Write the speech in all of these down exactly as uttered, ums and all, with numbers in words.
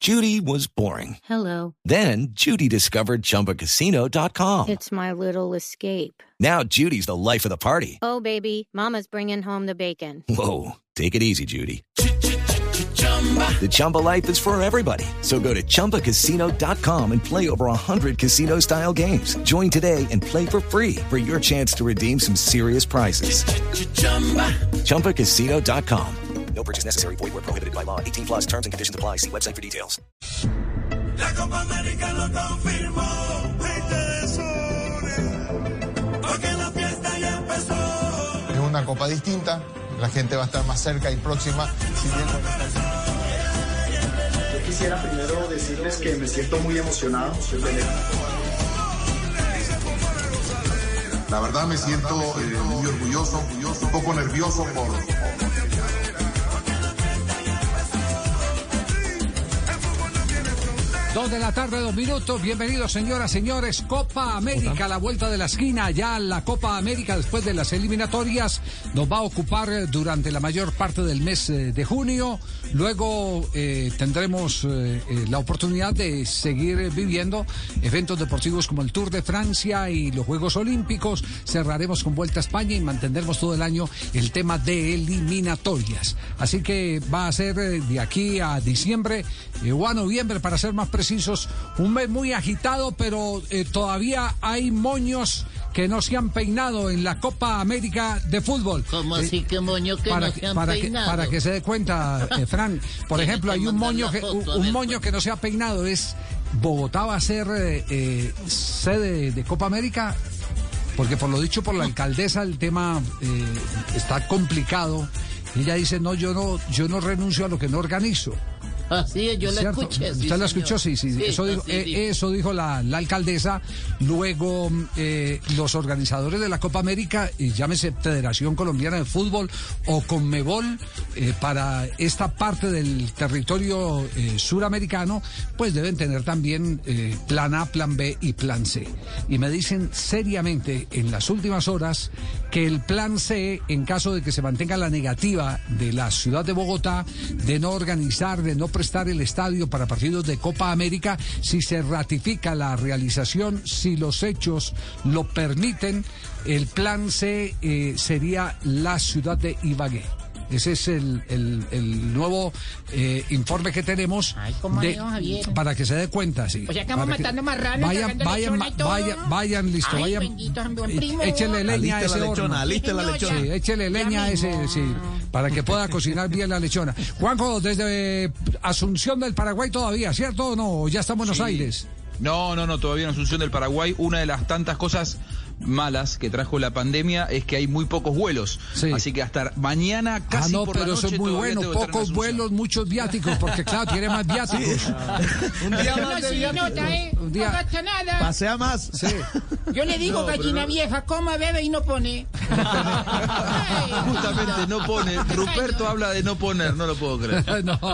Judy was boring. Hello. Then Judy discovered Chumba Casino dot com. It's my little escape. Now Judy's the life of the party. Oh, baby, mama's bringing home the bacon. Whoa, take it easy, Judy. The Chumba life is for everybody. So go to Chumba Casino dot com and play over one hundred casino-style games. Join today and play for free for your chance to redeem some serious prizes. Chumba Casino dot com. No purchase necessary. Void where prohibited by law. eighteen plus terms and conditions apply. See website for details. La Copa América lo confirmó. veinte de sur. Porque la fiesta ya empezó. Es una copa distinta. La gente va a estar más cerca y próxima. Si bien... Yo quisiera primero decirles que me siento muy emocionado. La verdad me siento eh, muy orgulloso, orgulloso, un poco nervioso por... Dos de la tarde, dos minutos. Bienvenidos, señoras, señores. Copa América, la vuelta de la esquina. Ya la Copa América, después de las eliminatorias, nos va a ocupar durante la mayor parte del mes de junio. Luego eh, tendremos eh, la oportunidad de seguir viviendo eventos deportivos como el Tour de Francia y los Juegos Olímpicos. Cerraremos con Vuelta a España y mantendremos todo el año el tema de eliminatorias. Así que va a ser de aquí a diciembre eh, o a noviembre, para ser más precisos, un mes muy agitado, pero eh, todavía hay moños que no se han peinado en la Copa América de fútbol. ¿Cómo eh, así que moño que para, no se han para peinado? Que, para que se dé cuenta, eh, Fran, por ejemplo, hay un moño que un, un moño que no se ha peinado. Es Bogotá va a ser eh, eh, sede de Copa América, porque por lo dicho por la alcaldesa el tema eh, está complicado. Ella dice, no, yo no, yo no renuncio a lo que no organizo. Ah, sí, yo la escuché. ¿Usted sí, la escuchó? Sí, sí. sí eso, dijo, eh, eso dijo la, la alcaldesa. Luego, eh, los organizadores de la Copa América, y llámese Federación Colombiana de Fútbol o Conmebol, eh, para esta parte del territorio eh, suramericano, pues deben tener también eh, plan A, plan B y plan C. Y me dicen seriamente en las últimas horas que el plan C, en caso de que se mantenga la negativa de la ciudad de Bogotá de no organizar, de no prestar el estadio para partidos de Copa América, si se ratifica la realización, si los hechos lo permiten, el plan C eh, sería la ciudad de Ibagué. Ese es el, el, el nuevo eh, informe que tenemos. Ay, ¿cómo de, Javier? Para que se dé cuenta, sí. O sea, estamos matando marranos, vayan, vayan, vayan, vayan, listo, Ay, vayan. Bendito, primo. Échele leña a ese la lechona, horno. aliste la lechona. Sí, échele leña a ese, sí, para que pueda cocinar bien la lechona. Juanjo, desde Asunción del Paraguay todavía, ¿cierto o no? ¿Ya está en Buenos Sí. Aires? No, no, no, todavía en Asunción del Paraguay. Una de las tantas cosas malas que trajo la pandemia es que hay muy pocos vuelos. Sí. Así que hasta mañana casi ah, no, por pero la noche eso es muy bueno. Pocos vuelos, muchos viáticos, porque claro, tiene más viáticos. Sí. Un día más de viáticos. Nota, ¿eh? Un día... No gasta nada. Pasea más. Sí. Yo le digo, no, gallina no... vieja, coma, bebe y no pone. Ay, justamente no pone. Ruperto habla de no poner, no lo puedo creer. No.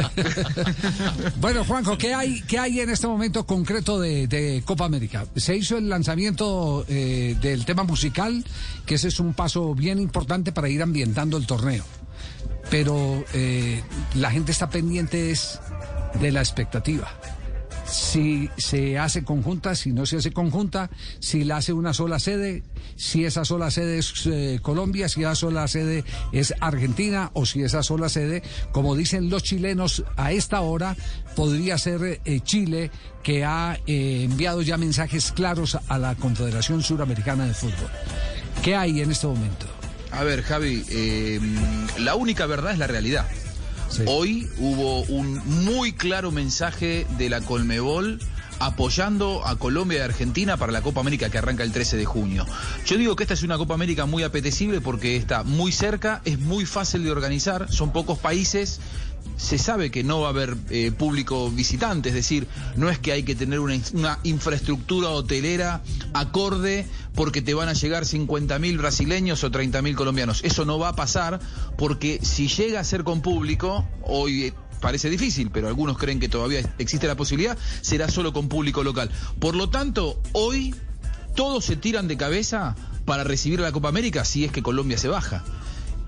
Bueno, Juanjo, ¿qué hay, qué hay en este momento concreto de, de Copa América? Se hizo el lanzamiento eh, del tema musical, que ese es un paso bien importante para ir ambientando el torneo. Pero eh, la gente está pendiente es de la expectativa. Si se hace conjunta, si no se hace conjunta, si la hace una sola sede, si esa sola sede es eh, Colombia, si esa sola sede es Argentina, o si esa sola sede, como dicen los chilenos a esta hora, podría ser eh, Chile, que ha eh, enviado ya mensajes claros a la Confederación Suramericana de Fútbol. ¿Qué hay en este momento? A ver, Javi, eh, la única verdad es la realidad. Sí. Hoy hubo un muy claro mensaje de la Conmebol apoyando a Colombia y Argentina para la Copa América que arranca el trece de junio. Yo digo que esta es una Copa América muy apetecible porque está muy cerca, es muy fácil de organizar, son pocos países, se sabe que no va a haber eh, público visitante, es decir, no es que hay que tener una, una infraestructura hotelera acorde porque te van a llegar cincuenta mil brasileños o treinta mil colombianos. Eso no va a pasar porque si llega a ser con público, hoy eh, parece difícil, pero algunos creen que todavía existe la posibilidad, será solo con público local. Por lo tanto, hoy todos se tiran de cabeza para recibir la Copa América si es que Colombia se baja.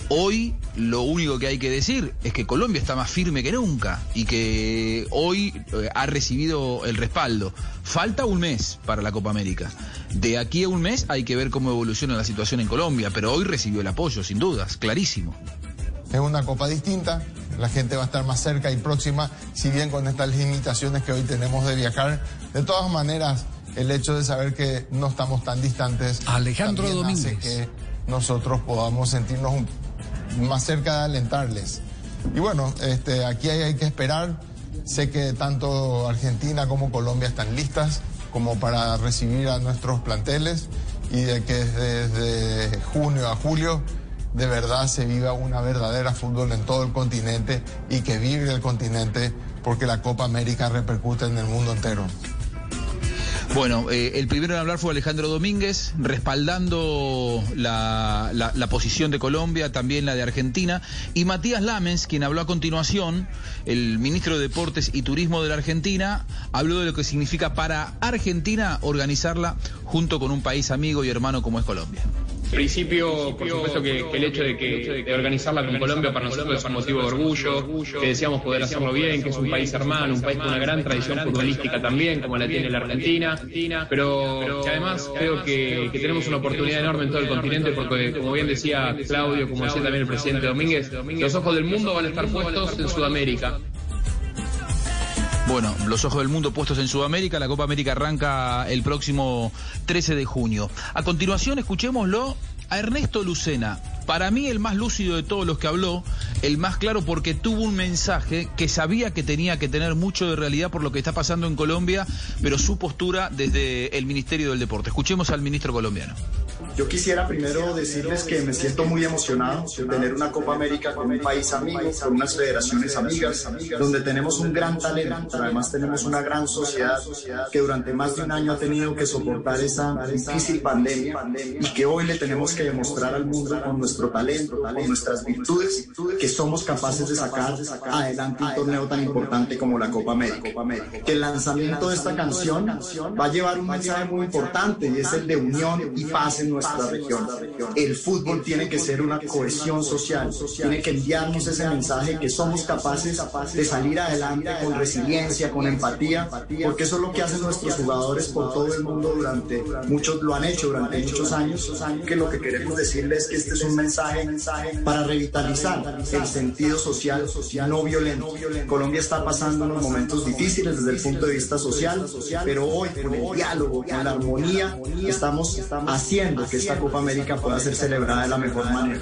Hoy lo único que hay que decir es que Colombia está más firme que nunca y que hoy eh, ha recibido el respaldo. Falta un mes para la Copa América. De aquí a un mes hay que ver cómo evoluciona la situación en Colombia, pero hoy recibió el apoyo, sin dudas, clarísimo. Es una copa distinta, la gente va a estar más cerca y próxima, si bien con estas limitaciones que hoy tenemos de viajar. De todas maneras, el hecho de saber que no estamos tan distantes Alejandro Domínguez hace que nosotros podamos sentirnos un más cerca de alentarles. Y bueno, este, aquí hay, hay que esperar. Sé que tanto Argentina como Colombia están listas como para recibir a nuestros planteles y de que desde junio a julio de verdad se viva una verdadera fútbol en todo el continente y que vive el continente, porque la Copa América repercute en el mundo entero. Bueno, eh, el primero en hablar fue Alejandro Domínguez, respaldando la, la, la posición de Colombia, también la de Argentina, y Matías Lamens, quien habló a continuación, el ministro de Deportes y Turismo de la Argentina, habló de lo que significa para Argentina organizarla junto con un país amigo y hermano como es Colombia. En principio, por supuesto que, que el hecho de que de organizarla con Colombia para nosotros es un motivo de orgullo, que deseamos poder hacerlo bien, que es un país hermano, un país con una gran tradición futbolística también, como la tiene la Argentina, pero que además creo que, que tenemos una oportunidad enorme en todo el continente, porque como bien decía Claudio, como decía también el presidente Domínguez, los ojos del mundo van a estar puestos en Sudamérica. Bueno, los ojos del mundo puestos en Sudamérica. La Copa América arranca el próximo trece de junio. A continuación, escuchémoslo a Ernesto Lucena. Para mí el más lúcido de todos los que habló, el más claro porque tuvo un mensaje que sabía que tenía que tener mucho de realidad por lo que está pasando en Colombia, pero su postura desde el Ministerio del Deporte. Escuchemos al ministro colombiano. Yo quisiera primero decirles que me siento muy emocionado de tener una Copa América con un país amigo, con unas federaciones amigas, donde tenemos un gran talento, pero además tenemos una gran sociedad que durante más de un año ha tenido que soportar esa difícil pandemia y que hoy le tenemos que demostrar al mundo con nuestro talento, con nuestras virtudes, que somos capaces de sacar adelante un torneo tan importante como la Copa América. Que el lanzamiento de esta canción va a llevar un mensaje muy importante y es el de unión y paz en nuestra región. El fútbol tiene que ser una cohesión social, tiene que enviarnos ese mensaje que somos capaces de salir adelante con resiliencia, con empatía, porque eso es lo que hacen nuestros jugadores por todo el mundo durante, muchos lo han hecho durante muchos años, que lo que queremos decirles es que este es un mensaje para revitalizar el sentido social no violento. Colombia está pasando unos momentos difíciles desde el punto de vista social, pero hoy con el diálogo, con la armonía, estamos haciendo que esta Copa América pueda ser celebrada de la mejor manera.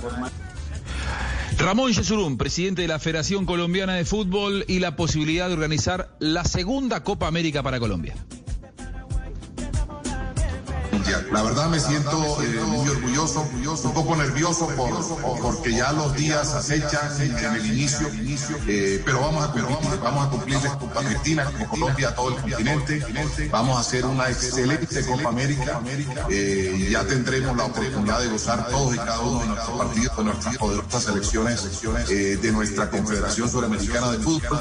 Ramón Yesurún, presidente de la Federación Colombiana de Fútbol, y la posibilidad de organizar la segunda Copa América para Colombia. La verdad me siento eh, muy orgulloso, un poco nervioso por, porque ya los días acechan en el inicio, eh, pero vamos a cumplir, vamos a cumplirles con Argentina, con Colombia, a todo el continente. Vamos a hacer una excelente Copa América eh, y ya tendremos la oportunidad de gozar todos y cada uno de nuestros partidos, de nuestras poderosas selecciones eh, de nuestra Confederación Suramericana de Fútbol.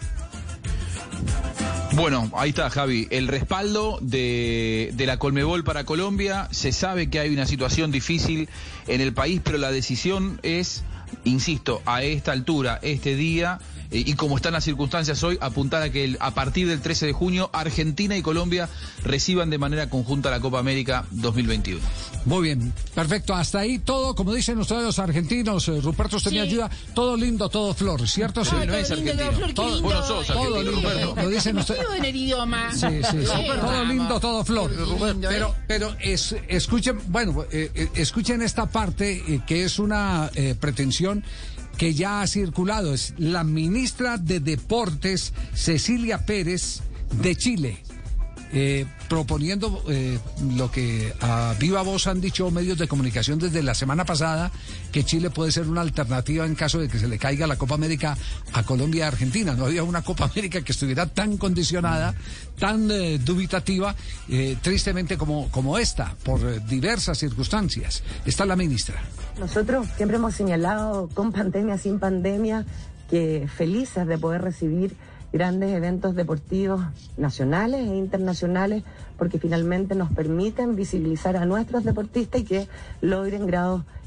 Bueno, ahí está, Javi, el respaldo de, de la Conmebol para Colombia. Se sabe que hay una situación difícil en el país, pero la decisión es, insisto, a esta altura, este día, eh, y como están las circunstancias hoy, apuntar a que el, a partir del trece de junio, Argentina y Colombia reciban de manera conjunta la Copa América dos mil veintiuno. Muy bien, perfecto, hasta ahí todo, como dicen ustedes los argentinos, eh, Ruperto, usted sí. me ayuda, todo lindo, todo flor, ¿cierto? Sí, no, no es argentino. Todo, flor, todo, bueno, sos todo argentino, lindo, Ruperto. Lo dicen ustedes. en el idioma. Sí, sí, sí. Todo lindo, todo flor. Lindo, pero, ¿eh? pero es, escuchen, bueno, eh, escuchen esta parte eh, que es una eh, pretensión que ya ha circulado. Es la ministra de Deportes, Cecilia Pérez, de Chile. Eh, proponiendo eh, lo que a viva voz han dicho medios de comunicación desde la semana pasada, que Chile puede ser una alternativa en caso de que se le caiga la Copa América a Colombia y Argentina. No había una Copa América que estuviera tan condicionada, tan eh, dubitativa, eh, tristemente como, como esta, por eh, diversas circunstancias. Está la ministra. Nosotros siempre hemos señalado, con pandemia, sin pandemia, que felices de poder recibir grandes eventos deportivos nacionales e internacionales, porque finalmente nos permiten visibilizar a nuestros deportistas y que logren grados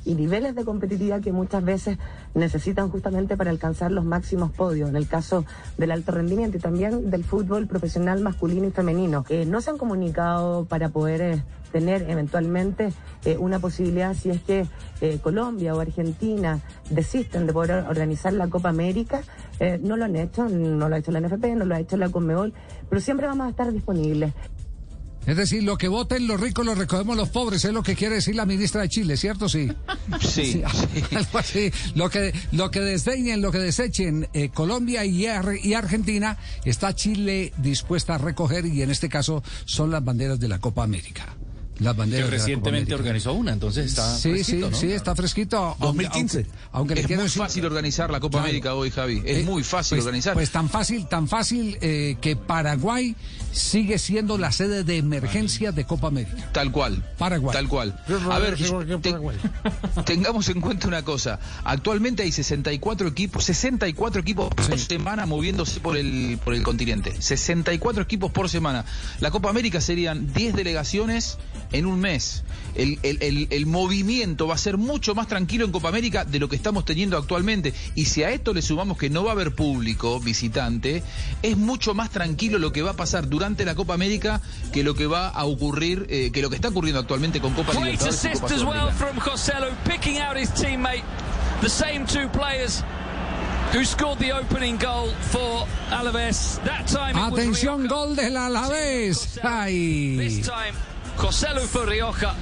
y niveles de competitividad que muchas veces necesitan justamente para alcanzar los máximos podios, en el caso del alto rendimiento y también del fútbol profesional masculino y femenino. Eh, no se han comunicado para poder eh, tener eventualmente eh, una posibilidad si es que eh, Colombia o Argentina desisten de poder organizar la Copa América. Eh, no lo han hecho, no lo ha hecho la N F P, no lo ha hecho la Conmebol, pero siempre vamos a estar disponibles. Es decir, lo que voten los ricos lo recogemos los pobres, es lo que quiere decir la ministra de Chile, ¿cierto? Sí. Sí. sí, sí. Algo así. Lo que, lo que desdeñen, lo que desechen eh, Colombia y, Ar y Argentina, está Chile dispuesta a recoger, y en este caso son las banderas de la Copa América. Las banderas que recientemente organizó una, entonces está sí, fresquito, sí, ¿no? sí, está fresquito. dos mil quince. Aunque, aunque es le quiero muy decir, fácil organizar la Copa claro, América hoy, Javi. Es eh, muy fácil pues, organizar. Pues tan fácil, tan fácil eh, que Paraguay sigue siendo la sede de emergencia de Copa América. Tal cual. Paraguay. Tal cual. A ver, te, tengamos en cuenta una cosa. Actualmente hay sesenta y cuatro equipos, sesenta y cuatro equipos sí. por semana moviéndose por el por el continente. sesenta y cuatro equipos por semana. La Copa América serían diez delegaciones en un mes. El, el, el, el movimiento va a ser mucho más tranquilo en Copa América de lo que estamos teniendo actualmente. Y si a esto le sumamos que no va a haber público visitante, es mucho más tranquilo lo que va a pasar durante la Copa América que lo que va a ocurrir, eh, que lo que está ocurriendo actualmente con Copa Libertadores y Copa Sudamericana. Atención, gol del Alavés. Ay. Joselu for Rioja.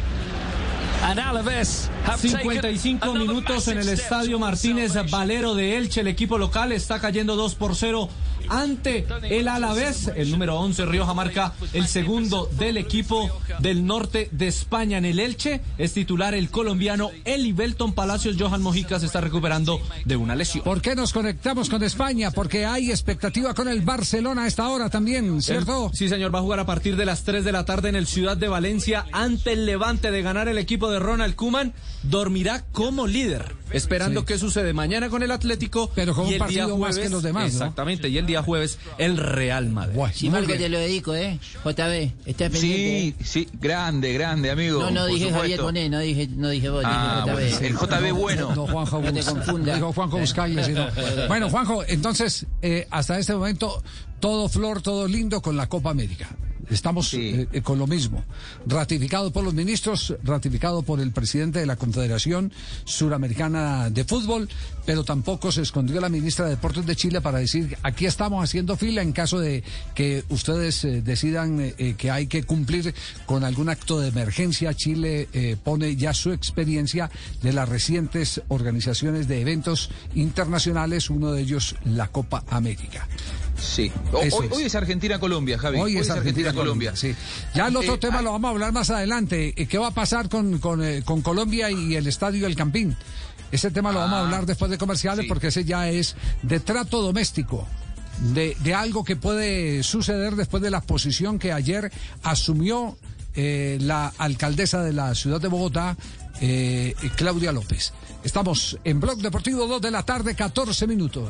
And Alavés cincuenta y cinco minutos en el Estadio Martínez Valero de Elche. El equipo local está cayendo dos por cero ante el Alavés. El número once, Rioja, marca el segundo del equipo del norte de España. En el Elche es titular el colombiano Eli Belton Palacios. Johan Mojica se está recuperando de una lesión. ¿Por qué nos conectamos con España? Porque hay expectativa con el Barcelona a esta hora también, ¿cierto? El, sí, señor, va a jugar a partir de las tres de la tarde en el Ciudad de Valencia ante el Levante. De ganar el equipo de Ronald Koeman, dormirá como líder, esperando sí. qué sucede mañana con el Atlético. Pero con y un partido jueves, más que los demás, exactamente, ¿no? Y el día jueves el Real Madrid. Bueno, si Marco te lo dedico, ¿eh? J B, ¿estás pendiente? Sí, sí, grande, grande, amigo. No, no dije Javier Bonet, no dije, no dije vos, ah, dije J B. Bueno, el J B bueno. No, no Juanjo, no te confundas. Dijo Juanjo Buscalle, sino. Bueno, Juanjo, entonces, eh, hasta este momento, todo flor, todo lindo con la Copa América. Estamos sí. eh, con lo mismo. Ratificado por los ministros, ratificado por el presidente de la Confederación Suramericana de Fútbol, pero tampoco se escondió la ministra de Deportes de Chile para decir, aquí estamos haciendo fila en caso de que ustedes eh, decidan eh, que hay que cumplir con algún acto de emergencia. Chile eh, pone ya su experiencia de las recientes organizaciones de eventos internacionales, uno de ellos la Copa América. Sí, hoy es. hoy es Argentina-Colombia, Javi. Hoy, hoy es Argentina-Colombia, Argentina, sí. Ya el otro eh, tema hay... lo vamos a hablar más adelante. ¿Qué va a pasar con, con, eh, con Colombia y el Estadio El Campín? Ese tema lo vamos ah, a hablar después de comerciales, sí. porque ese ya es de trato doméstico. De, de algo que puede suceder después de la posición que ayer asumió eh, la alcaldesa de la ciudad de Bogotá, eh, Claudia López. Estamos en Blog Deportivo, dos de la tarde, catorce minutos.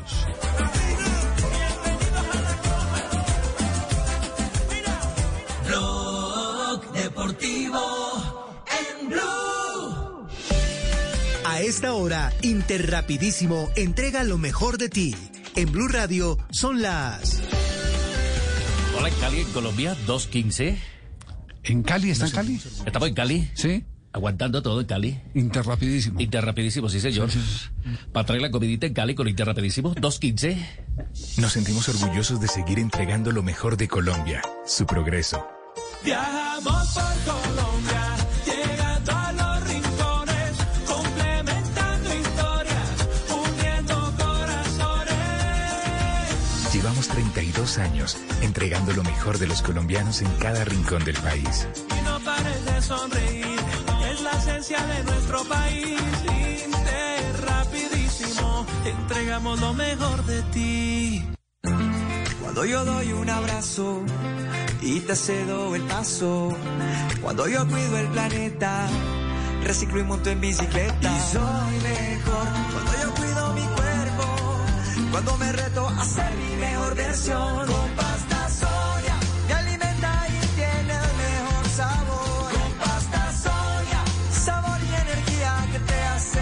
Deportivo en Blue. A esta hora, Interrapidísimo entrega lo mejor de ti. En Blue Radio son las... Hola, en Cali, en Colombia, dos quince. ¿En Cali? ¿Está en Cali? ¿Estamos en Cali? Sí. Aguantando todo en Cali. Interrapidísimo. Interrapidísimo, sí, señor. Sí, sí. Para traer la comidita en Cali con Interrapidísimo, dos quince. Nos sentimos orgullosos de seguir entregando lo mejor de Colombia, su progreso. Viajamos por Colombia, llegando a los rincones, complementando historias, uniendo corazones. Llevamos treinta y dos años entregando lo mejor de los colombianos en cada rincón del país. Y no pares de sonreír, es la esencia de nuestro país. Interrapidísimo, entregamos lo mejor de ti. Cuando yo doy un abrazo y te cedo el paso, cuando yo cuido el planeta, reciclo y monto en bicicleta. Y soy mejor cuando yo cuido mi cuerpo, cuando me reto a ser mi mejor versión. Con pasta Sonia me alimenta y tiene el mejor sabor. Con pasta Sonia, sabor y energía que te hace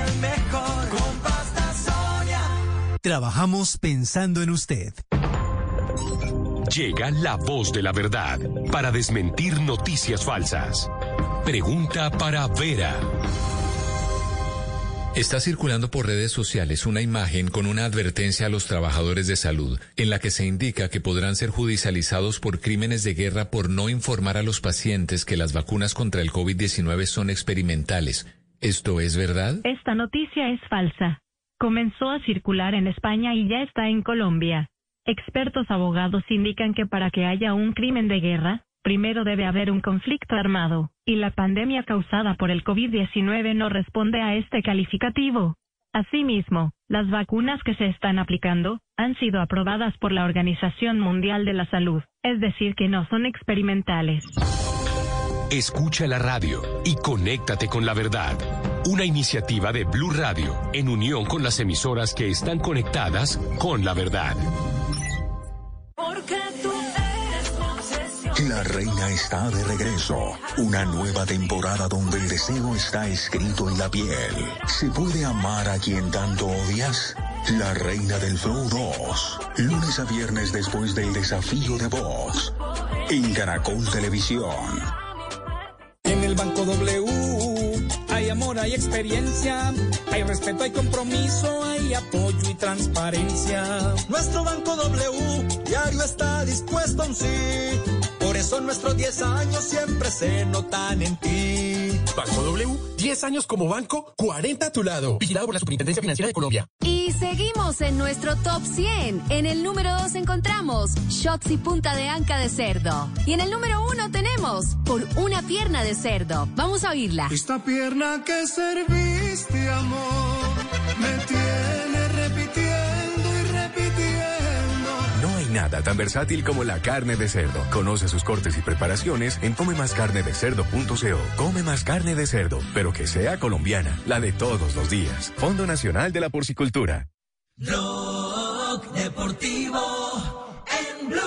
Trabajamos pensando en usted. Llega la voz de la verdad para desmentir noticias falsas. Pregunta para Vera. Está circulando por redes sociales una imagen con una advertencia a los trabajadores de salud, en la que se indica que podrán ser judicializados por crímenes de guerra por no informar a los pacientes que las vacunas contra el COVID diecinueve son experimentales. ¿Esto es verdad? Esta noticia es falsa. Comenzó a circular en España y ya está en Colombia. Expertos abogados indican que para que haya un crimen de guerra, primero debe haber un conflicto armado, y la pandemia causada por el COVID diecinueve no responde a este calificativo. Asimismo, las vacunas que se están aplicando han sido aprobadas por la Organización Mundial de la Salud, es decir, que no son experimentales. Escucha la radio y conéctate con la verdad. Una iniciativa de Blue Radio en unión con las emisoras que están conectadas con la verdad. Porque tú eres mi obsesión. La reina está de regreso. Una nueva temporada donde el deseo está escrito en la piel. ¿Se puede amar a quien tanto odias? La Reina del Flow dos. Lunes a viernes después del desafío de Vox. En Caracol Televisión. En el Banco W hay amor, hay experiencia, hay respeto, hay compromiso, hay apoyo y transparencia. Nuestro Banco W diario está dispuesto a un sí. Por eso nuestros diez años siempre se notan en ti. Banco W, diez años como banco, cuarenta a tu lado. Vigilado por la Superintendencia Financiera de Colombia. Y seguimos en nuestro top cien. En el número dos encontramos shots y punta de anca de cerdo. Y en el número uno tenemos por una pierna de cerdo. Vamos a oírla. Esta pierna que serviste, amor, me tiene repitiendo y repitiendo. No hay nada tan versátil como la carne de cerdo. Conoce sus cortes y preparaciones en come más carne de cerdo punto co. Come más carne de cerdo, pero que sea colombiana, la de todos los días. Fondo Nacional de la Porcicultura. Rock Deportivo en Blue.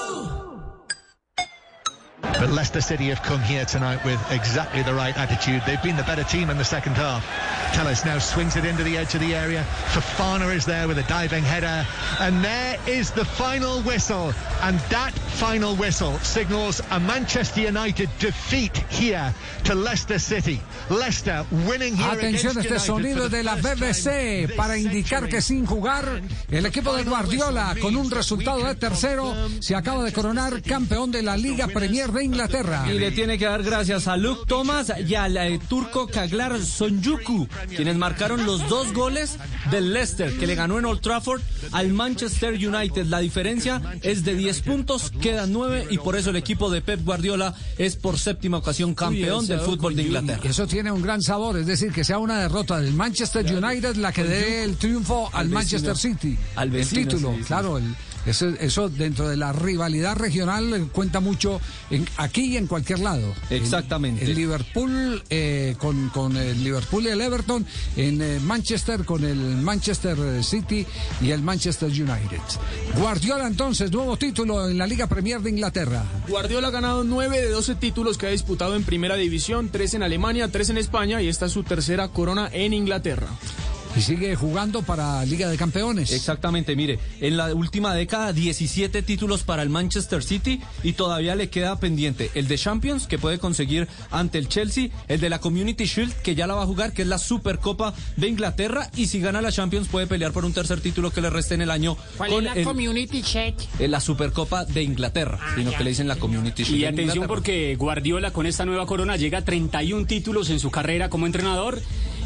But Leicester City have come here tonight with exactly the right attitude. They've been the better team in the second half. Telles now swings it into the edge of the area. Fofana is there with a diving header. And there is the final whistle. And that final whistle signals a Manchester United defeat here to Leicester City. Leicester winning here. Atención, este sonido de la B B C para indicar que sin jugar el equipo de Guardiola con un resultado de tercero se acaba de coronar campeón de la Liga Premier de Inglaterra. Y le tiene que dar gracias a Luke Thomas y al eh, turco Kaglar Sonjuku, quienes marcaron los dos goles del Leicester, que le ganó en Old Trafford al Manchester United. La diferencia es de diez puntos, quedan nueve, y por eso el equipo de Pep Guardiola es por séptima ocasión campeón del fútbol de Inglaterra. Eso tiene un gran sabor, es decir, que sea una derrota del Manchester United la que dé el triunfo al Manchester City, al vecino, el título, sí, sí. claro, el Eso, eso dentro de la rivalidad regional cuenta mucho en, aquí y en cualquier lado. Exactamente. El, el Liverpool eh, con, con el Liverpool y el Everton, en eh, Manchester con el Manchester City y el Manchester United. Guardiola entonces, nuevo título en la Liga Premier de Inglaterra. Guardiola ha ganado nueve de doce títulos que ha disputado en Primera División, tres en Alemania, tres en España, y esta es su tercera corona en Inglaterra. Y sigue jugando para Liga de Campeones. Exactamente, mire, en la última década diecisiete títulos para el Manchester City, y todavía le queda pendiente el de Champions, que puede conseguir ante el Chelsea, el de la Community Shield, que ya la va a jugar, que es la Supercopa de Inglaterra, y si gana la Champions puede pelear por un tercer título que le reste en el año. ¿Cuál con es la el, Community Shield? eh, la Supercopa de Inglaterra, ah, sino ya. que le dicen la Community Shield. Y atención, porque Guardiola con esta nueva corona llega a treinta y un títulos en su carrera como entrenador,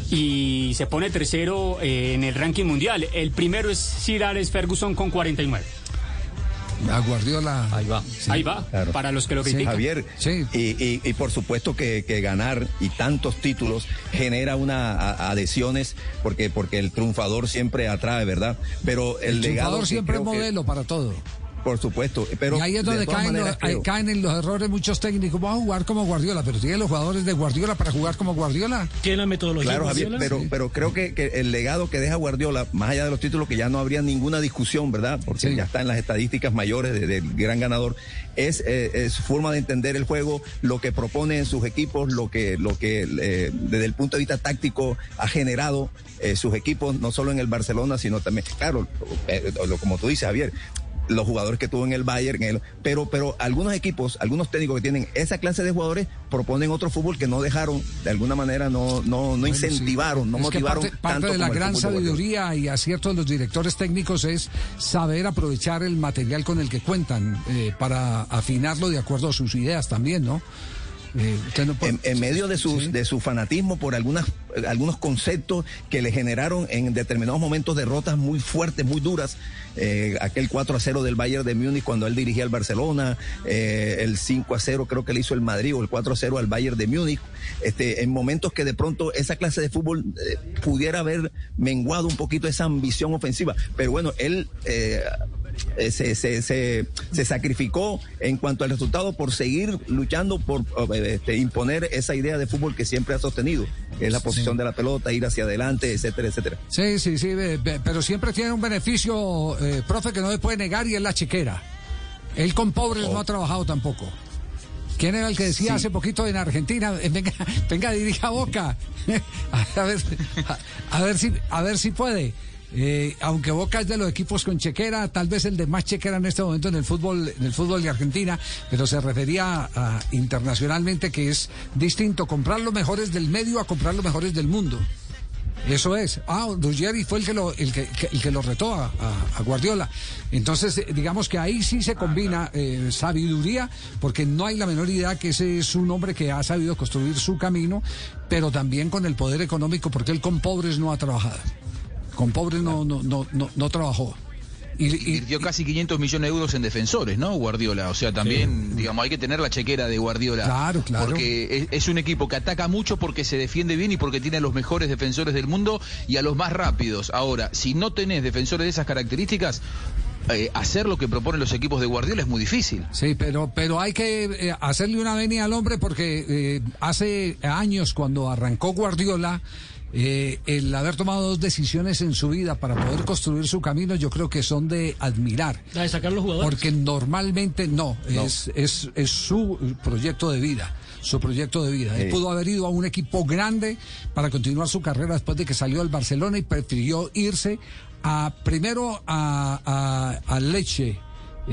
y se pone tercero eh, en el ranking mundial. El primero es Sir Alex Ferguson con cuarenta y nueve. A Guardiola. Ahí va. Sí, ahí va, claro. Para los que lo critican. Sí, Javier, sí. Y, y, y por supuesto que, que ganar y tantos títulos genera una a, adhesiones, porque, porque el triunfador siempre atrae, ¿verdad? Pero el, el legado triunfador siempre es modelo que... para todo. Por supuesto, pero y ahí es donde caen, maneras, los, ahí caen en los errores muchos técnicos. Vamos a jugar como Guardiola, pero ¿tienen los jugadores de Guardiola para jugar como Guardiola? ¿Tiene la metodología? Claro, Javier, pero, sí. pero creo que, que el legado que deja Guardiola, más allá de los títulos, que ya no habría ninguna discusión, ¿verdad? Porque sí. ya está en las estadísticas mayores del de, de gran ganador, es, eh, es su forma de entender el juego, lo que propone en sus equipos, lo que, lo que eh, desde el punto de vista táctico ha generado eh, sus equipos, no solo en el Barcelona, sino también, claro, eh, lo, como tú dices, Javier, los jugadores que tuvo en el Bayern, en el, pero pero algunos equipos, algunos técnicos que tienen esa clase de jugadores proponen otro fútbol que no dejaron, de alguna manera no no no incentivaron, sí. no es motivaron parte, parte tanto de la como gran sabiduría y acierto de los directores técnicos es saber aprovechar el material con el que cuentan eh, para afinarlo de acuerdo a sus ideas también, ¿no? Eh, no puede... en, en medio de su, ¿sí? de su fanatismo por algunas algunos conceptos que le generaron en determinados momentos derrotas muy fuertes, muy duras, eh, aquel cuatro a cero del Bayern de Múnich cuando él dirigía al Barcelona, eh, el cinco a cero creo que le hizo el Madrid, o el cuatro a cero al Bayern de Múnich, este, en momentos que de pronto esa clase de fútbol eh, pudiera haber menguado un poquito esa ambición ofensiva, pero bueno, él eh, Eh, se, se, se, se sacrificó en cuanto al resultado por seguir luchando por este, imponer esa idea de fútbol que siempre ha sostenido, que es la posición sí. de la pelota, ir hacia adelante, etcétera, etcétera. Sí, sí, sí, pero siempre tiene un beneficio, eh, profe, que no se puede negar, y es la chequera. Él con pobres oh. no ha trabajado tampoco. ¿Quién era el que decía sí. hace poquito en Argentina, venga, venga, dirija Boca? a, ver, a, a ver si, a ver si puede. Eh, aunque Boca es de los equipos con chequera, tal vez el de más chequera en este momento en el fútbol, en el fútbol de Argentina, pero se refería a, a internacionalmente, que es distinto comprar los mejores del medio a comprar los mejores del mundo. Eso es. Ah, Ruggeri fue el que lo, el que, el que lo retó a, a, a Guardiola. Entonces, digamos que ahí sí se combina eh, sabiduría, porque no hay la menor idea que ese es un hombre que ha sabido construir su camino, pero también con el poder económico, porque él con pobres no ha trabajado. Con pobres no, no, no, no, no trabajó. Y, y, Invirtió casi quinientos millones de euros en defensores, ¿no? Guardiola. O sea, también, sí. digamos, hay que tener la chequera de Guardiola. Claro, claro. Porque es, es un equipo que ataca mucho porque se defiende bien y porque tiene a los mejores defensores del mundo y a los más rápidos. Ahora, si no tenés defensores de esas características, eh, hacer lo que proponen los equipos de Guardiola es muy difícil. Sí, pero, pero hay que eh, hacerle una venia al hombre, porque eh, hace años, cuando arrancó Guardiola, Eh, el haber tomado dos decisiones en su vida para poder construir su camino, yo creo que son de admirar. ¿La de sacar los jugadores? Porque normalmente no, no. Es, es, es su proyecto de vida, su proyecto de vida. Sí. Él pudo haber ido a un equipo grande para continuar su carrera después de que salió del Barcelona, y prefirió irse a primero a, a, a Lecce.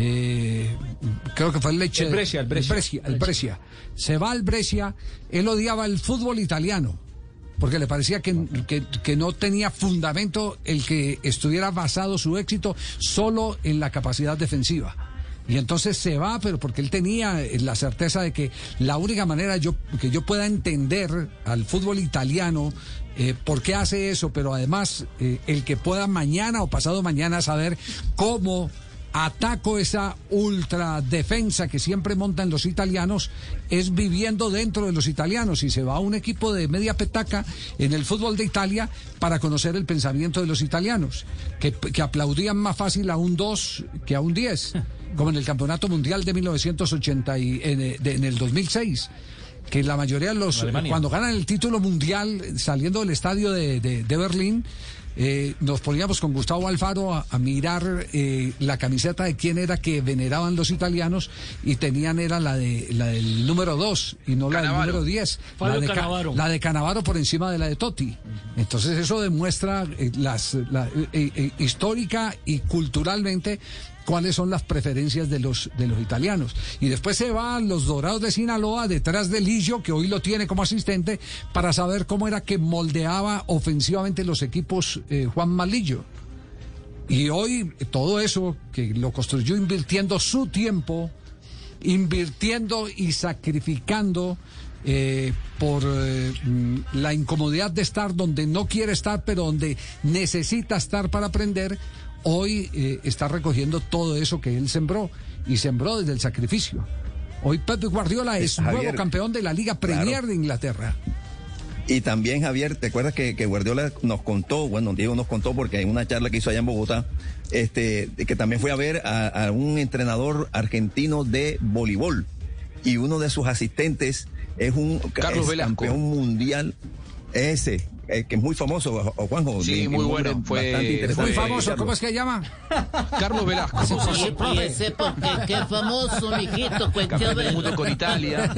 Eh, creo que fue el Lecce. El Brescia, el Brescia. El Brescia, el Brescia. Se va al Brescia. Él odiaba el fútbol italiano, porque le parecía que, que, que no tenía fundamento el que estuviera basado su éxito solo en la capacidad defensiva. Y entonces se va, pero porque él tenía la certeza de que la única manera yo, que yo pueda entender al fútbol italiano, eh, por qué hace eso, pero además eh, el que pueda mañana o pasado mañana saber cómo ataco esa ultradefensa que siempre montan los italianos, es viviendo dentro de los italianos, y se va a un equipo de media petaca en el fútbol de Italia para conocer el pensamiento de los italianos, que, que aplaudían más fácil a un dos que a un diez, como en el Campeonato Mundial de mil novecientos ochenta y en, de, en el dos mil seis. Que la mayoría de los, cuando ganan el título mundial saliendo del estadio de, de, de Berlín, Eh, nos poníamos con Gustavo Alfaro a, a mirar eh, la camiseta de quién era que veneraban los italianos, y tenían era la de la del número dos y no la Cannavaro. del número diez, la de, Cannavaro. la de Cannavaro por encima de la de Totti. Entonces eso demuestra eh, las, la, eh, eh, histórica y culturalmente cuáles son las preferencias de los de los italianos. Y después se va a los Dorados de Sinaloa, detrás de Lillo, que hoy lo tiene como asistente, para saber cómo era que moldeaba ofensivamente los equipos eh, Juan Malillo. Y hoy todo eso, que lo construyó invirtiendo su tiempo, invirtiendo y sacrificando eh, por eh, la incomodidad de estar donde no quiere estar, pero donde necesita estar para aprender. Hoy eh, está recogiendo todo eso que él sembró, y sembró desde el sacrificio. Hoy Pep Guardiola es Javier, nuevo campeón de la Liga Premier claro. de Inglaterra. Y también, Javier, ¿te acuerdas que, que Guardiola nos contó, bueno, Diego nos contó porque en una charla que hizo allá en Bogotá, este, que también fue a ver a, a un entrenador argentino de voleibol y uno de sus asistentes es un Carlos es Velasco. campeón mundial, ese, eh, que es muy famoso, Juanjo. Sí, de, muy bueno, fue, muy famoso, ¿cómo es que llama? Carlos Velasco. Sí, ese porque qué famoso, mijito, Campeón del mundo con Italia.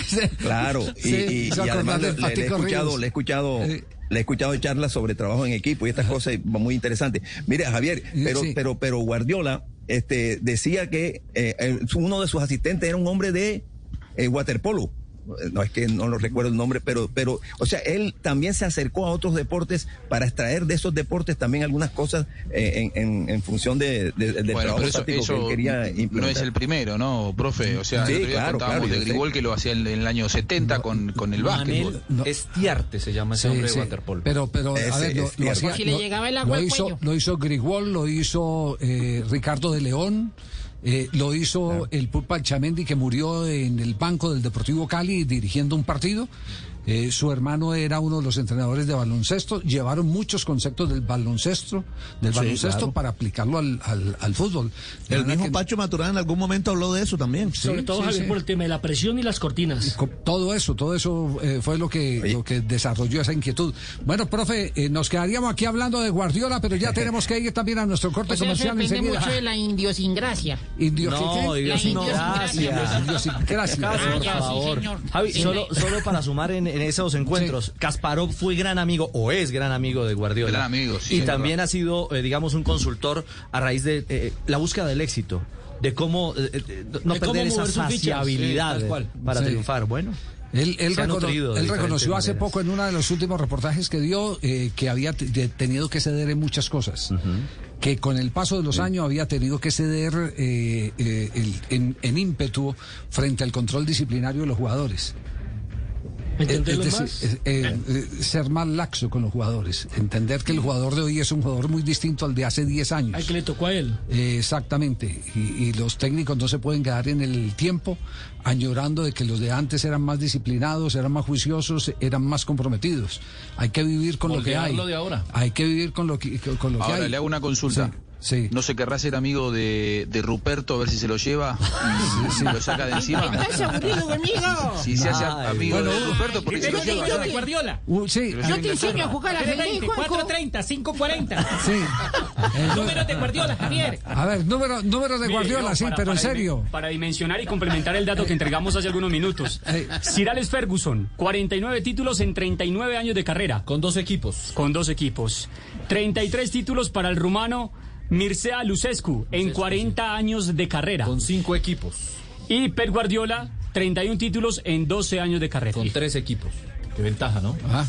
Claro, y, Sí, y, y además le, le, le he escuchado, le he escuchado, Sí. le he escuchado charlas sobre trabajo en equipo y estas cosas muy interesantes. Mira, Javier, pero, Sí. pero, pero Guardiola, este, decía que eh, el- uno de sus asistentes era un hombre de eh, waterpolo. No es que no lo recuerdo el nombre, pero, pero, o sea, él también se acercó a otros deportes para extraer de esos deportes también algunas cosas eh, en, en, en función de, de- del Bueno, trabajo pero eso, táctico eso que él quería implementar. no es el primero, ¿no, profe? O sea, Sí, el otro día claro, contábamos claro, de yo sé. Grigol que lo hacía en, en el año setenta con, con el básquetbol. Manel Estiarte se llama ese Sí, hombre sí. de waterpolo. Pero, pero, a Ese ver, lo, es lo cierto. hacía, Por si le lo- llegaba el agua lo al hizo, cuello. lo hizo Grigol, lo hizo eh, Ricardo de León, eh, lo hizo el Pulpa Chamendi, que murió en el banco del Deportivo Cali dirigiendo un partido. Eh, su hermano era uno de los entrenadores de baloncesto. Llevaron muchos conceptos del baloncesto, del Sí, baloncesto claro. para aplicarlo al, al, al fútbol. De El manera mismo que- Pacho Maturana en algún momento habló de eso también. Sobre todo, sí, Javier, sí. por el tema de la presión y las cortinas. Co- Todo eso, todo eso eh, fue lo que, lo que desarrolló esa inquietud. Bueno, profe, eh, nos quedaríamos aquí hablando de Guardiola, pero ya tenemos que ir también a nuestro corte O sea, eso comercial depende enseguida. mucho de la indiosingracia. Indio, No, ¿qué? idiosincrasia. Idiosincrasia. Ah, Por ya, sí, favor. señor. Javi, Sí, solo, me- solo para sumar en, en esos encuentros, Kasparov fue gran amigo o es gran amigo de Guardiola. Gran amigo, sí, y es también verdad. ha sido, eh, digamos, un consultor a raíz de eh, la búsqueda del éxito, de cómo eh, eh, no De cómo perder esa mover sus fichas, saciabilidad sí, tal cual. para Sí. triunfar. Bueno. Él, él, Se ha recono- nutrido de él diferentes reconoció hace maneras. poco en uno de los últimos reportajes que dio eh, que había t- de- tenido que ceder en muchas cosas. Que con el paso de los años había tenido que ceder eh, eh, el- en, en ímpetu frente al control disciplinario de los jugadores. ¿Entenderlos Es más? decir, eh, eh, eh, ser más laxo con los jugadores. Entender que el jugador de hoy es un jugador muy distinto al de hace diez años. Al que le tocó a él. Eh, exactamente, y, y los técnicos no se pueden quedar en el tiempo añorando de que los de antes eran más disciplinados, eran más juiciosos, eran más comprometidos. Hay que vivir con lo que hay. Moldearlo de ahora. Hay que vivir con lo que, con lo que Ahora hay. le hago una consulta. Sí. ¿No se querrá ser amigo de, de Ruperto a ver si se lo lleva y si lo saca de encima? ¿Estás aburrido conmigo? Si se hace Ay, amigo bueno, de Ruperto, porque se lo pero lleva yo- allá. yo- Guardiola. Uh, sí, Pero ah, Yo te enseño a jugar a ajedrez, Juanjo. cuatro treinta, cinco cuarenta. sí. Eh, Números de Guardiola, Javier. a ver, número, número de Mire, Guardiola, no, sí, para- pero en para serio. dimen- Para dimensionar y complementar el dato que entregamos hace algunos minutos. Eh. Sir Alex Ferguson, cuarenta y nueve títulos en treinta y nueve años de carrera. Con dos equipos. Con dos equipos. treinta y tres títulos para el rumano Mircea Lucescu en cuarenta años de carrera. Con cinco equipos. Y Pep Guardiola, treinta y un títulos en doce años de carrera. Con tres equipos. Qué ventaja, ¿no? Ah,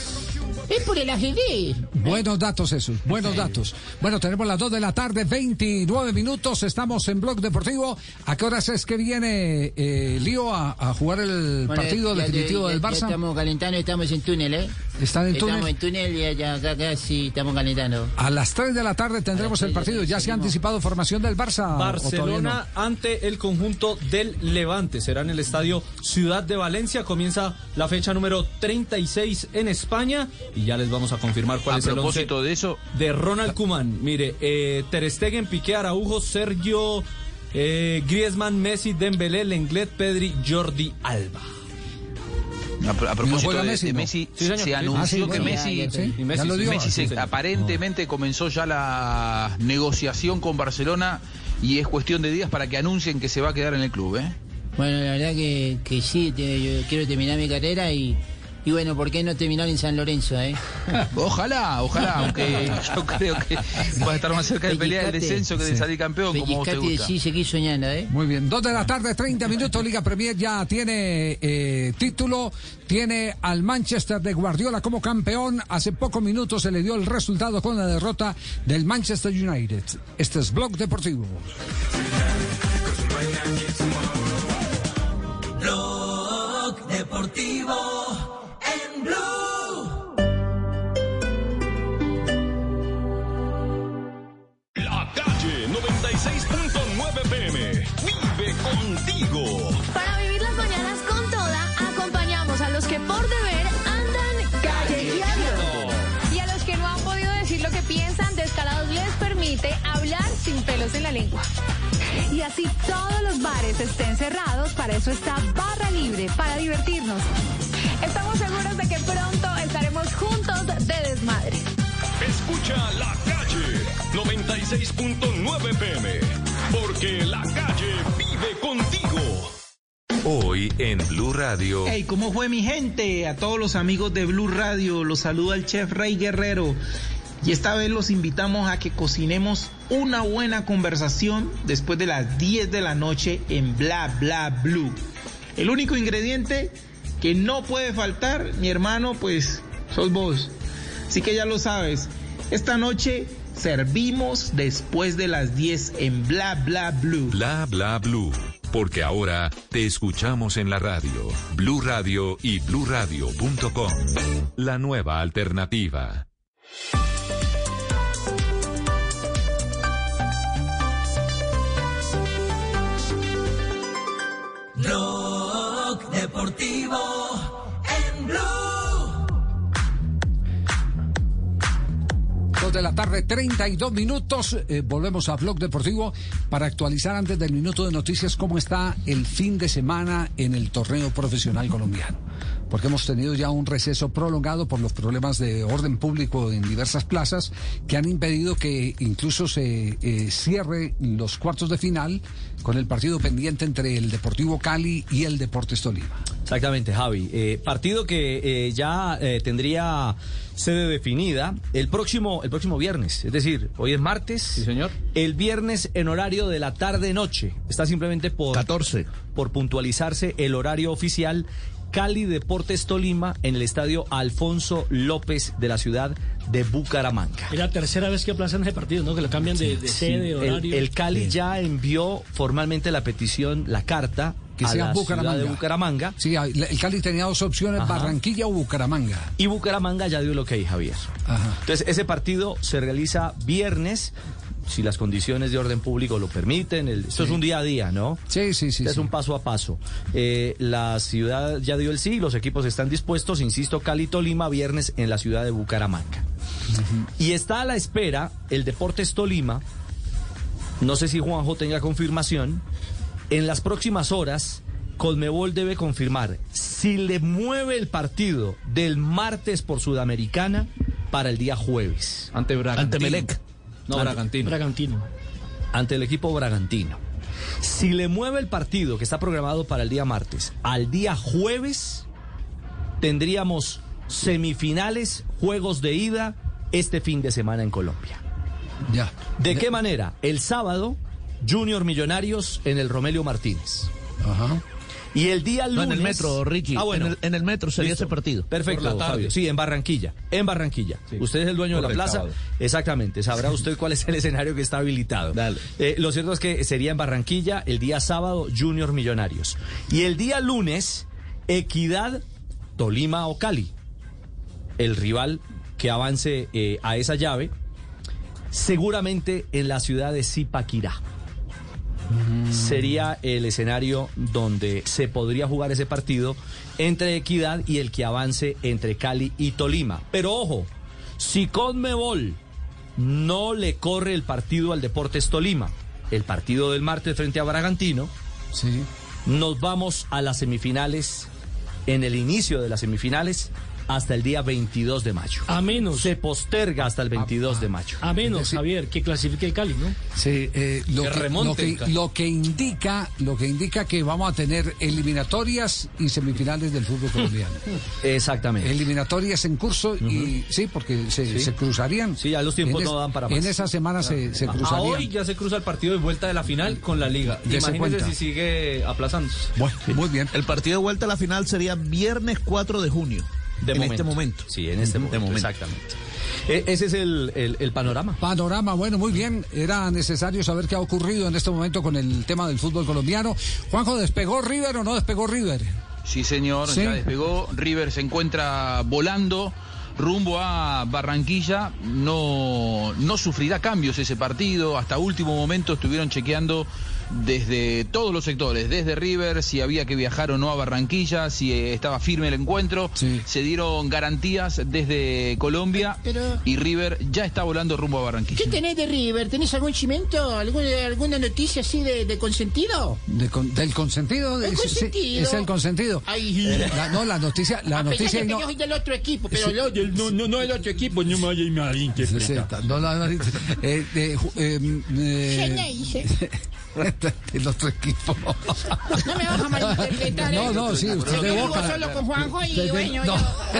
Es por el ajedrez. buenos datos esos, buenos datos. Bueno, tenemos las dos de la tarde, veintinueve minutos, estamos en Blog Deportivo. ¿A qué horas es que viene eh, Lío a, a jugar el Bueno, partido ya- definitivo ya- del ya Barça? estamos calentando, estamos en túnel, ¿eh? ¿Están en Estamos túnel? en túnel y ya acá casi estamos calentando. A las tres de la tarde tendremos el partido. ¿Ya se ha anticipado formación del Barça? ¿o todavía no? Barcelona ante el conjunto del Levante. Será en el estadio Ciudad de Valencia. Comienza la fecha número treinta y seis en España. Y ya les vamos a confirmar cuál A es el once propósito de eso, de Ronald Koeman. Mire, eh, Ter Stegen, Piqué, Araujo, Sergio, eh, Griezmann, Messi, Dembélé, Lenglet, Pedri, Jordi Alba. a, pro- a ¿No propósito juega de, Messi, de no? Messi, Sí, señor. se Sí, anunció Ah, sí, que bueno, Messi, ya, ya, Sí, Y Messi, ya lo sí. dio. Messi se- Sí, señor. aparentemente comenzó ya la negociación con Barcelona y es cuestión de días para que anuncien que se va a quedar en el club, ¿eh? Bueno, la verdad que, que sí, te- yo quiero terminar mi carrera y, y bueno, ¿por qué no terminar en San Lorenzo, eh? Ojalá, ojalá, aunque yo creo que va a estar más cerca de pelear el Pellizcate. descenso que de Sí. salir campeón, como vos te Pellizcate gusta. sí, seguí soñando, ¿eh? Muy bien, dos de la tarde, treinta minutos, Liga Premier ya tiene eh, título, tiene al Manchester de Guardiola como campeón. Hace pocos minutos se le dio el resultado con la derrota del Manchester United. Este es Blog Deportivo. Blog Deportivo en Blue. La calle noventa y seis punto nueve P M. Vive contigo. Para vivir las mañanas con toda, acompañamos a los que por deber andan la lengua. Y así todos los bares estén cerrados, para eso está Barra Libre, para divertirnos. Estamos seguros de que pronto estaremos juntos de desmadre. Escucha La Calle noventa y seis punto nueve P M, porque la calle vive contigo. Hoy en Blue Radio. Hey, ¿cómo fue mi gente? A todos los amigos de Blue Radio, los saluda el chef Rey Guerrero. Y esta vez los invitamos a que cocinemos una buena conversación después de las diez de la noche en Bla Bla Blue. El único ingrediente que no puede faltar, mi hermano, pues sos vos. Así que ya lo sabes, esta noche servimos después de las diez en Bla Bla Blue. Bla Bla Blue, porque ahora te escuchamos en la radio. Blue Radio y blue radio punto com. La nueva alternativa. Blog Deportivo en Blue. Dos de la tarde, treinta y dos minutos. Eh, volvemos a Blog Deportivo para actualizar antes del minuto de noticias cómo está el fin de semana en el torneo profesional colombiano. Porque hemos tenido ya un receso prolongado por los problemas de orden público en diversas plazas que han impedido que incluso se eh, cierre los cuartos de final con el partido pendiente entre el Deportivo Cali y el Deportes Tolima. Exactamente, Javi. Eh, partido que eh, ya eh, tendría sede definida el próximo, el próximo viernes. Es decir, hoy es martes. Sí, señor. El viernes en horario de la tarde-noche. Está simplemente por... catorce. Por puntualizarse el horario oficial. Cali Deportes Tolima en el estadio Alfonso López de la ciudad de Bucaramanga. Es la tercera vez que aplazan ese partido, ¿no? Que lo cambian de, de Sí, sede, horario. El, el Cali Sí. ya envió formalmente la petición, la carta Que a sea la Bucaramanga. ciudad de Bucaramanga. Sí, el Cali tenía dos opciones, Ajá. Barranquilla o Bucaramanga. Y Bucaramanga ya dio el ok, Javier. Ajá. Entonces, ese partido se realiza viernes, si las condiciones de orden público lo permiten. El, esto Sí. es un día a día, ¿no? Sí, sí, sí. Es sí. un paso a paso. Eh, la ciudad ya dio el sí, los equipos están dispuestos. Insisto, Cali, Tolima, viernes en la ciudad de Bucaramanga. Uh-huh. Y está a la espera el Deportes Tolima. No sé si Juanjo tenga confirmación. En las próximas horas, Conmebol debe confirmar si le mueve el partido del martes por Sudamericana para el día jueves. Ante Bragantino. Ante Melec. No, Ante- Bragantino. Bragantino. Ante el equipo bragantino. Si le mueve el partido que está programado para el día martes al día jueves, tendríamos semifinales, juegos de ida este fin de semana en Colombia. Ya. ¿De qué manera? El sábado, Junior Millonarios en el Romelio Martínez. Ajá. Y el día lunes... No, en el metro, Richie. Ah, bueno. En el, en el metro sería Listo. ese partido. Perfecto, Por la tarde. Fabio. Sí, en Barranquilla. En Barranquilla. Sí. Usted es el dueño Por de la el plaza. sábado. Exactamente. Sabrá usted cuál es el escenario que está habilitado. Dale. Eh, lo cierto es que sería en Barranquilla el día sábado, Junior Millonarios. Y el día lunes, Equidad, Tolima o Cali. El rival que avance eh, a esa llave, seguramente en la ciudad de Zipaquirá. Sería el escenario donde se podría jugar ese partido entre Equidad y el que avance entre Cali y Tolima. Pero ojo, si Conmebol no le corre el partido al Deportes Tolima, el partido del martes frente a Bragantino, Sí. nos vamos a las semifinales, en el inicio de las semifinales, hasta el día veintidós de mayo. A menos. Se posterga hasta el veintidós de mayo. A menos, Es decir- Javier, que clasifique el Cali, ¿no? Sí, eh, lo, Que que, remonte lo, que, el Cali. lo que indica, lo que indica que vamos a tener eliminatorias y semifinales del fútbol colombiano. Exactamente. Eliminatorias en curso y sí, porque se, Sí. se cruzarían. Sí, ya los tiempos En no es- dan para más. En esa semana se, se A cruzarían. hoy ya se cruza el partido de vuelta de la final con la liga. Dese Imagínese cuenta. si sigue aplazándose. Bueno, muy bien. El partido de vuelta a la final sería viernes cuatro de junio. De en momento. este momento. Sí, en este Ujú, de momento, momento. exactamente. E- ese es el, el- el panorama. Panorama, bueno, muy bien. Era necesario saber qué ha ocurrido en este momento con el tema del fútbol colombiano. Juanjo, ¿despegó River o no despegó River? Sí, señor, Sí. ya despegó. River se encuentra volando rumbo a Barranquilla. No, no sufrirá cambios ese partido. Hasta último momento estuvieron chequeando desde todos los sectores, desde River, si había que viajar o no a Barranquilla, si eh, estaba firme el encuentro, sí. Se dieron garantías desde Colombia Pero... y River ya está volando rumbo a Barranquilla. ¿Qué tenés de River? ¿Tenés algún chimento? ¿Alguna, alguna noticia así de, de consentido? De con, ¿Del consentido? ¿El es, consentido? Es el consentido. Ay, eh, la, no, la noticia... La a noticia pesar de no... que yo soy del otro equipo, pero sí. yo, del, no, no, no del otro equipo, no me vaya a malinterpretar. No, no, no, eh, eh, eh, eh, el otro equipo. No me vas a malinterpretar. No, ¿eh? no, sí, usted yo de vivo Boca. solo con Juanjo y de, bueno, no.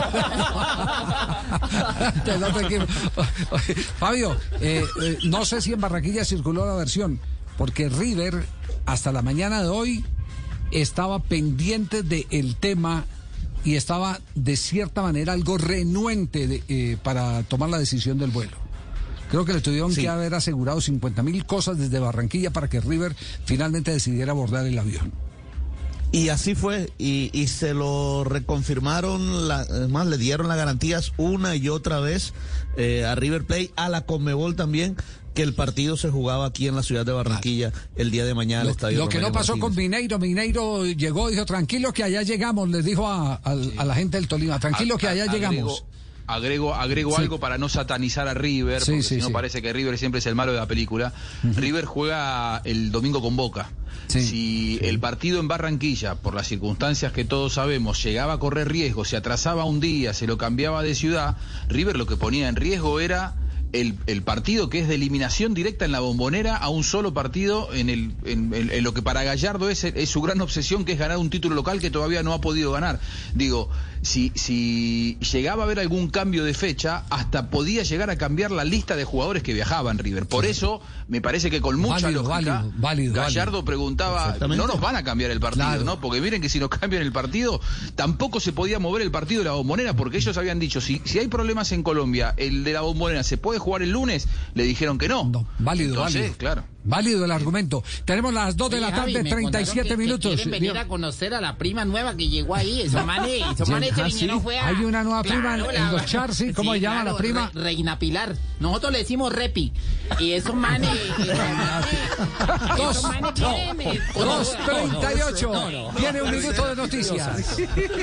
yo... el otro equipo. Fabio, eh, eh, no sé si en Barranquilla circuló la versión, porque River hasta la mañana de hoy estaba pendiente del tema y estaba de cierta manera algo renuente de, eh, para tomar la decisión del vuelo. Creo que le tuvieron sí. que haber asegurado cincuenta mil cosas desde Barranquilla para que River finalmente decidiera abordar el avión. Y así fue, y, y se lo reconfirmaron, la, además le dieron las garantías una y otra vez eh, a River Plate, a la Conmebol también, que el partido se jugaba aquí en la ciudad de Barranquilla el día de mañana. Lo, al estadio lo que no pasó Martínez. Con Mineiro, Mineiro llegó y dijo, tranquilo que allá llegamos, les dijo a, a, a la gente del Tolima, tranquilo que allá a, llegamos. Agrego, agrego, agrego sí. algo para no satanizar a River, sí, porque sí, si no sí. parece que River siempre es el malo de la película. Uh-huh. River juega el domingo con Boca. Sí. Si el partido en Barranquilla, por las circunstancias que todos sabemos, llegaba a correr riesgo, se atrasaba un día, se lo cambiaba de ciudad, River lo que ponía en riesgo era el, el partido que es de eliminación directa en la Bombonera a un solo partido en, el, en, en, en lo que para Gallardo es, es su gran obsesión, que es ganar un título local que todavía no ha podido ganar. Digo, si, si llegaba a haber algún cambio de fecha, hasta podía llegar a cambiar la lista de jugadores que viajaban River. Por eso, me parece que con mucha válido, lógica, válido, válido, Gallardo válido. preguntaba, no nos van a cambiar el partido, claro. ¿no? Porque miren que si nos cambian el partido, tampoco se podía mover el partido de la Bombonera, porque ellos habían dicho, si, si hay problemas en Colombia, el de la Bombonera se puede jugar el lunes, le dijeron que no. No, válido, Entonces, válido. claro. Válido el argumento. Tenemos las dos de la tarde, Javi, treinta y siete que, minutos. Que quieren venir Dios. a conocer a la prima nueva que llegó ahí. Esos manes, esos manes ah, se vinieron sí. fue a... Hay una nueva claro, prima en, en los chars, ¿sí? ¿Cómo sí, se llama claro, la prima? Re, Reina Pilar. Nosotros le decimos Repi. Y esos manes... Dos, dos treinta y ocho. No, no. Viene un minuto de noticias.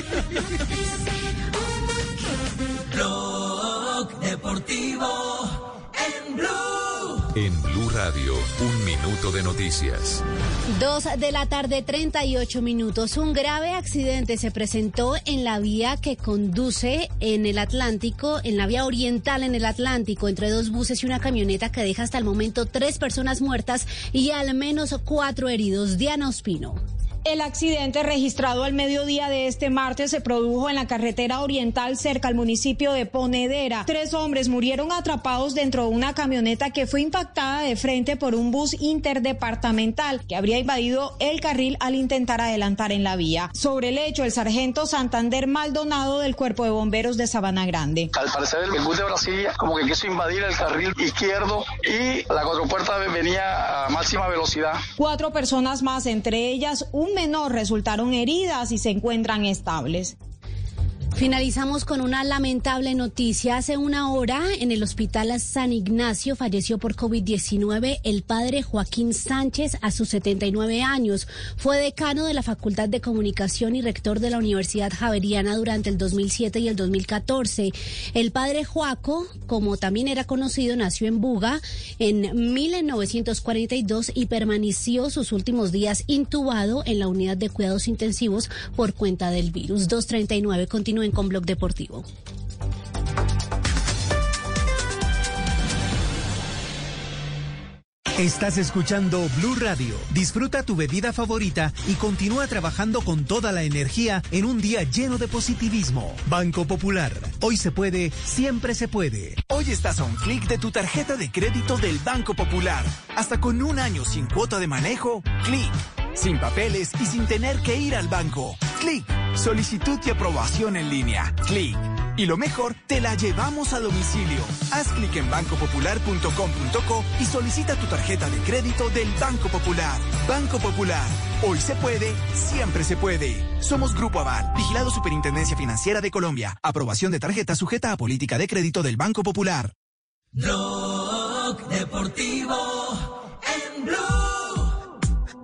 Blog Deportivo en Blue. En Blue Radio, un minuto de noticias. Dos de la tarde, treinta y ocho minutos. Un grave accidente se presentó en la vía que conduce en el Atlántico, en la vía oriental en el Atlántico, entre dos buses y una camioneta que deja hasta el momento tres personas muertas y al menos cuatro heridos. Diana Ospino. El accidente registrado al mediodía de este martes se produjo en la carretera oriental cerca al municipio de Ponedera. Tres hombres murieron atrapados dentro de una camioneta que fue impactada de frente por un bus interdepartamental que habría invadido el carril al intentar adelantar en la vía. Sobre el hecho, el sargento Santander Maldonado del Cuerpo de Bomberos de Sabana Grande. Al parecer el bus de Brasilia como que quiso invadir el carril izquierdo y la cuatro puertas venía a máxima velocidad. Cuatro personas más, entre ellas un menor, resultaron heridas y se encuentran estables. Finalizamos con una lamentable noticia. Hace una hora, en el Hospital San Ignacio, falleció por COVID diecinueve el padre Joaquín Sánchez a sus setenta y nueve años. Fue decano de la Facultad de Comunicación y rector de la Universidad Javeriana durante el dos mil siete y el dos mil catorce. El padre Joaco, como también era conocido, nació en Buga en mil novecientos cuarenta y dos y permaneció sus últimos días intubado en la unidad de cuidados intensivos por cuenta del virus. dos treinta y nueve, continúen con Blog Deportivo. Estás escuchando Blue Radio. Disfruta tu bebida favorita y continúa trabajando con toda la energía en un día lleno de positivismo. Banco Popular. Hoy se puede, siempre se puede. Hoy estás a un clic de tu tarjeta de crédito del Banco Popular. Hasta con un año sin cuota de manejo, clic. Sin papeles y sin tener que ir al banco. Clic. Solicitud y aprobación en línea. Clic. Y lo mejor, te la llevamos a domicilio. Haz clic en banco popular punto com punto co y solicita tu tarjeta de crédito del Banco Popular. Banco Popular. Hoy se puede, siempre se puede. Somos Grupo Aval, vigilado Superintendencia Financiera de Colombia. Aprobación de tarjeta sujeta a política de crédito del Banco Popular. Blog Deportivo en Blue.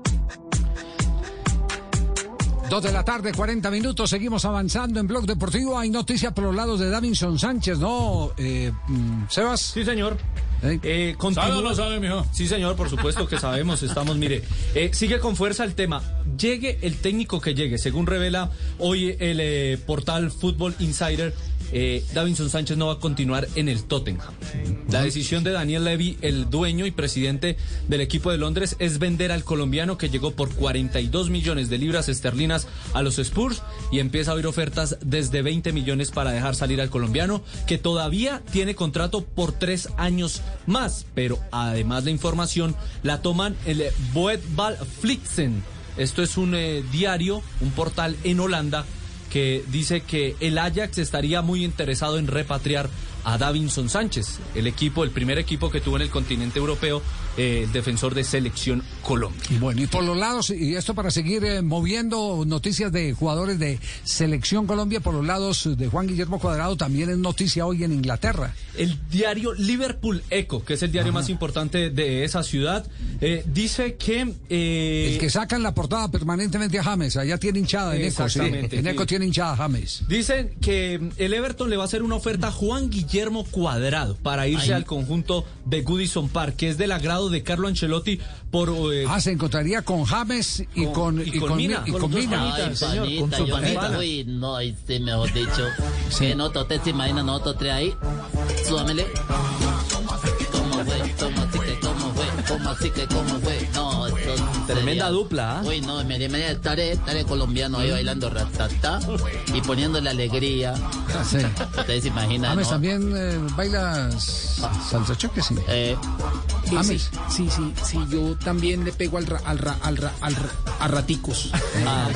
Dos de la tarde, cuarenta minutos, seguimos avanzando en Blog Deportivo. Hay noticias por los lados de Davinson Sánchez, ¿no, eh, Sebas? Sí, señor. ¿Eh? Eh, continúa... ¿Sabe o no sabe, mijo? Sí, señor, por supuesto que sabemos, estamos, mire, eh, sigue con fuerza el tema. Llegue el técnico que llegue, según revela hoy el eh, portal Football Insider, eh, Davinson Sánchez no va a continuar en el Tottenham. La decisión de Daniel Levy, el dueño y presidente del equipo de Londres, es vender al colombiano que llegó por cuarenta y dos millones de libras esterlinas a los Spurs y empieza a oír ofertas desde veinte millones para dejar salir al colombiano, que todavía tiene contrato por tres años más, pero además la información la toman el Voetbal Flixen. Esto es un eh, diario, un portal en Holanda que dice que el Ajax estaría muy interesado en repatriar a Davinson Sánchez, el equipo, el primer equipo que tuvo en el continente europeo, eh, el defensor de Selección Colombia. Bueno, y por los lados, y esto para seguir eh, moviendo noticias de jugadores de Selección Colombia, por los lados de Juan Guillermo Cuadrado, también es noticia hoy en Inglaterra. El diario Liverpool Echo, que es el diario Ajá. más importante de esa ciudad, eh, dice que... Eh... El que saca en la portada permanentemente a James, allá tiene hinchada en Eco, sí. En Eco sí. tiene hinchada a James. Dicen que el Everton le va a hacer una oferta a Juan Guillermo Guillermo Cuadrado para irse Ahí. al conjunto de Goodison Park, que es del agrado de Carlo Ancelotti por... Eh, ah, se encontraría con James y con, con, y con, y con Mina. Y con, con Mina. Ay, señor, panita, con su yo panita. Uy, no, ahí sí, mejor dicho. Sí. Que nosotros, usted se imagina, nosotros tres ahí. Súbamele. ¿Cómo fue? ¿Cómo así que cómo fue? ¿Cómo así que cómo fue? No, eso tremenda sería... dupla. ¿eh? Uy, no, me imagina estaré, estaré colombiano ahí bailando ratata y poniéndole alegría. Ah, sí. Ustedes se imaginan, James ¿no? también eh, baila salsa choque, sí. Eh, James. Sí, sí, sí, sí, yo también le pego al ra, al ra, al ra, al ra, a raticos. Ah,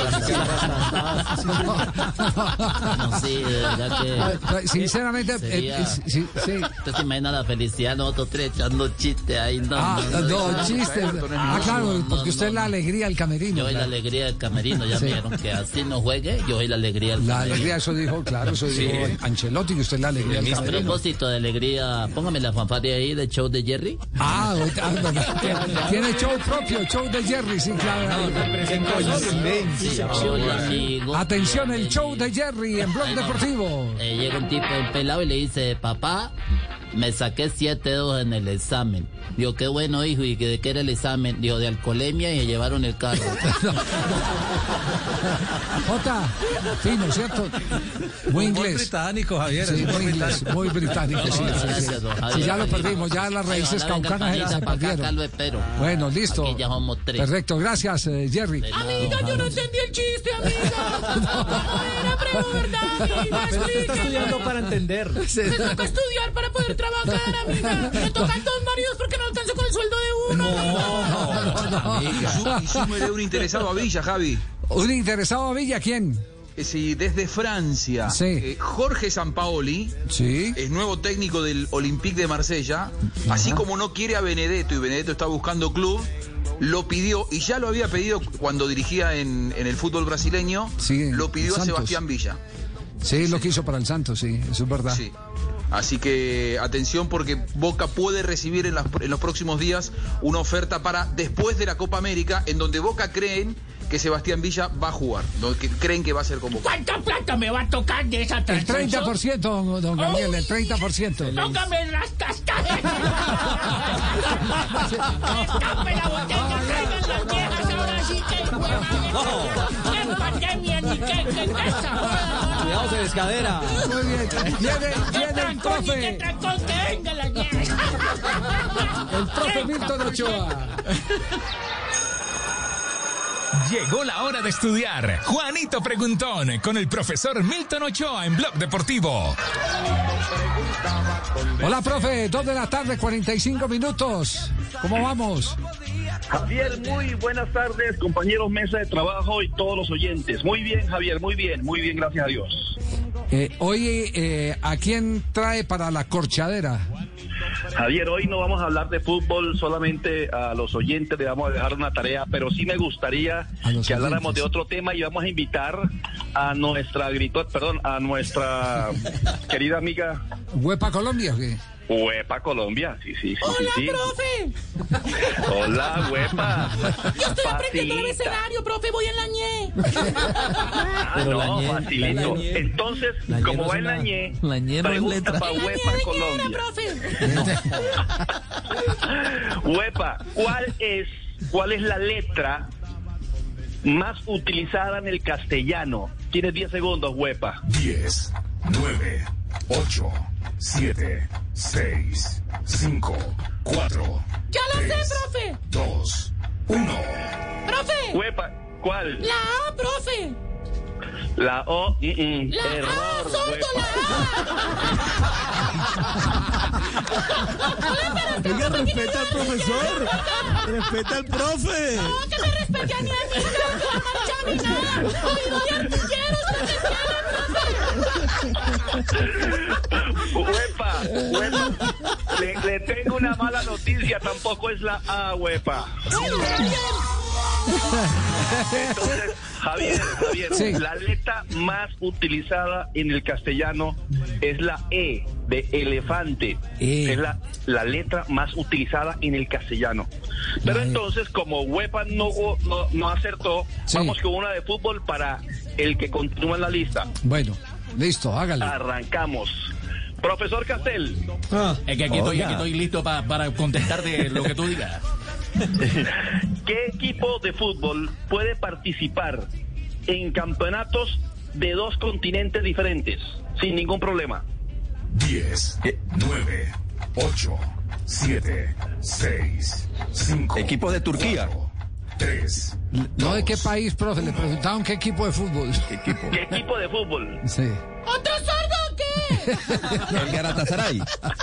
no, sí, de verdad que... Sinceramente, sería... eh, sí, sí. Usted se imagina la felicidad, nosotros tres echando chistes ahí. No, ah, no, no, no chistes. Ah, claro, no, porque no, usted es la alegría del camerino. Yo soy claro. la alegría del camerino, ya sí. me dijeron que así no juegue, yo soy la alegría del la camerino. La alegría, eso dijo, claro, eso sí. dijo Ancelotti, que usted es la alegría del camerino. A propósito de alegría, póngame la fanfarria ahí del show de Jerry. Ah, ah tiene show propio, show de Jerry, sí, claro. No, atención, el show de Jerry en Blog Deportivo. Eh, llega un tipo, un pelado, y le dice, papá, me saqué siete dos en el examen. Digo, qué bueno, hijo, ¿y de qué era el examen? Digo, de alcoholemia, y se llevaron el carro. Jota, fino, ¿cierto? Muy inglés. Muy británico, Javier. Sí, muy inglés, muy británico. No, sí, gracias, sí, sí. Sí, ya lo perdimos, ya las raíces caucanas ya se perdieron. Bueno, listo. Aquí ya somos tres. Perfecto, gracias, eh, Jerry. Amiga, yo no entendí el chiste, amiga. ¿Cómo era pregunta, amiga? Pero usted está estudiando para entender. Se toca estudiar para poder trabajar, amiga. Me tocan dos maridos porque no alcanzo con el sueldo de uno. No, no, no. Y, y súmele un interesado a Villa, Javi. ¿Un interesado a Villa quién? Sí, desde Francia. Sí. Eh, Jorge Sampaoli sí. es nuevo técnico del Olympique de Marsella. Ajá. Así como no quiere a Benedetto y Benedetto está buscando club, lo pidió, y ya lo había pedido cuando dirigía en, en el fútbol brasileño, sí, lo pidió Santos. a Sebastián Villa. Sí, lo quiso para el Santos, sí, eso es verdad. Sí. Así que atención, porque Boca puede recibir en, las, en los próximos días una oferta para después de la Copa América, en donde Boca creen que Sebastián Villa va a jugar, que creen que va a ser convocado. ¿Cuánta plata me va a tocar de esa transacción? El treinta por ciento, don, don Gabriel, oh, el treinta por ciento. ¡Póngame las castañas! ¡Escape la botella! ¡Traigan las viejas ahora sí que ¡qué pandemia ni qué! ¡Qué casa! Cuidado, se descadera. Muy bien. Viene, viene el profe. ¡Qué trancón! ¡Que venga la vieja! El profe Milton Ochoa. Llegó la hora de estudiar. Juanito Preguntón con el profesor Milton Ochoa en Blog Deportivo. Hola, profe. Dos de la tarde, cuarenta y cinco minutos. ¿Cómo vamos? Javier, muy buenas tardes, compañeros, mesa de trabajo y todos los oyentes. Muy bien, Javier, muy bien, muy bien, gracias a Dios. Eh, hoy, eh, ¿a quién trae para la corchadera? Javier, hoy no vamos a hablar de fútbol, solamente a los oyentes le vamos a dejar una tarea, pero sí me gustaría que habláramos oyentes. de otro tema, y vamos a invitar a nuestra grito, perdón, a nuestra querida amiga ¿Huepa Colombia o qué? Huepa Colombia, sí, sí, sí. Hola, sí, sí. profe. Hola, Huepa. Yo estoy aprendiendo el abecedario, profe, voy en la ñe. Ah, Pero no, la ñe, facilito. la ñe. Entonces, La ñe como no va es en la una- ñe, la ñe no es pregunta letra. para En la Huepa ñe de Colombia. ñera, profe. Huepa, ¿cuál es, ¿cuál es la letra más utilizada en el castellano? Tienes diez segundos, Huepa. diez, nueve, ocho, siete, seis, cinco, cuatro, Ya lo sé, tres, profe. dos, uno. Profe. Huepa, ¿cuál? La A, profe. La O, mm, mm, La A, error, sordo, Huepa. Oiga, respeta al profesor. Respeta al profe. No, que me respete a mi amiga, que va a marchar ni nada. Oído de artilleros, Huepa, Huepa, le, le tengo una mala noticia, tampoco es la A, Huepa. Entonces, Javier, Javier, Sí. la letra más utilizada en el castellano es la E de elefante. E. Es la, la letra más utilizada en el castellano. Pero La E. entonces, como Huepa no, no, no acertó, Sí. vamos con una de fútbol para el que continúa en la lista. Bueno, listo, hágale. Arrancamos. Profesor Castel, Es que aquí estoy, Oiga. aquí estoy listo pa- para contestarte lo que tú digas. ¿qué equipo de fútbol puede participar en campeonatos de dos continentes diferentes sin ningún problema? diez, nueve, ocho, siete, seis, cinco. Equipo de Turquía. tres. ¿No de qué país, profe? Le preguntaron qué equipo de fútbol. ¿Qué equipo? ¿Qué equipo de fútbol? Sí. ¿Otro sordo o qué? El Galatasaray.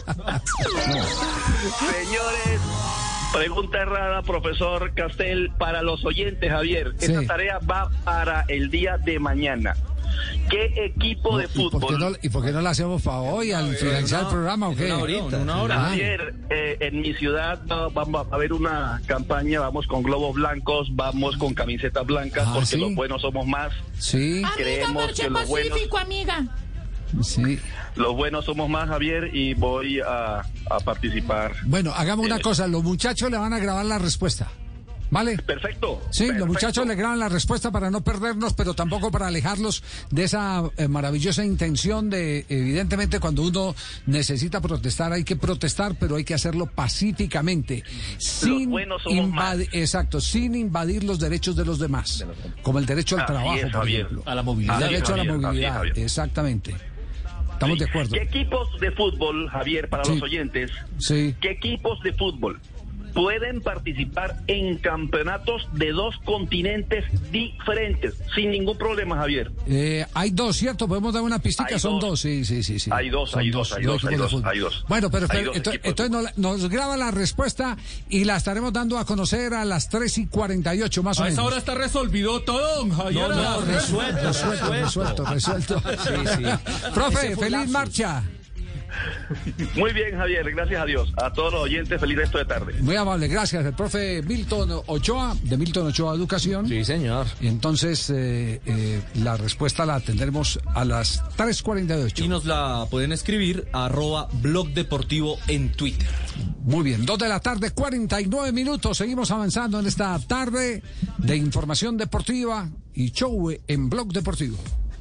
Señores, pregunta errada, profesor Castel, para los oyentes, Javier. Sí. Esta tarea va para el día de mañana. ¿Qué equipo de ¿Y por, qué fútbol? no, ¿Y por qué no la hacemos para hoy, al finalizar el programa o qué? una horita. En una hora. Ah. Javier, eh, en mi ciudad va, va- va a haber una campaña, vamos con globos blancos, vamos con camisetas blancas, Ah, porque ¿sí? los buenos somos más. Sí, Amiga, Creemos marche que los buenos, pacífico, amiga. sí. los buenos somos más, Javier, y voy a, a participar. Bueno, hagamos una Eh, cosa, los muchachos le van a grabar la respuesta, ¿vale? Perfecto. Sí, perfecto. los muchachos le graban la respuesta para no perdernos, pero tampoco para alejarlos de esa eh, maravillosa intención de, evidentemente, cuando uno necesita protestar, hay que protestar, pero hay que hacerlo pacíficamente, sin buenos somos invadi- exacto, sin invadir los derechos de los demás, como el derecho al Así trabajo, es, por Javier. ejemplo. A la El movilidad. Así es, derecho a la Javier, así es, movilidad, Javier. exactamente. Estamos de acuerdo. ¿Qué equipos de fútbol, Javier, para Sí. los oyentes? Sí. ¿Qué equipos de fútbol pueden participar en campeonatos de dos continentes diferentes sin ningún problema, Javier? Eh, hay dos, ¿cierto? Podemos dar una pistica, Hay son dos. dos, sí, sí, sí, sí. Hay dos, Son hay dos, hay dos, equipos hay de dos, fútbol. hay dos. Bueno, pero Hay espera, dos entonces, equipos de entonces nos, nos graba la respuesta y la estaremos dando a conocer a las tres y cuarenta y ocho más o A esa menos. hora está resolvido todo, don Javier. No, no, resuelto, Resuelto, resuelto, resuelto. Sí, sí. Profe, Ese fue feliz lapsus. marcha. Muy bien, Javier, gracias a Dios. A todos los oyentes, feliz resto de tarde. Muy amable, gracias. El profe Milton Ochoa, de Milton Ochoa Educación. Sí, señor. Y entonces eh, eh, la respuesta la tendremos a las tres cuarenta y ocho. Y nos la pueden escribir a arroba blog deportivo en Twitter. Muy bien, dos de la tarde, cuarenta y nueve minutos. Seguimos avanzando en esta tarde de información deportiva y show en Blog Deportivo.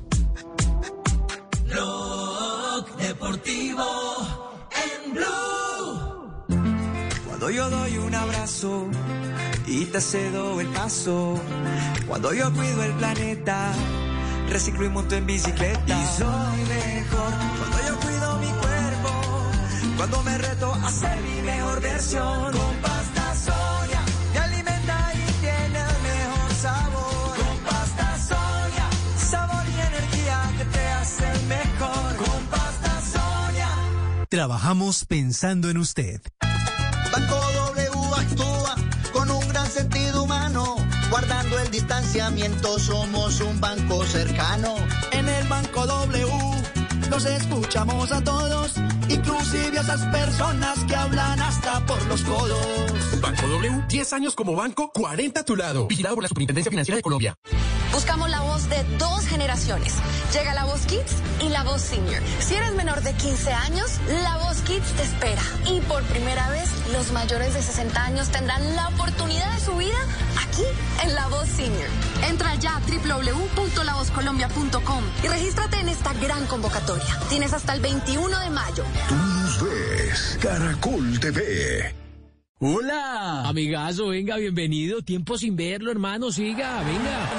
Blog Deportivo en Blue. Cuando yo doy un abrazo y te cedo el paso, cuando yo cuido el planeta, reciclo y monto en bicicleta. Y soy mejor cuando yo cuido mi cuerpo, cuando me reto a ser mi mejor versión. Con pasta Sonia me alimenta y tiene el mejor sabor. Con pasta Sonia, sabor y energía que te hacen mejor. Con pasta Sonia. Trabajamos pensando en usted. Banco W actúa con un gran sentido humano, guardando el distanciamiento, somos un banco cercano. En el Banco W los escuchamos a todos, inclusive a esas personas que hablan hasta por los codos. Banco W, diez años como banco, cuarenta a tu lado. Vigilado por la Superintendencia Financiera de Colombia. Buscamos la voz de dos generaciones generaciones. Llega la Voz Kids y la Voz Senior. Si eres menor de quince años, la Voz Kids te espera. Y por primera vez, los mayores de sesenta años tendrán la oportunidad de su vida aquí en la Voz Senior. Entra ya a doble u doble u doble u punto la voz colombia punto com y regístrate en esta gran convocatoria. Tienes hasta el veintiuno de mayo. Tú nos ves, Caracol T V. Hola, amigazo, venga, bienvenido. Tiempo sin verlo, hermano, siga, venga.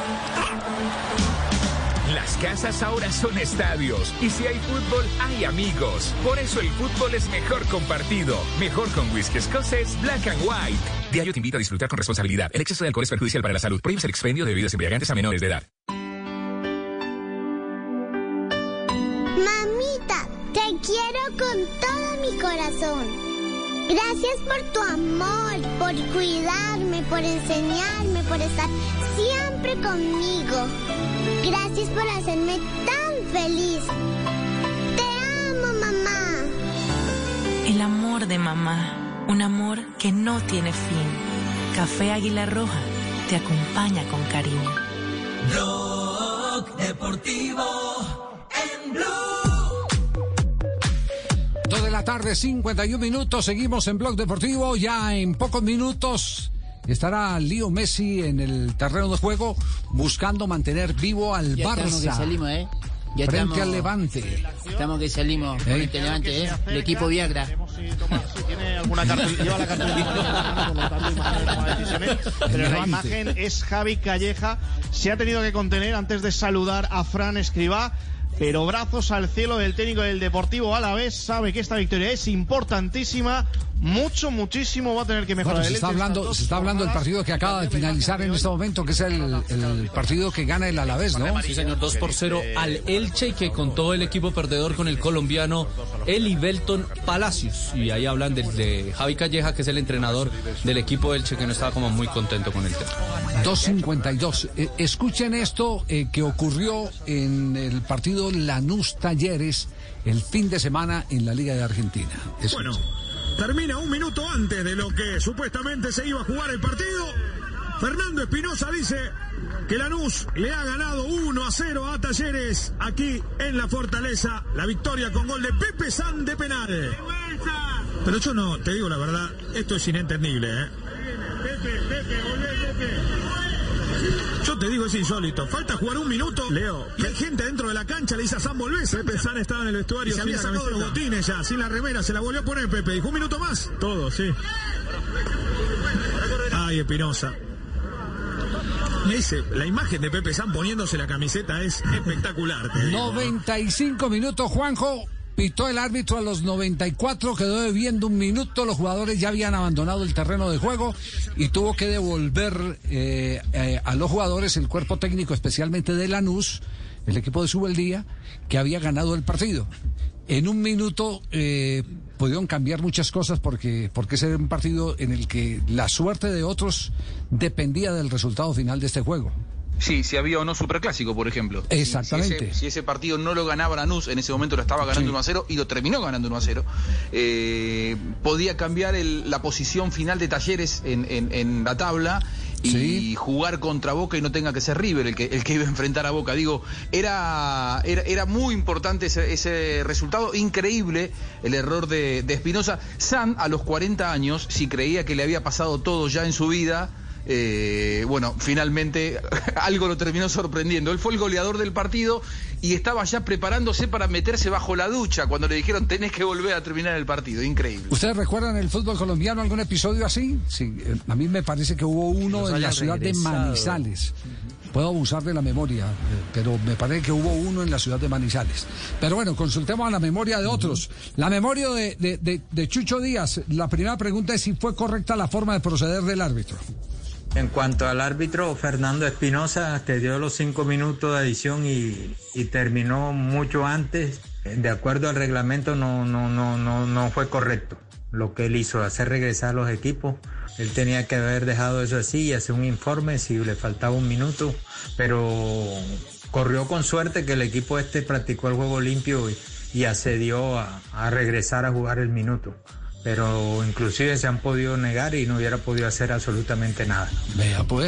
Las casas ahora son estadios y si hay fútbol, hay amigos. Por eso el fútbol es mejor compartido. Mejor con whisky escocés Black and White. Diario te invita a disfrutar con responsabilidad. El exceso de alcohol es perjudicial para la salud. Prohíbe el expendio de bebidas embriagantes a menores de edad. Mamita, te quiero con todo mi corazón. Gracias por tu amor, por cuidarme, por enseñarme, por estar siempre conmigo. Gracias por hacerme tan feliz. Te amo, mamá. El amor de mamá, un amor que no tiene fin. Café Águila Roja te acompaña con cariño. Blog Deportivo en Blue. dos de la tarde, cincuenta y un minutos. Seguimos en Blog Deportivo. Ya en pocos minutos estará Leo Messi en el terreno de juego buscando mantener vivo al ya Barça. Estamos que salimos, ¿eh? Ya frente estamos, al Levante. Estamos que salimos ¿Eh? frente al Levante, ¿eh? El equipo Viagra. Tiene alguna cartulina, lleva la cartulina, pero la imagen es Javi Calleja. Se ha tenido que contener antes de saludar a Fran Escribá. Pero brazos al cielo del técnico del Deportivo Alavés, sabe que esta victoria es importantísima, mucho, muchísimo va a tener que mejorar. Bueno, se está hablando, se está hablando del partido que acaba de finalizar en este momento, que es el, el partido que gana el Alavés, ¿no? Sí, señor, dos por cero al Elche, y que contó el equipo perdedor con el colombiano Eli Belton Palacios. Y ahí hablan de, de Javi Calleja, que es el entrenador del equipo Elche, que no estaba como muy contento con el tema. dos cincuenta y dos. Eh, escuchen esto eh, que ocurrió en el partido Lanús Talleres el fin de semana en la Liga de Argentina. Escuchen. Bueno, termina un minuto antes de lo que supuestamente se iba a jugar el partido. Fernando Espinosa dice que Lanús le ha ganado uno a cero a Talleres aquí en la Fortaleza. La victoria con gol de Pepe San de penal. Pero yo no, te digo la verdad, esto es inentendible, ¿eh? Pepe, Pepe, volvé, Pepe. Yo te digo, es insólito. Falta jugar un minuto, Leo. Y hay gente dentro de la cancha, le dice a San volvés. Pepe San estaba en el vestuario. Y se había sacado los botines ya, sin la remera, se la volvió a poner Pepe. Dijo, un minuto más. Todo, sí. Ay, Espinosa. Me dice, la imagen de Pepe San poniéndose la camiseta es espectacular. Te digo, noventa y cinco ¿no? minutos, Juanjo. Pitó el árbitro a los noventa y cuatro, quedó debiendo un minuto, los jugadores ya habían abandonado el terreno de juego y tuvo que devolver eh, eh, a los jugadores el cuerpo técnico, especialmente de Lanús, el equipo de Subeldía, que había ganado el partido. En un minuto eh, pudieron cambiar muchas cosas porque, porque ese era un partido en el que la suerte de otros dependía del resultado final de este juego. Sí, si había o no superclásico, por ejemplo. Exactamente. Si ese, si ese partido no lo ganaba Lanús, en ese momento lo estaba ganando sí. uno a cero y lo terminó ganando uno a cero. Eh, podía cambiar el, la posición final de Talleres en, en, en la tabla y sí. jugar contra Boca y no tenga que ser River el que, el que iba a enfrentar a Boca. Digo, era, era, era muy importante ese, ese resultado. Increíble el error de, de Espinosa. San, a los cuarenta años, si creía que le había pasado todo ya en su vida, Eh, bueno, finalmente algo lo terminó sorprendiendo. Él fue el goleador del partido y estaba ya preparándose para meterse bajo la ducha cuando le dijeron tenés que volver a terminar el partido. Increíble. ¿Ustedes recuerdan en el fútbol colombiano algún episodio así? Sí, a mí me parece que hubo uno en la ciudad regresado. de Manizales. Puedo abusar de la memoria, pero me parece que hubo uno en la ciudad de Manizales. Pero bueno, consultemos a la memoria de otros. La memoria de, de, de, de Chucho Díaz. La primera pregunta es si fue correcta la forma de proceder del árbitro. En cuanto al árbitro, Fernando Espinosa te dio los cinco minutos de adición y, y terminó mucho antes. De acuerdo al reglamento no, no, no, no, no fue correcto lo que él hizo, hacer regresar a los equipos. Él tenía que haber dejado eso así y hacer un informe si le faltaba un minuto, pero corrió con suerte que el equipo este practicó el juego limpio y, y accedió a, a regresar a jugar el minuto. Pero inclusive se han podido negar y no hubiera podido hacer absolutamente nada. Vea pues.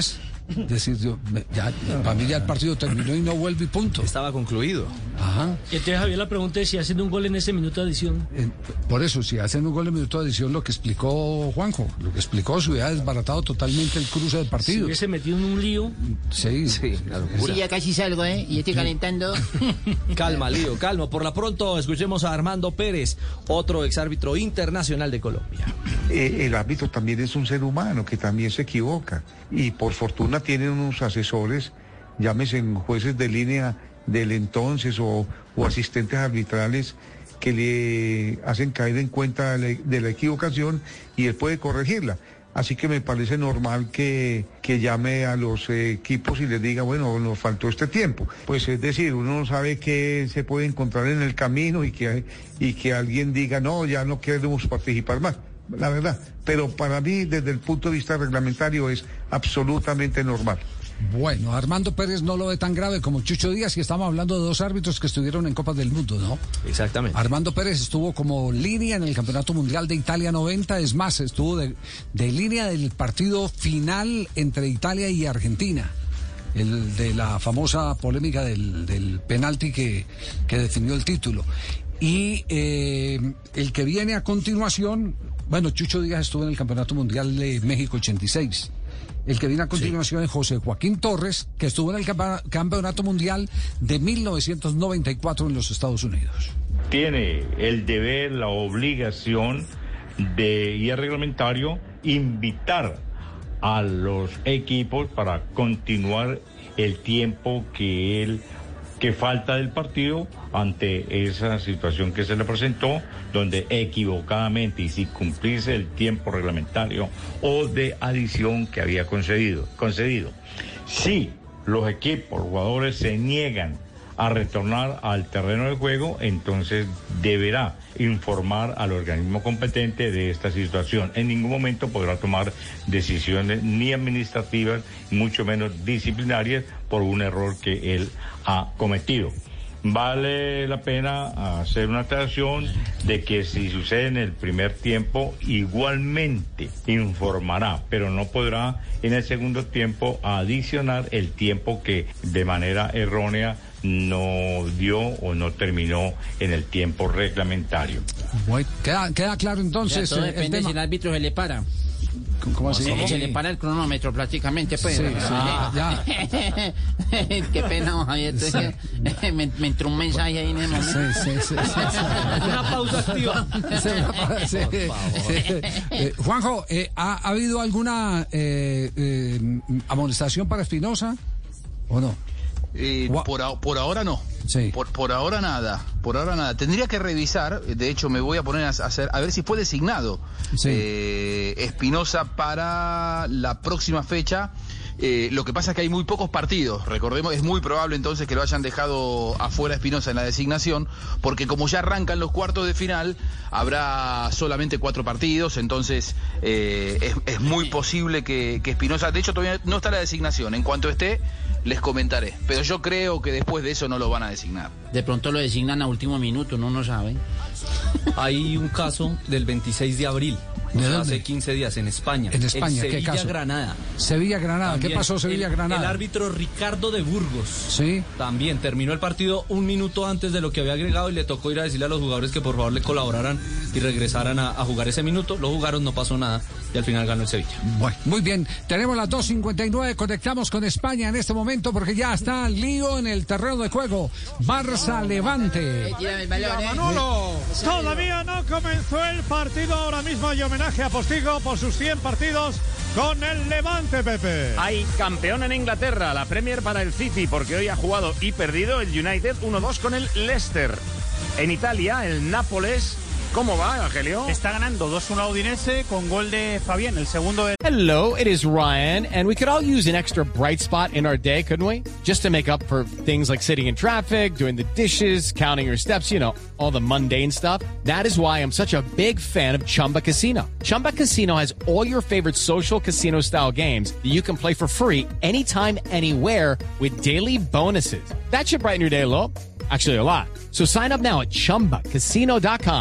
Es decir, yo, ya, para mí ya el partido terminó y no vuelve y punto. Estaba concluido. Ajá. Y entonces Javier, la pregunta es si haciendo un gol en ese minuto de adición. Eh, por eso, si hacen un gol en minuto de adición, lo que explicó Juanjo, lo que explicó, se hubiera desbaratado totalmente el cruce del partido. Si hubiese metido en un lío. Sí, sí, claro. Sí, ya casi salgo, ¿eh? Y estoy calentando. Calma, Lío, calma. Por la pronto, escuchemos a Armando Pérez, otro exárbitro internacional de Colombia. Eh, el árbitro también es un ser humano que también se equivoca. Y por fortuna tienen unos asesores, llámese jueces de línea del entonces o, o asistentes arbitrales que le hacen caer en cuenta de la, de la equivocación y él puede corregirla. Así que me parece normal que, que llame a los eh, equipos y les diga, bueno, nos faltó este tiempo. Pues es decir, uno no sabe qué se puede encontrar en el camino y que, y que alguien diga, no, ya no queremos participar más. La verdad, pero para mí desde el punto de vista reglamentario es absolutamente normal. Bueno, Armando Pérez no lo ve tan grave como Chucho Díaz, y estamos hablando de dos árbitros que estuvieron en Copas del Mundo, ¿no? Exactamente. Armando Pérez estuvo como línea en el Campeonato Mundial de Italia noventa, es más, estuvo de, de línea del partido final entre Italia y Argentina, el de la famosa polémica del, del penalti que, que definió el título. Y eh, el que viene a continuación, bueno, Chucho Díaz estuvo en el Campeonato Mundial de México ochenta y seis. El que viene a continuación sí. es José Joaquín Torres, que estuvo en el campa- Campeonato Mundial de mil novecientos noventa y cuatro en los Estados Unidos. Tiene el deber, la obligación de, y el reglamentario, invitar a los equipos para continuar el tiempo que él que falta del partido ante esa situación que se le presentó, donde equivocadamente y sin cumplirse el tiempo reglamentario o de adición que había concedido. concedido. Si los equipos, los jugadores se niegan a retornar al terreno de juego, entonces deberá informar al organismo competente de esta situación. En ningún momento podrá tomar decisiones ni administrativas, mucho menos disciplinarias, por un error que él ha cometido. Vale la pena hacer una aclaración de que si sucede en el primer tiempo, igualmente informará, pero no podrá en el segundo tiempo adicionar el tiempo que de manera errónea no dio o no terminó en el tiempo reglamentario. Bueno, queda, queda claro entonces. Ya, todo eh, depende el tema. si el árbitro se le para. ¿Cómo así? Se, ¿Cómo? se le para el cronómetro prácticamente, pues. Sí, sí, ya. Qué pena, Javier. Sí. Me, me entró un mensaje ahí en el momento. Sí, sí, sí, sí, sí. Una pausa activa. Sí, sí, sí. Eh, Juanjo, eh, ¿ha, ¿ha habido alguna eh, eh, amonestación para Espinosa o no? Eh, por, a, por ahora no. Sí. Por, por ahora nada. Por ahora nada. Tendría que revisar. De hecho, me voy a poner a hacer a ver si fue designado sí. eh, Espinosa para la próxima fecha. Eh, lo que pasa es que hay muy pocos partidos. Recordemos, es muy probable entonces que lo hayan dejado afuera Espinosa en la designación, porque como ya arrancan los cuartos de final, habrá solamente cuatro partidos. Entonces eh, es, es muy posible que Espinosa, de hecho todavía no está la designación. En cuanto esté, les comentaré. Pero yo creo que después de eso no lo van a designar. De pronto lo designan a último minuto, no no sabe. Hay un caso del veintiséis de abril. O sea, hace quince días en España. En España, el ¿qué caso? Sevilla-Granada. Sevilla-Granada, ¿qué pasó Sevilla-Granada? El, el árbitro Ricardo de Burgos. Sí. También terminó el partido un minuto antes de lo que había agregado y le tocó ir a decirle a los jugadores que por favor le colaboraran y regresaran a, a jugar ese minuto. Lo jugaron, no pasó nada y al final ganó el Sevilla. Bueno, muy bien. Tenemos las dos cincuenta y nueve, conectamos con España en este momento porque ya está el lío en el terreno de juego. Barça-Levante. Manolo, todavía no comenzó el partido ahora mismo y homenaje a Postigo por sus cien partidos con el Levante, Pepe. Hay campeón en Inglaterra, la Premier para el City, porque hoy ha jugado y perdido el United uno dos con el Leicester. En Italia, el Nápoles, ¿cómo va, Angelio? Está ganando dos uno a Udinese con gol de Fabián, el segundo de... Hello, it is Ryan, and we could all use an extra bright spot in our day, couldn't we? Just to make up for things like sitting in traffic, doing the dishes, counting your steps, you know, all the mundane stuff. That is why I'm such a big fan of Chumba Casino. Chumba Casino has all your favorite social casino-style games that you can play for free anytime, anywhere with daily bonuses. That should brighten your day a little. Actually, a lot. So sign up now at chumba casino dot com.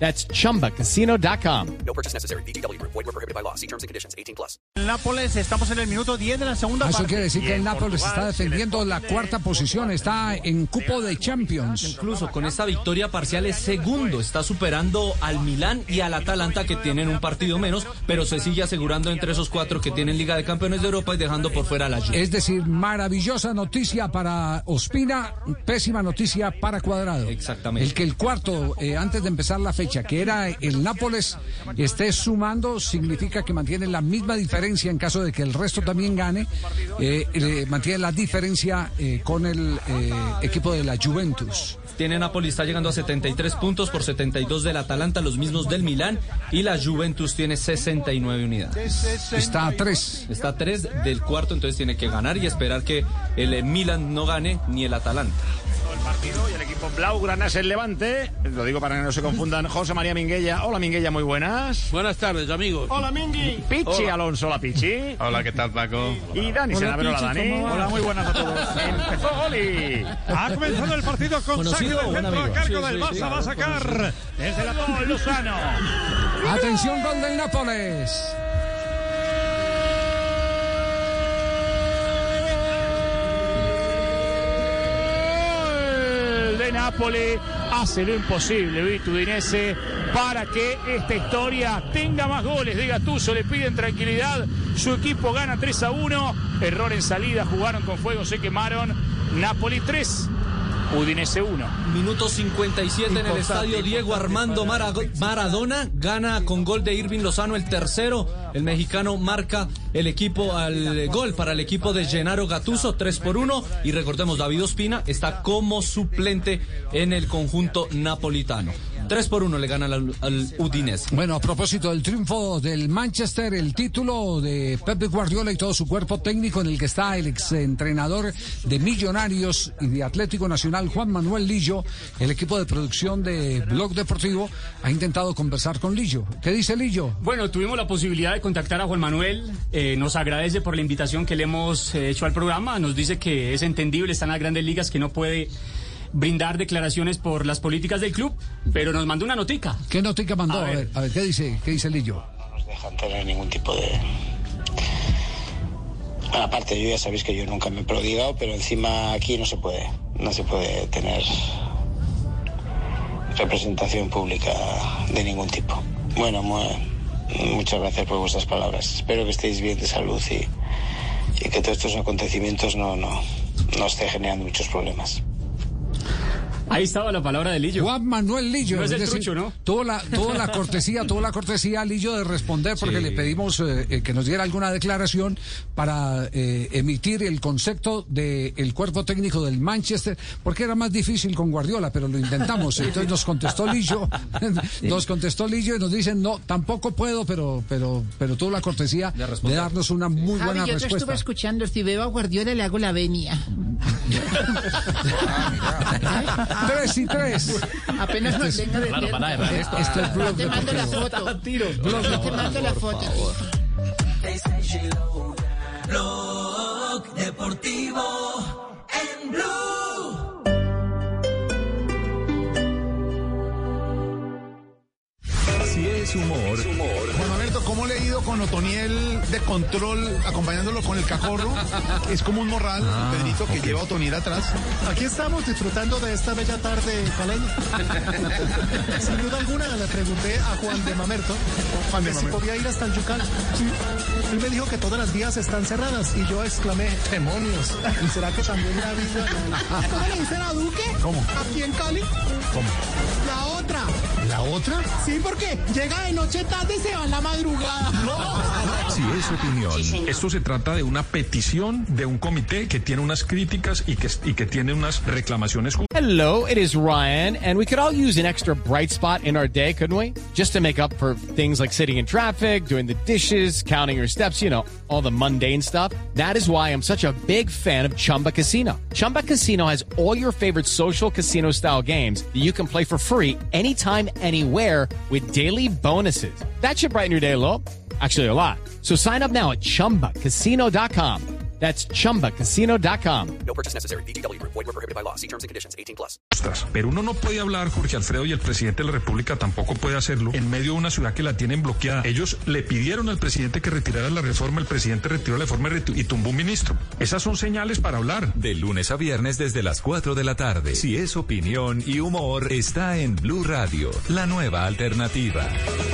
That's chumba casino dot com. No purchase necessary. V G W Group. Void where prohibited by law. See terms and conditions. eighteen plus. El Nápoles, estamos en el minuto diez de la segunda Eso parte. quiere decir Y que el en Nápoles Portugal, está defendiendo la cuarta posición, está en cupo de Champions. Incluso con esta victoria parcial es segundo, está superando al Milán y al Atalanta que tienen un partido menos, pero se sigue asegurando entre esos cuatro que tienen Liga de Campeones de Europa y dejando por fuera a la Juve. Es decir, maravillosa noticia para Ospina, pésima noticia para Cuadrado. Exactamente. El que el cuarto, eh, antes de empezar la fecha, que era el Nápoles, esté sumando, significa que mantiene la misma diferencia en caso de que el resto también gane, eh, eh, mantiene la diferencia eh, con el eh, equipo de la Juventus. Tiene Napoli, está llegando a setenta y tres puntos por setenta y dos del Atalanta, los mismos del Milán, y la Juventus tiene sesenta y nueve unidades. Está a tres. Está a tres del cuarto, entonces tiene que ganar y esperar que el Milán no gane ni el Atalanta. El partido y el equipo blaugrana es el Levante. Lo digo para que no se confundan. José María Minguella. Hola, Minguella, muy buenas. Buenas tardes, amigos. Hola, Mingui. Pichi Alonso, la Pichi. Hola, ¿qué tal, Paco? Y Dani Senabero, hola, Dani. Hola, muy buenas a todos. Empezó Oli. Ha comenzado el partido con saque de centro a cargo del Barça. Va a sacar desde la gol Lozano. Atención, gol del Nápoles. De Nápoles hace lo imposible, Vito Udinese, para que esta historia tenga más goles de Gattuso. Le piden tranquilidad, su equipo gana tres a uno, error en salida, jugaron con fuego, se quemaron. Napoli tres, Udinese uno. Minuto cincuenta y siete en el estadio Diego Armando Mara- Maradona, gana con gol de Irving Lozano el tercero. El mexicano marca el equipo al gol para el equipo de Gennaro Gattuso, tres por uno. Y recordemos, David Ospina está como suplente en el conjunto napolitano. tres por uno le gana al, al Udinese. Bueno, a propósito del triunfo del Manchester, el título de Pep Guardiola y todo su cuerpo técnico, en el que está el exentrenador de Millonarios y de Atlético Nacional, Juan Manuel Lillo, el equipo de producción de Blog Deportivo, ha intentado conversar con Lillo. ¿Qué dice Lillo? Bueno, tuvimos la posibilidad de contactar a Juan Manuel, eh, nos agradece por la invitación que le hemos eh, hecho al programa, nos dice que es entendible, está en las grandes ligas, que no puede brindar declaraciones por las políticas del club, pero nos mandó una notica. ¿Qué notica mandó? A A ver, ver, a ver, ¿qué dice, qué dice Lillo? No nos dejan tener ningún tipo de... Bueno, aparte, yo ya sabéis que yo nunca me he prodigado, pero encima aquí no se puede, no se puede tener representación pública de ningún tipo. Bueno, muy, muchas gracias por vuestras palabras. Espero que estéis bien de salud y, y que todos estos acontecimientos no, no, no esté generando muchos problemas. Ahí estaba la palabra de Lillo. Juan Manuel Lillo. No es el decir, trucho, ¿no? Tuvo la, tuvo la cortesía, tuvo la cortesía Lillo de responder porque Sí. le pedimos eh, que nos diera alguna declaración para eh, emitir el concepto del cuerpo técnico del Manchester, porque era más difícil con Guardiola, pero lo intentamos. Entonces nos contestó Lillo, nos contestó Lillo y nos dicen, no, tampoco puedo, pero, pero, pero tuvo la cortesía de, de darnos una muy Javi, buena yo te respuesta. estuve escuchando, si veo a Guardiola le hago la venia. Tres y tres. Apenas nos venga de Claro, tierra. para esto es Blog Te mando la Deportivo. foto. Blog Yo te mando la foto. Blog Deportivo en Blue. Si es humor. Juan Alberto, ¿cómo le ha ido con Otoniel de control, acompañándolo con el cajorro? Es como un morral, Ah, Pedrito, que ok. lleva a Otoniel atrás. Aquí estamos disfrutando de esta bella tarde caleña. Sin duda alguna le pregunté a Juan de Mamerto, Juan de que Mamerto. si podía ir hasta el Yucal. Él me dijo que todas las vías están cerradas y yo exclamé, demonios, ¿será que también la vía? ¿Cómo le dicen a Duque? ¿Cómo? Aquí en Cali. ¿Cómo? La otra. ¿La otra? Sí, porque llega de noche tarde y se va en la madrugada. Si es su opinión. Esto se trata de una petición de un comité que tiene unas críticas y que, y que tiene unas reclamaciones. Hello, it is Ryan, and we could all use an extra bright spot in our day, couldn't we? Just to make up for things like sitting in traffic, doing the dishes, counting your steps, you know, all the mundane stuff. That is why I'm such a big fan of Chumba Casino. Chumba Casino has all your favorite social casino-style games that you can play for free anytime, anywhere with daily bonuses. That should brighten your day a little. Actually, a lot. So sign up now at chumba casino dot com. That's chumba casino dot com. No purchase necessary. V G W Group. Void where prohibited by law. See terms and conditions. eighteen plus. Pero uno no puede hablar, Jorge Alfredo, y el presidente de la República tampoco puede hacerlo, en medio de una ciudad que la tienen bloqueada. Ellos le pidieron al presidente que retirara la reforma, el presidente retiró la reforma y tumbó un ministro. Esas son señales para hablar. De lunes a viernes desde las cuatro de la tarde. Si es opinión y humor, está en Blue Radio, la nueva alternativa.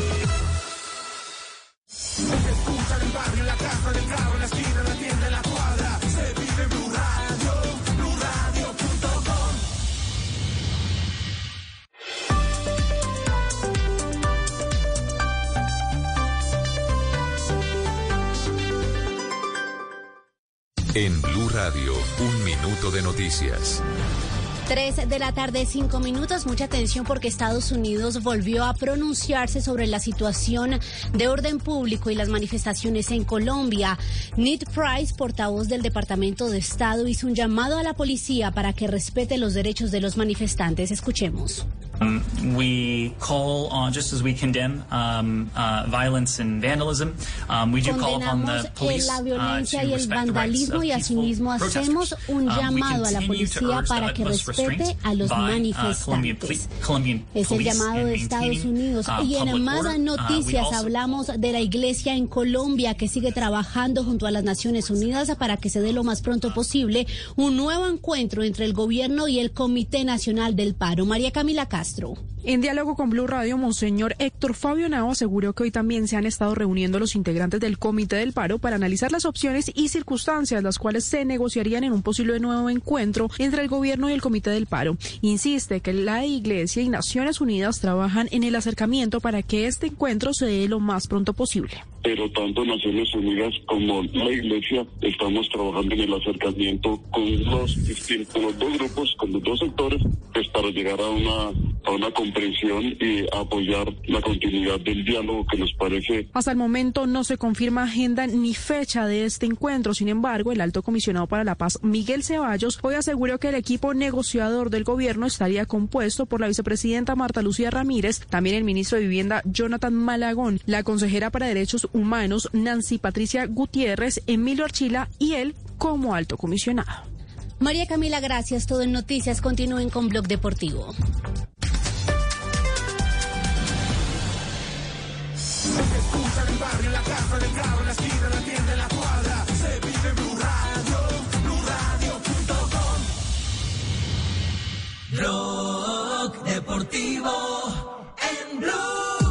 En Blue Radio, un minuto de noticias. Tres de la tarde, cinco minutos. Mucha atención porque Estados Unidos volvió a pronunciarse sobre la situación de orden público y las manifestaciones en Colombia. Ned Price, portavoz del Departamento de Estado, hizo un llamado a la policía para que respete los derechos de los manifestantes. Escuchemos. Um, we call on, just as we condemn um, uh, violence and vandalism, um, we do call upon the police la violencia uh, y el vandalismo y asimismo hacemos un llamado a la policía para que respete a los manifestantes. Es el llamado de Estados Unidos. Y en más noticias hablamos de la iglesia en Colombia que sigue trabajando junto a las Naciones Unidas para que se dé lo más pronto posible un nuevo encuentro entre el gobierno y el Comité Nacional del Paro. María Camila Castro. En diálogo con Blue Radio, Monseñor Héctor Fabio Nao aseguró que hoy también se han estado reuniendo los integrantes del Comité del Paro para analizar las opciones y circunstancias las cuales se negociarían en un posible nuevo encuentro entre el gobierno y el Comité del Paro. Insiste que la Iglesia y Naciones Unidas trabajan en el acercamiento para que este encuentro se dé lo más pronto posible. Pero tanto Naciones Unidas como la Iglesia estamos trabajando en el acercamiento con los distintos, los dos grupos, con los dos sectores, pues para llegar a una, a una comprensión y apoyar la continuidad del diálogo que nos parece. Hasta el momento no se confirma agenda ni fecha de este encuentro. Sin embargo, el alto comisionado para la paz, Miguel Ceballos, hoy aseguró que el equipo negociador del gobierno estaría compuesto por la vicepresidenta Marta Lucía Ramírez, también el ministro de Vivienda Jonathan Malagón, la consejera para Derechos Humanos Nancy Patricia Gutiérrez, Emilio Archila y él como alto comisionado. María Camila, gracias. Todo en Noticias. Continúen con Blog Deportivo. Escucha en el barrio, en la casa, en el carro, en la esquina, en la tienda, en la cuadra. Se vive en Blue Radio, blue radio punto com. Blog Deportivo en Blue.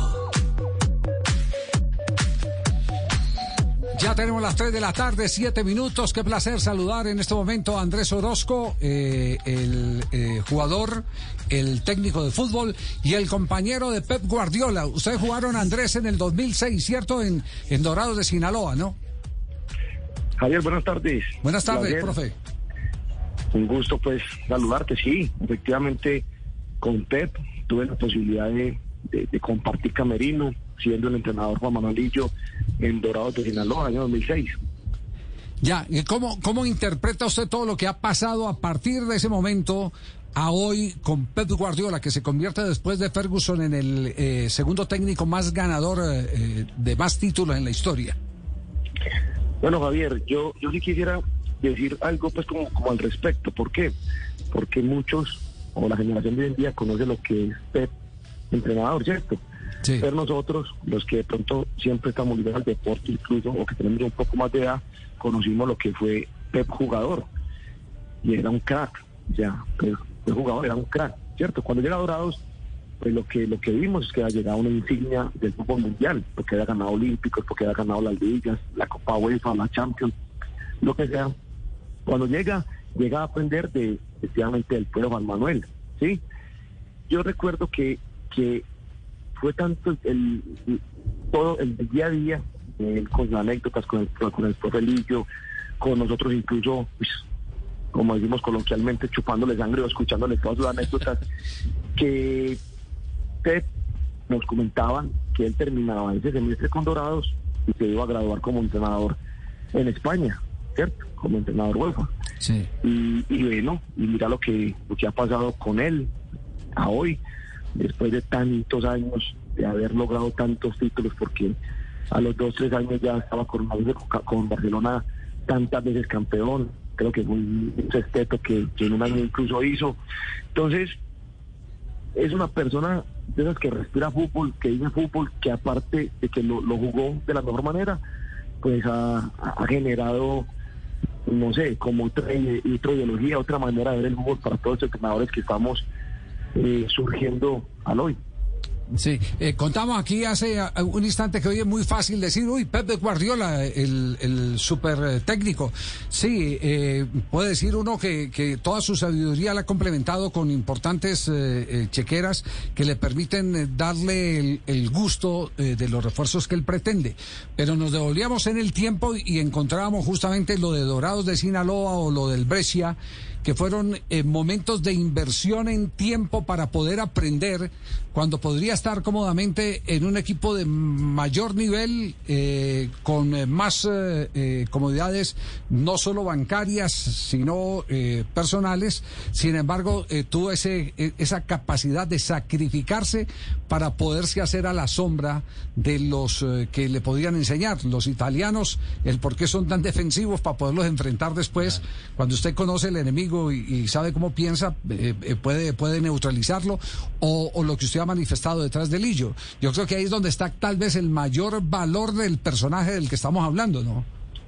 Ya tenemos las tres de la tarde, siete minutos. Qué placer saludar en este momento a Andrés Orozco, eh, el eh, jugador, el técnico de fútbol y el compañero de Pep Guardiola. Ustedes jugaron, Andrés, en el dos mil seis, ¿cierto? En, en Dorados de Sinaloa, ¿no? Javier, buenas tardes. Buenas tardes, Javier, profe. Un gusto, pues, saludarte. Sí, efectivamente, con Pep tuve la posibilidad de, de, de compartir camerino, siendo el entrenador Juan Manuelillo en Dorados de Sinaloa, año dos mil seis. Ya, ¿cómo, ¿cómo interpreta usted todo lo que ha pasado a partir de ese momento a hoy con Pep Guardiola, que se convierte después de Ferguson en el eh, segundo técnico más ganador eh, de más títulos en la historia? Bueno, Javier, yo, yo sí quisiera decir algo pues como, como al respecto. ¿Por qué? Porque muchos, o la generación de hoy en día, conoce lo que es Pep entrenador, ¿cierto? Sí. Pero nosotros, los que de pronto siempre estamos ligados al deporte incluso, o que tenemos un poco más de edad, conocimos lo que fue Pep jugador. Y era un crack, ya, pues, el jugador era un crack, ¿cierto? Cuando llega a Dorados, pues lo que lo que vimos es que ha llegado una insignia del fútbol mundial, porque había ganado olímpicos, porque había ganado las ligas, la Copa UEFA, la Champions, lo que sea. Cuando llega, llega a aprender de, efectivamente, del pueblo Juan Manuel, ¿sí? Yo recuerdo que, que fue tanto el, el todo el, el día a día, eh, con las anécdotas, con el, con el profe Lillo, con nosotros incluso, pues, como decimos coloquialmente, chupándole sangre o escuchándole todas sus anécdotas, que Pep nos comentaban que él terminaba ese semestre con Dorados y se iba a graduar como entrenador en España, ¿cierto? Como entrenador UEFA. Sí. Y, y bueno, y mira lo que, lo que ha pasado con él a hoy, después de tantos años de haber logrado tantos títulos, porque a los dos, tres años ya estaba coronado con Barcelona tantas veces campeón, creo que fue un sexteto que, que en un año incluso hizo. Entonces, es una persona de esas que respira fútbol, que vive fútbol, que aparte de que lo, lo jugó de la mejor manera, pues ha, ha generado, no sé, como otra, otra ideología, otra manera de ver el fútbol para todos los entrenadores que estamos eh, surgiendo al hoy. Sí, eh, contamos aquí hace un instante que hoy es muy fácil decir, uy, Pep Guardiola, el, el super técnico. Sí, eh, puede decir uno que, que toda su sabiduría la ha complementado con importantes eh, eh, chequeras que le permiten darle el, el gusto eh, de los refuerzos que él pretende. Pero nos devolvíamos en el tiempo y encontrábamos justamente lo de Dorados de Sinaloa o lo del Brescia, que fueron eh, momentos de inversión en tiempo para poder aprender cuando podría estar cómodamente en un equipo de mayor nivel, eh, con eh, más eh, eh, comodidades, no solo bancarias, sino eh, personales. Sin embargo, eh, tuvo ese, eh, esa capacidad de sacrificarse para poderse hacer a la sombra de los eh, que le podían enseñar. Los italianos, el por qué son tan defensivos para poderlos enfrentar después. Cuando usted conoce el enemigo Y, y sabe cómo piensa, eh, eh, puede, puede neutralizarlo, o, o lo que usted ha manifestado detrás de Lillo. Yo creo que ahí es donde está tal vez el mayor valor del personaje del que estamos hablando, ¿no?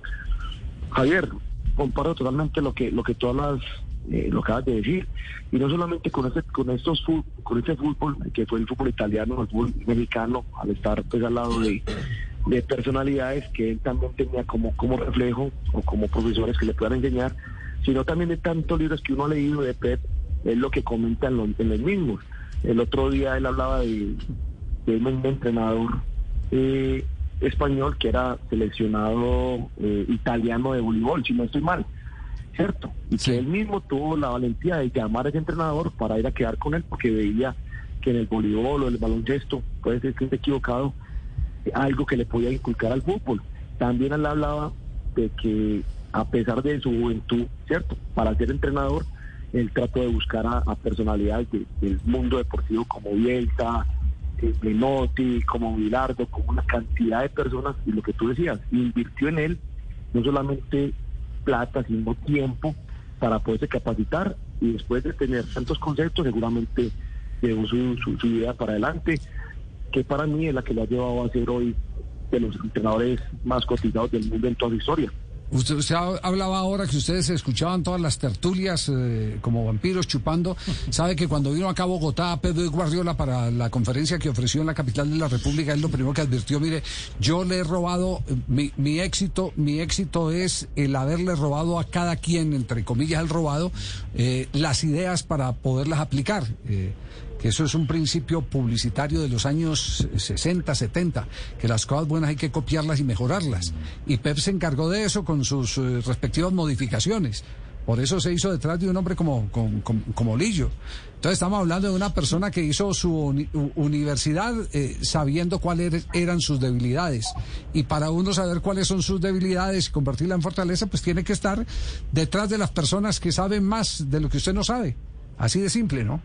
Javier, comparo totalmente lo que lo que tú hablas, eh, lo acabas de decir, y no solamente con este con estos con este fútbol que fue el fútbol italiano, el fútbol mexicano, al estar pues al lado de de personalidades que él también tenía como como reflejo o como profesores que le puedan enseñar, sino también de tantos libros que uno ha leído de Pep, es lo que comentan los, en los mismos. El otro día él hablaba de, de un entrenador eh, español que era seleccionado eh, italiano de voleibol, si no estoy mal, ¿cierto? Y sí, que él mismo tuvo la valentía de llamar a ese entrenador para ir a quedar con él, porque veía que en el voleibol o el baloncesto, puede ser que esté equivocado, algo que le podía inculcar al fútbol. También él hablaba de que a pesar de su juventud, ¿cierto?, para ser entrenador, él trató de buscar a, a personalidades de, del mundo deportivo como Bielsa, eh, Menotti, como Bilardo, como una cantidad de personas, y lo que tú decías, invirtió en él no solamente plata, sino tiempo para poderse capacitar, y después de tener tantos conceptos, seguramente llevó su, su, su idea para adelante, que para mí es la que lo ha llevado a ser hoy de los entrenadores más cotizados del mundo en toda su historia. Usted, usted hablaba ahora que ustedes escuchaban todas las tertulias eh, como vampiros chupando. Sabe que cuando vino acá a Bogotá Pep Guardiola para la conferencia que ofreció en la capital de la República, él lo primero que advirtió, mire, yo le he robado, mi, mi éxito mi éxito es el haberle robado a cada quien, entre comillas el robado, eh, las ideas para poderlas aplicar. Eh, que eso es un principio publicitario de los años sesenta, setenta, que las cosas buenas hay que copiarlas y mejorarlas. Y Pep se encargó de eso con sus eh, respectivas modificaciones. Por eso se hizo detrás de un hombre como, como, como, como Lillo. Entonces estamos hablando de una persona que hizo su uni, universidad eh, sabiendo cuáles eran sus debilidades. Y para uno saber cuáles son sus debilidades y convertirla en fortaleza, pues tiene que estar detrás de las personas que saben más de lo que usted no sabe. Así de simple, ¿no?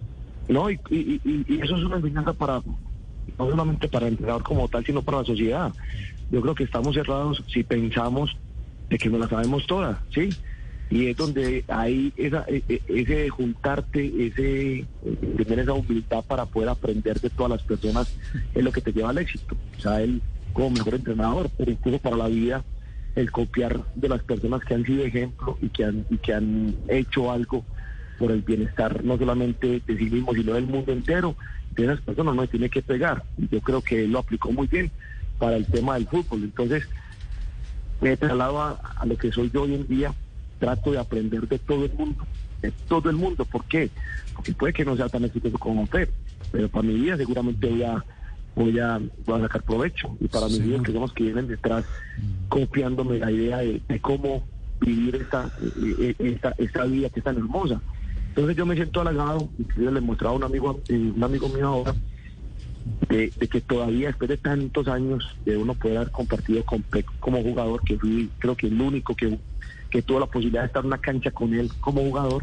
No, y, y, y, y eso es una enseñanza para, no solamente para el entrenador como tal, sino para la sociedad. Yo creo que estamos cerrados si pensamos de que no la sabemos todas, ¿sí? Y es donde hay esa, ese juntarte, ese tener esa humildad para poder aprender de todas las personas, es lo que te lleva al éxito. O sea, él como mejor entrenador, pero incluso para la vida, el copiar de las personas que han sido ejemplo y que han, y que han hecho algo por el bienestar no solamente de sí mismo, sino del mundo entero. De esas personas no se tiene que pegar. Y yo creo que él lo aplicó muy bien para el tema del fútbol. Entonces, me traslado a, a lo que soy yo hoy en día. Trato de aprender de todo el mundo, de todo el mundo. ¿Por qué? Porque puede que no sea tan exitoso como Pep, pero para mi vida seguramente voy a voy a, voy a sacar provecho. Y para mis hijos que somos que vienen detrás, copiándome la idea de, de cómo vivir esta, esta, esta vida que es tan hermosa. Entonces yo me siento halagado, y le mostraba a un amigo, eh, un amigo mío ahora, de, de que todavía después de tantos años de uno poder haber compartido con Pep como jugador, que fui creo que el único que, que tuvo la posibilidad de estar en una cancha con él como jugador,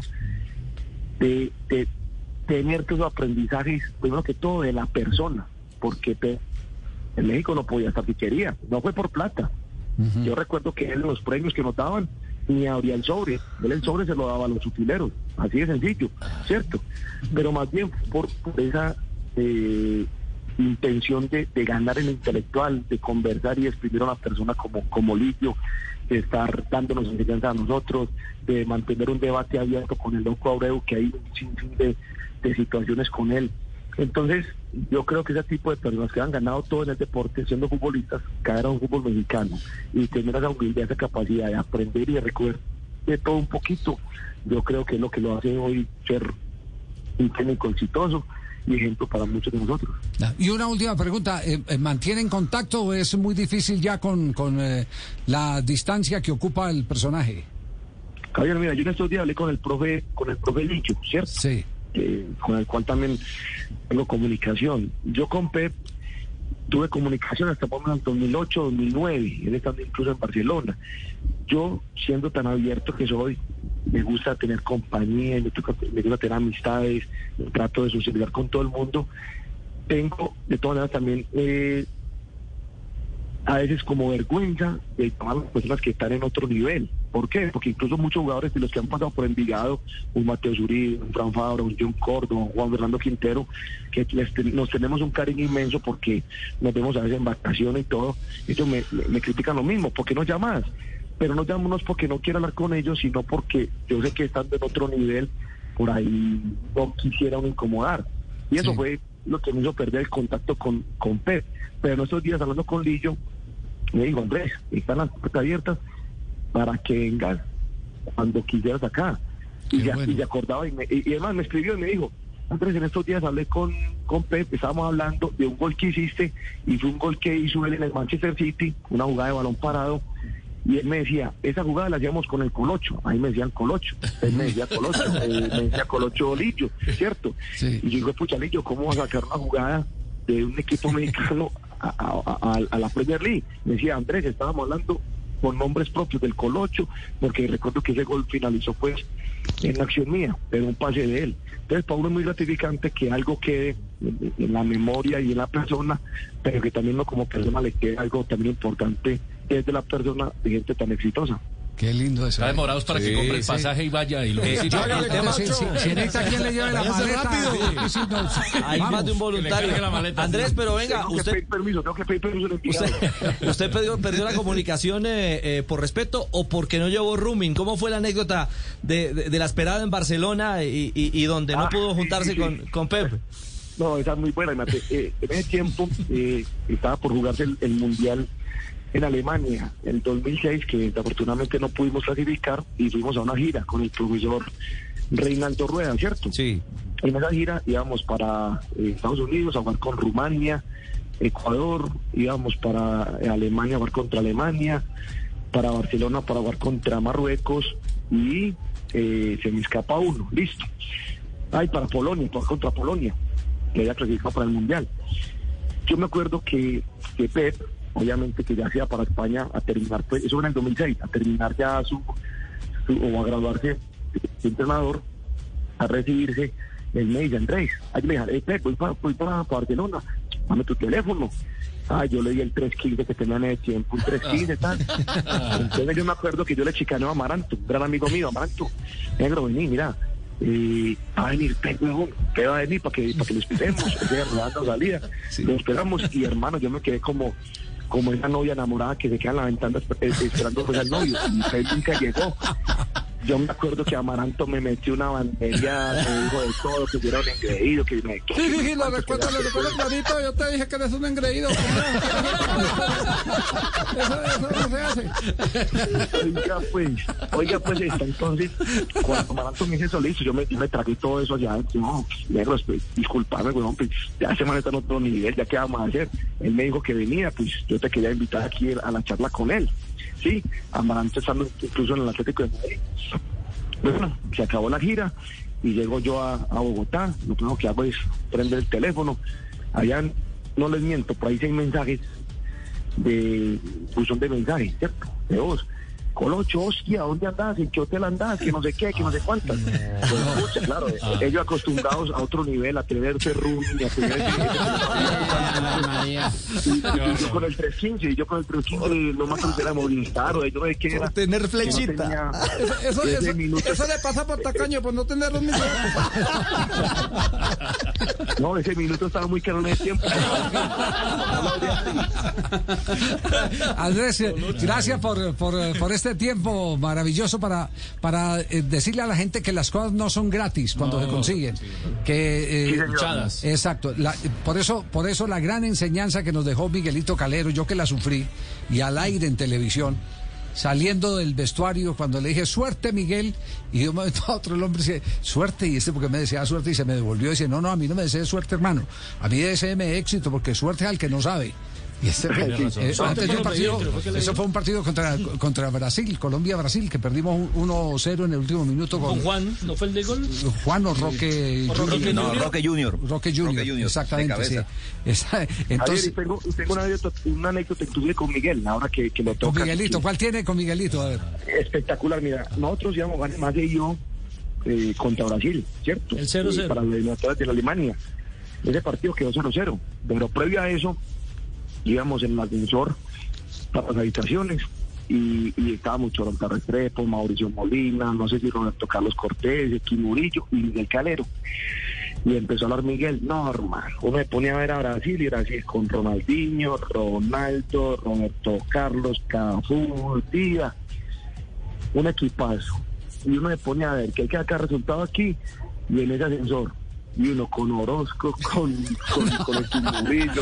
de, de tener todos los aprendizajes, primero que todo de la persona, porque Pep en México no podía estar si quería, no fue por plata, Uh-huh. Yo recuerdo que él, los premios que nos daban, ni abría el sobre, él el sobre se lo daba a los utileros, así de sencillo, ¿cierto? Pero más bien por, por esa eh, intención de, de ganar el intelectual, de conversar y exprimir a una persona como, como Lidio, de estar dándonos enseñanza a nosotros, de mantener un debate abierto con el loco Abreu, que hay un sinfín de, de situaciones con él. Entonces, yo creo que ese tipo de personas que han ganado todo en el deporte, siendo futbolistas, caer a un fútbol mexicano y tener esa humildad, esa capacidad de aprender y de recoger de todo un poquito, yo creo que es lo que lo hace hoy ser un técnico exitoso y ejemplo para muchos de nosotros. Y una última pregunta, ¿mantienen contacto o es muy difícil ya con, con eh, la distancia que ocupa el personaje? Javier, mira, yo en estos días hablé con el profe, con el profe Licho, ¿cierto? Sí. Eh, con el cual también tengo comunicación. Yo con Pep tuve comunicación hasta por el dos mil ocho, dos mil nueve, él estando incluso en Barcelona. Yo, siendo tan abierto que soy, me gusta tener compañía, me, toca, me gusta tener amistades, trato de socializar con todo el mundo. Tengo, de todas maneras, también eh, a veces como vergüenza de llamar a las personas que están en otro nivel. ¿Por qué? Porque incluso muchos jugadores de los que han pasado por Envigado, un Mateo Zuribe, un Fran Fabra, un John Córdoba, un Juan Fernando Quintero, que les, nos tenemos un cariño inmenso porque nos vemos a veces en vacaciones y todo. Ellos me, me, me critican lo mismo, ¿por qué no llamas? Pero no llamo no es porque no quiero hablar con ellos, sino porque yo sé que estando en otro nivel, por ahí no quisiera uno incomodar. Y eso sí fue lo que me hizo perder el contacto con, con Pep. Pero en estos días, hablando con Lillo, me dijo, Andrés, están las puertas abiertas para que vengas cuando quisieras acá. Y ya, bueno. y se acordaba, y, me, y, y además me escribió y me dijo, Andrés, en estos días hablé con, con Pep, estábamos hablando de un gol que hiciste, y fue un gol que hizo él en el Manchester City, una jugada de balón parado, y él me decía, esa jugada la hacíamos con el Colocho, ahí me decían Colocho, él me decía Colocho, eh, me decía Colocho Lillo, ¿cierto? Sí. Y yo digo, pucha Lillo, ¿cómo vas a sacar una jugada de un equipo mexicano a, a, a, a la Premier League? Me decía, Andrés, estábamos hablando con nombres propios del Colocho, porque recuerdo que ese gol finalizó pues en acción mía, pero un pase de él. Entonces, para uno es muy gratificante que algo quede en, en la memoria y en la persona, pero que también no como persona le quede algo también importante desde la persona de gente tan exitosa. Qué lindo eso. Está demorados para sí, que compre el sí. pasaje y vaya y lo eh, yo, el tema, si, si, si necesita quien le lleve la maleta rápido. Sí, no, hay más de un voluntario. Maleta, Andrés, sí. pero venga, tengo usted que pedir permiso, tengo que pedir permiso usted, usted perdió, perdió la comunicación eh, eh, por respeto o porque no llevó rooming. ¿Cómo fue la anécdota de, de, de la esperada en Barcelona y, y, y donde ah, no pudo juntarse sí, sí, con, con Pep? No, esa es muy buena. Eh, en ese tiempo eh, estaba por jugarse el, el Mundial en Alemania, el dos mil seis, que desafortunadamente no pudimos clasificar, y fuimos a una gira con el profesor Reinaldo Rueda, ¿cierto? Sí. En esa gira íbamos para eh, Estados Unidos a jugar con Rumania, Ecuador, íbamos para Alemania a jugar contra Alemania, para Barcelona para jugar contra Marruecos, y eh, se me escapa uno, listo. Ay, para Polonia, para jugar contra Polonia, que había clasificado para el Mundial. Yo me acuerdo que, que Pep, obviamente que ya sea para España a terminar, pues, eso era en el dos mil seis, a terminar ya su, su o a graduarse de entrenador, a recibirse, él me dice, Andrés, ay, le dije, hey, voy para, voy para Barcelona, dame tu teléfono. Ah, yo le di el tres quince que tenía en el tiempo, un tres quince, tal. Entonces yo me acuerdo que yo le chicaneo a Amaranto, un gran amigo mío, Amaranto, negro, vení, mira, eh, va a venir Pep, Pep va a venir para que, para que lo esperemos, o sea, rodando salida, sí. Lo esperamos, y hermano, yo me quedé como como esa novia enamorada que se queda en la ventana esperando pues al novio, y Pep nunca llegó. Yo me acuerdo que Amaranto me metió una bandería, me dijo de todo, que yo era un engreído, que me... Sí, sí, sí, lo recuerdo, lo recuerdo clarito, yo te dije que eres un engreído. Eso, eso no se hace. Oiga, pues, oiga, pues, está, entonces, cuando Amaranto me dice eso, listo, yo me, yo me tragué todo eso allá, no, negro, pues, disculpame, weón, pues, ya se maneja en otro nivel, ya qué vamos a hacer. Él me dijo que venía, pues, yo te quería invitar aquí a la charla con él. Sí, Amaranto estando incluso en el Atlético de Madrid. Bueno, se acabó la gira y llego yo a, a Bogotá. Lo primero que hago es prender el teléfono. Allá, no les miento, por ahí hay mensajes de buzón de mensajes, ¿cierto? De voz. Colocho, hostia, ¿dónde andás? ¿En qué hotel andás? Que no sé qué, que no sé cuántas. Pues, mucha, claro, ah. ellos acostumbrados a otro nivel, a tenerse rooming, a tener... y, y yo con el trescientos quince, y yo con el trescientos quince, no más que era Movistar, o yo no sé qué era. Tener flechita. No tenía, eso, eso, eso, eso le pasa por tacaño, por no tener los minutos. No, ese minuto estaba muy caro en ese tiempo. Andrés, gracias por, por, por este tiempo maravilloso para, para eh, decirle a la gente que las cosas no son gratis cuando no, se consiguen. Sí. Que, eh, sí, exacto. La, por eso, por eso la gran enseñanza que nos dejó Miguelito Calero, yo que la sufrí, y al aire en televisión, saliendo del vestuario, cuando le dije suerte, Miguel, y de un momento a otro el hombre dice suerte, y este porque me decía suerte y se me devolvió y dice no, no, a mí no me desee suerte, hermano, a mí deséeme éxito, porque suerte es al que no antes de un partido, eso fue un partido contra, contra Brasil, Colombia-Brasil, que perdimos uno cero en el último minuto con, con Juan, ¿no fue el de gol? Juan o Roque o Roque Junior. No, Roque Junior. Roque Junior, Roque Junior exactamente, sí. Esa, entonces, Javier, tengo, tengo una anécdota, una anécdota que tuve con Miguel, ahora que, que lo toca. Con Miguelito, ¿cuál tiene con Miguelito? A ver. Espectacular, mira, nosotros íbamos a ganar más de yo eh, contra Brasil, ¿cierto? El cero cero. Eh, para las eliminatorias de la Alemania. Ese partido quedó cero cero, pero previo a eso íbamos en el ascensor para las habitaciones y, y estábamos Choronta Restrepo, Mauricio Molina, no sé si Roberto Carlos Cortés, X Murillo y Miguel Calero. Y empezó a hablar Miguel, no, hermano, uno me ponía a ver a Brasil y era así con Ronaldinho, Ronaldo, Roberto Carlos, Cafú, Díaz, un equipazo. Y uno me ponía a ver que hay que sacar resultado aquí y en ese ascensor. Y uno con Orozco, con, con, con el Murillo,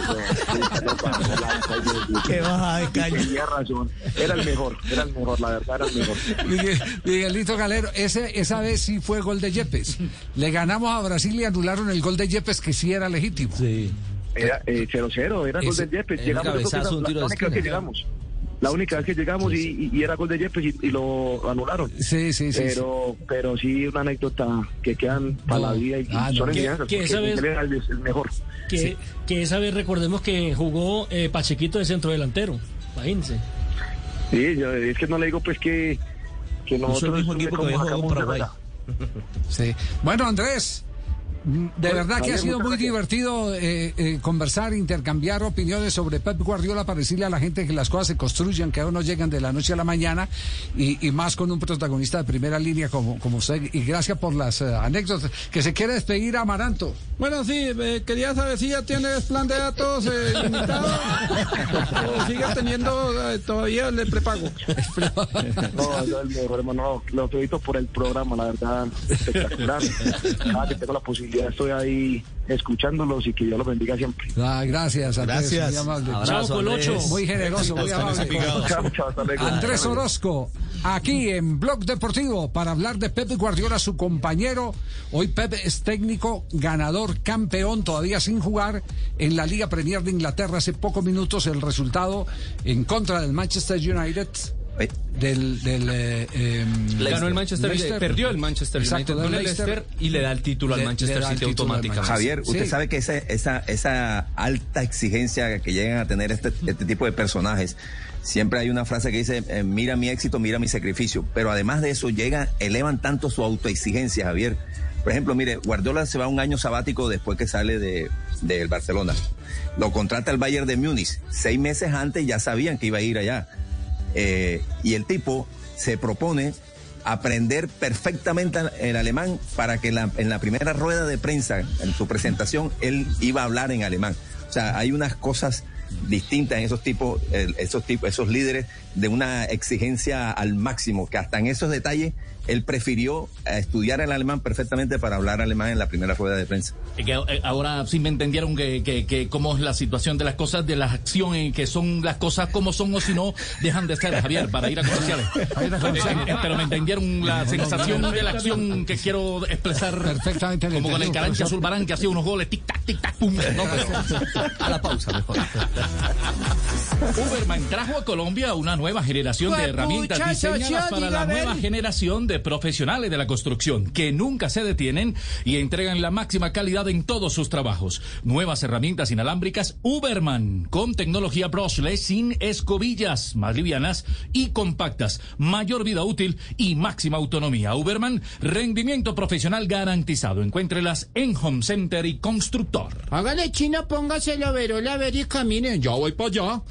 qué baja de caña. Tenía razón, era el mejor, era el mejor, la verdad era el mejor. Miguel, Miguelito Calero, ese, esa vez sí fue gol de Yepes. Le ganamos a Brasil y anularon el gol de Yepes, que sí era legítimo. Sí. Era eh, cero cero, era ese, gol de Yepes. Llegamos, cabezazo, un tiro la, la única vez que llegamos. La única vez que llegamos y, y, y era gol de Yepes y, y lo anularon. Sí, sí, sí. Pero sí, pero sí una anécdota que quedan para no. la vida y ah, son no. enseñanzas. Que esa vez, era el, el mejor. Que, sí. que esa vez recordemos que jugó eh, Pachequito de centro delantero. Imagínense. Sí, yo, es que no le digo pues que, que nosotros... Es el mismo equipo que jugó Paraguay. Sí. Bueno, Andrés... De verdad que ha sido muy divertido eh, eh, conversar, intercambiar opiniones sobre Pep Guardiola para decirle a la gente que las cosas se construyen, que aún no llegan de la noche a la mañana y, y más con un protagonista de primera línea como, como usted. Y gracias por las uh, anécdotas. Que se quiere despedir a Amaranto. Bueno, sí, eh, quería saber si ya tienes plan de datos eh, limitado o sigue teniendo eh, todavía el prepago. No, yo el mejor, hermano, lo felicito por el programa, la verdad, espectacular. Cada que tengo la posibilidad estoy ahí escuchándolos y que Dios los bendiga siempre. Ah, gracias, Andrés. Gracias. Muy amable. Chao, Colocho. Muy generoso, muy amable. Chao, chao, hasta luego. Andrés Orozco, aquí en Blog Deportivo, para hablar de Pep Guardiola, su compañero. Hoy Pep es técnico, ganador, campeón, todavía sin jugar en la Liga Premier de Inglaterra. Hace pocos minutos el resultado en contra del Manchester United. Del, del eh, eh, ganó el Manchester United, perdió el Manchester United, Exacto, el Leicester y le da el título le, al Manchester City automáticamente. Javier, usted sí. sabe que esa, esa, esa alta exigencia que llegan a tener este, este tipo de personajes, siempre hay una frase que dice, eh, mira mi éxito, mira mi sacrificio, pero además de eso llegan, elevan tanto su autoexigencia, Javier. Por ejemplo, mire, Guardiola se va un año sabático después que sale de del Barcelona. Lo contrata el Bayern de Múnich. Seis meses antes ya sabían que iba a ir allá. Eh, y el tipo se propone aprender perfectamente el alemán para que la, en la primera rueda de prensa, en su presentación, él iba a hablar en alemán. O sea, hay unas cosas distintas en esos tipos, eh, esos tipos, esos líderes de una exigencia al máximo, que hasta en esos detalles él prefirió estudiar el alemán perfectamente para hablar alemán en la primera rueda de prensa. Ahora sí me entendieron que, que, que cómo es la situación de las cosas, de las acciones, que son las cosas como son o si no dejan de ser, Javier, para ir a comerciales. Pero me entendieron la sensación de la acción que quiero expresar perfectamente, como con el Carancha Zulbarán, que hacía unos goles tic-tac. tic-tac, tic-tac, pum. No, pero a la pausa mejor. Uberman trajo a Colombia una nueva generación de herramientas diseñadas para la nueva generación de profesionales de la construcción que nunca se detienen y entregan la máxima calidad en todos sus trabajos. Nuevas herramientas inalámbricas Uberman con tecnología brushless sin escobillas, más livianas y compactas, mayor vida útil y máxima autonomía. Uberman, rendimiento profesional garantizado. Encuéntrelas en Home Center y Constructor. Hágale, chino, póngaselo, verola, ver y camine. Ya voy para allá.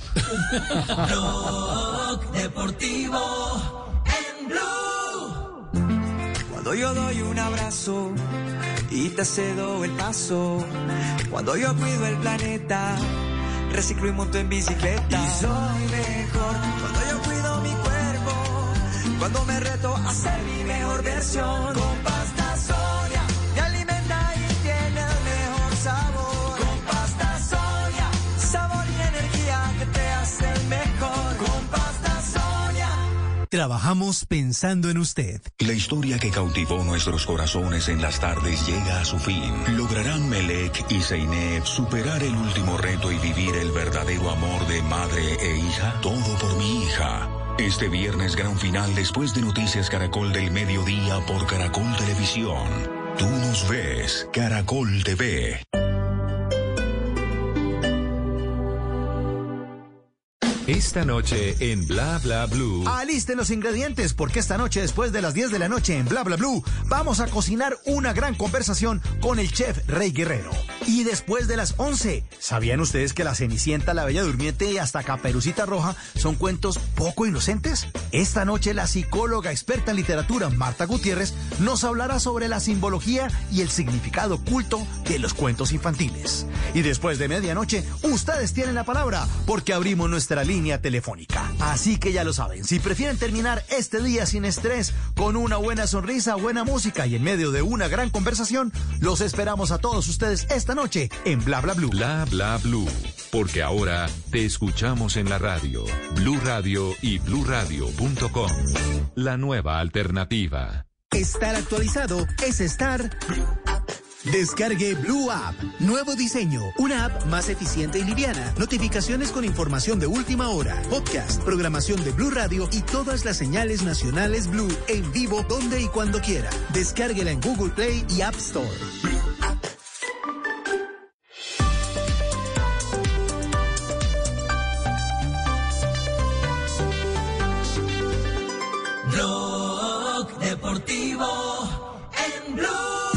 Blog Deportivo en Blue. Cuando yo doy un abrazo y te cedo el paso, cuando yo cuido el planeta, reciclo y monto en bicicleta. Y soy mejor cuando yo cuido mi cuerpo, cuando me reto a ser mi mejor versión. Con pasta Sonia me alimenta y tiene el mejor sabor. Con pasta Sonia, sabor y energía que te hacen mejor. Con pasta Sonia. Trabajamos pensando en usted. La historia que cautivó nuestros corazones en las tardes llega a su fin. ¿Lograrán Melek y Zeynep superar el último reto y vivir el verdadero amor de madre e hija? Todo por mi hija. Este viernes gran final después de Noticias Caracol del mediodía por Caracol Televisión. Tú nos ves, Caracol T V. Esta noche en Bla Bla Blue. Alisten los ingredientes porque esta noche después de las diez de la noche en Bla Bla Blue vamos a cocinar una gran conversación con el chef Rey Guerrero. Y después de las once, ¿sabían ustedes que La Cenicienta, La Bella Durmiente y hasta Caperucita Roja son cuentos poco inocentes? Esta noche la psicóloga experta en literatura Marta Gutiérrez nos hablará sobre la simbología y el significado oculto de los cuentos infantiles. Y después de medianoche, ustedes tienen la palabra porque abrimos nuestra línea telefónica. Así que ya lo saben, si prefieren terminar este día sin estrés, con una buena sonrisa, buena música y en medio de una gran conversación, los esperamos a todos ustedes esta noche en Bla Bla Blue. Bla Bla Blue, porque ahora te escuchamos en la radio, Blue Radio y blue radio punto com. La nueva alternativa. Estar actualizado es estar... Descargue Blue App. Nuevo diseño. Una app más eficiente y liviana. Notificaciones con información de última hora. Podcast, programación de Blue Radio y todas las señales nacionales Blue en vivo donde y cuando quiera. Descárguela en Google Play y App Store. Blog Deportivo en Blue.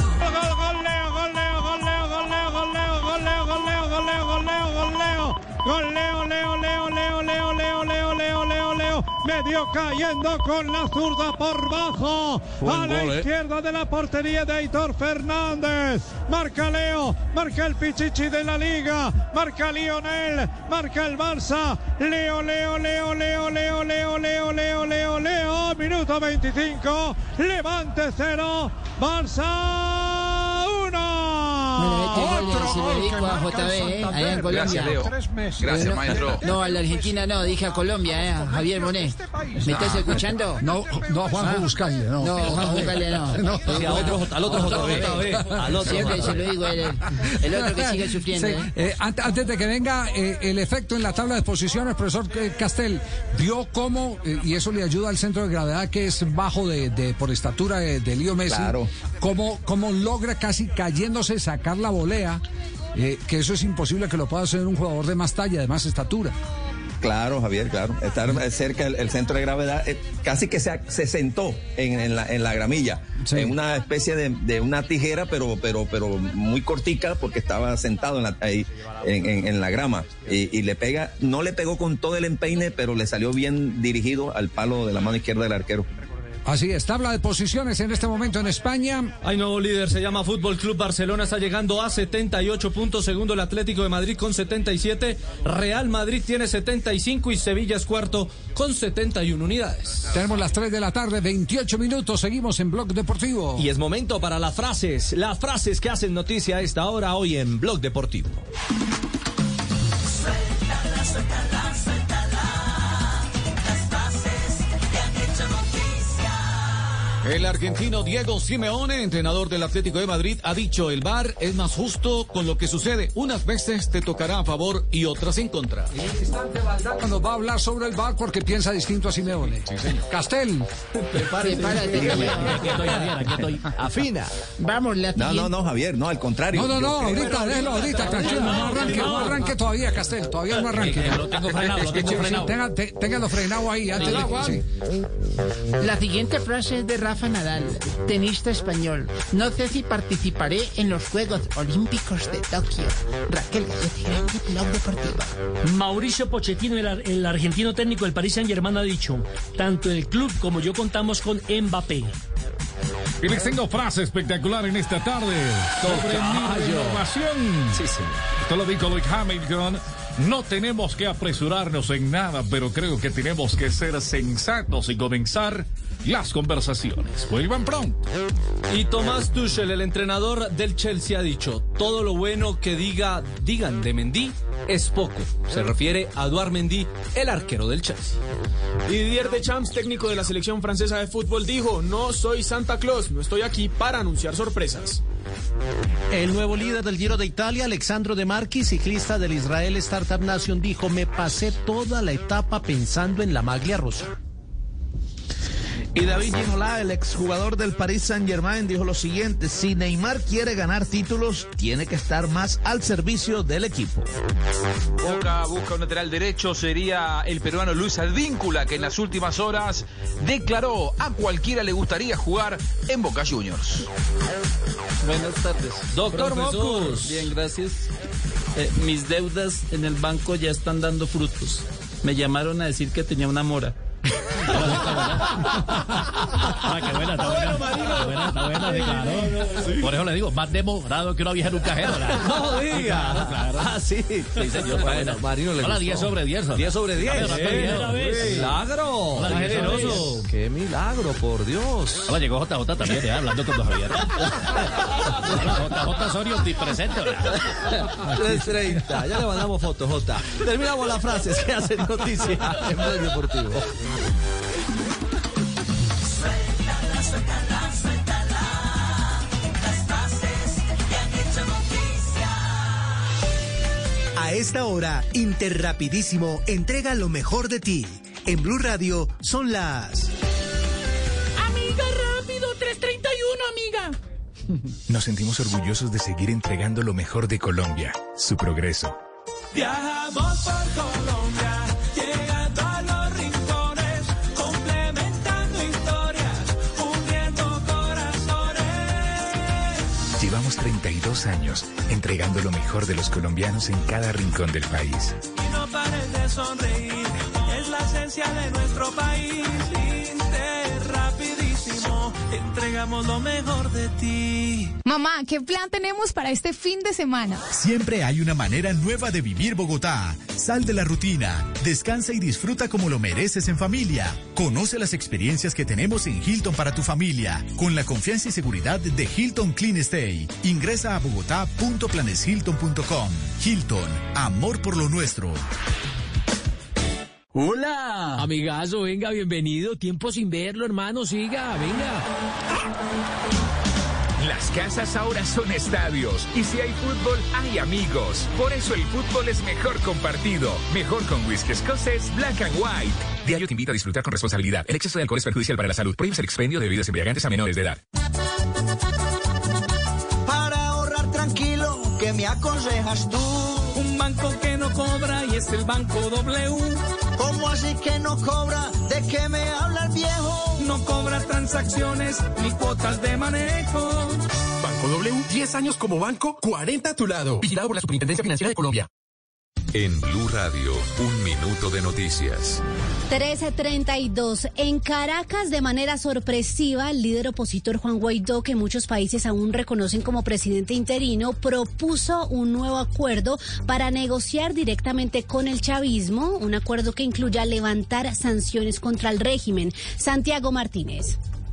Gol Leo, Leo, Leo, Leo, Leo, Leo, Leo, Leo, Leo, Leo, medio cayendo con la zurda por bajo, a la gol, izquierda eh. de la portería de Aitor Fernández. Marca Leo, marca el Pichichi de la Liga, marca Lionel, marca el Barça. Leo, Leo, Leo, Leo, Leo, Leo, Leo, Leo, Leo, Leo, minuto veinticinco, Levante cero, Barça uno. Otro gol que marca J B, eh, allá en Colombia. Gracias, Leo. Gracias, no, maestro. No, a la Argentina no, dije a Colombia, eh, a Javier Monet. ¿Me estás escuchando? No, no a Juanjo Buscalle, no. No, Juanjo Buscalle no. no. Sí, al otro, al otro J B. Al otro. Siempre se lo digo, el, el otro que sigue sufriendo. Sí. Eh. Eh, antes, antes de que venga eh, el efecto en la tabla de posiciones, profesor Castel, vio cómo, eh, y eso le ayuda al centro de gravedad que es bajo de, de por estatura de, de Leo Messi, claro. cómo, cómo logra casi cayéndose sacar la volea. Eh, que eso es imposible que lo pueda hacer un jugador de más talla, de más estatura. Claro, Javier, claro. Estar cerca del centro de gravedad, eh, casi que se, se sentó en, en, la, en la gramilla, sí. En una especie de, de una tijera, pero, pero, pero muy cortica, porque estaba sentado en la, ahí, en, en, en la grama. Y, y le pega, no le pegó con todo el empeine, pero le salió bien dirigido al palo de la mano izquierda del arquero. Así es, tabla de posiciones en este momento en España. Hay nuevo líder, se llama Fútbol Club Barcelona, está llegando a setenta y ocho puntos, segundo el Atlético de Madrid con setenta y siete, Real Madrid tiene setenta y cinco y Sevilla es cuarto con setenta y una unidades. Tenemos las tres de la tarde, veintiocho minutos, seguimos en Blog Deportivo. Y es momento para las frases, las frases que hacen noticia a esta hora hoy en Blog Deportivo. Suéltala, suéltala, suéltala, las frases que han hecho noticia. El argentino Diego Simeone, entrenador del Atlético de Madrid, ha dicho: el V A R es más justo con lo que sucede. Unas veces te tocará a favor y otras en contra. En el instante, Valdano nos va a hablar sobre el V A R porque piensa distinto a Simeone. Sí, señor. Castel. Prepárate. Prepárate. Aquí estoy, Javier, aquí estoy. Afina. Vamos, la No, no, no, Javier, no, al contrario. No, no, no, Yo creo- ahorita, déjelo, ahorita, tranquilo, no arranque, no arranque todavía, Castel, todavía no arranque. Lo tengo frenado, lo tengo Sí, sí, frenado. tenga- te- Téngalo frenado ahí, antes de que... sí. La siguiente frase es de Rafa Nadal, tenista español. No sé si participaré en los Juegos Olímpicos de Tokio. Raquel Galletti, Grande Blog Deportivo. Mauricio Pochettino, el, ar- el argentino técnico del Paris Saint-Germain, ha dicho: tanto el club como yo contamos con Mbappé. Y les tengo frase espectacular en esta tarde sobre mi renovación. Sí, señor. Esto lo dijo Lewis Hamilton. No tenemos que apresurarnos en nada, pero creo que tenemos que ser sensatos y comenzar las conversaciones. Vuelvan pronto. Y Tomás Tuchel, el entrenador del Chelsea, ha dicho: todo lo bueno que diga, digan de Mendy es poco. Se refiere a Edouard Mendy, el arquero del Chelsea. Y Didier Deschamps, técnico de la selección francesa de fútbol, dijo: no soy Santa Claus, no estoy aquí para anunciar sorpresas. El nuevo líder del Giro de Italia, Alexandro De Marchi, ciclista del Israel Startup Nation, dijo: me pasé toda la etapa pensando en la maglia rosa. Y David Ginola, el exjugador del Paris Saint-Germain, dijo lo siguiente: si Neymar quiere ganar títulos, tiene que estar más al servicio del equipo. Boca busca un lateral derecho, sería el peruano Luis Advíncula, que en las últimas horas declaró: a cualquiera le gustaría jugar en Boca Juniors. Buenas tardes. Doctor Mocus. Bien, gracias. Eh, mis deudas en el banco ya están dando frutos. Me llamaron a decir que tenía una mora. Ah, qué buena, está buena. Está buena, está buena, sí, claro. Por eso le digo, más demorado que una vieja en un cajero. No diga. Claro, claro. Ah, sí. Sí, señor. Bueno, Marino le Hola, gustó. diez sobre diez. ¿no? diez sobre diez. Hola, primera vez. Milagro. Hola, Qué diez sobre generoso. diez. Qué milagro, por Dios. Hola, llegó J J también, ya, hablando con don Javier. J J Osorio, presente. tres treinta. Ya le mandamos fotos, J. Terminamos las frases que hacen noticia en Blog Deportivo. Suéltala, suéltala, suéltala. Las frases que han hecho noticia. A esta hora, Interrapidísimo entrega lo mejor de ti. En Blue Radio son las... Amiga, rápido, tres treinta y uno, amiga. Nos sentimos orgullosos de seguir entregando lo mejor de Colombia, su progreso. Viajamos por Colombia, llegando a los rincones, complementando historias, uniendo corazones. Llevamos treinta y dos años entregando lo mejor de los colombianos en cada rincón del país. Y no pares de sonreír, es la esencia de nuestro país. Interrapidísimo, entregamos lo mejor de ti. Mamá, ¿qué plan tenemos para este fin de semana? Siempre hay una manera nueva de vivir Bogotá. Sal de la rutina, descansa y disfruta como lo mereces en familia. Conoce las experiencias que tenemos en Hilton para tu familia, con la confianza y seguridad de Hilton Clean Stay. Ingresa a bogotá punto planes hilton punto com. Hilton, amor por lo nuestro. Hola, amigazo, venga, bienvenido. Tiempo sin verlo, hermano, siga, venga. Las casas ahora son estadios y si hay fútbol, hay amigos. Por eso el fútbol es mejor compartido. Mejor con whisky escocés Black and White. Diario te invita a disfrutar con responsabilidad. El exceso de alcohol es perjudicial para la salud. Prohíbe el expendio de bebidas embriagantes a menores de edad. Para ahorrar tranquilo, ¿qué me aconsejas tú? Un banco que no cobra y es el Banco W. ¿Cómo así que no cobra? ¿De qué me habla el viejo? No cobra transacciones ni cuotas de manejo. Banco W, diez años como banco, cuarenta a tu lado. Vigilado por la Superintendencia Financiera de Colombia. En Blue Radio, un minuto de noticias. trece treinta y dos. En Caracas, de manera sorpresiva, el líder opositor Juan Guaidó, que muchos países aún reconocen como presidente interino, propuso un nuevo acuerdo para negociar directamente con el chavismo, un acuerdo que incluya levantar sanciones contra el régimen. Santiago Martínez.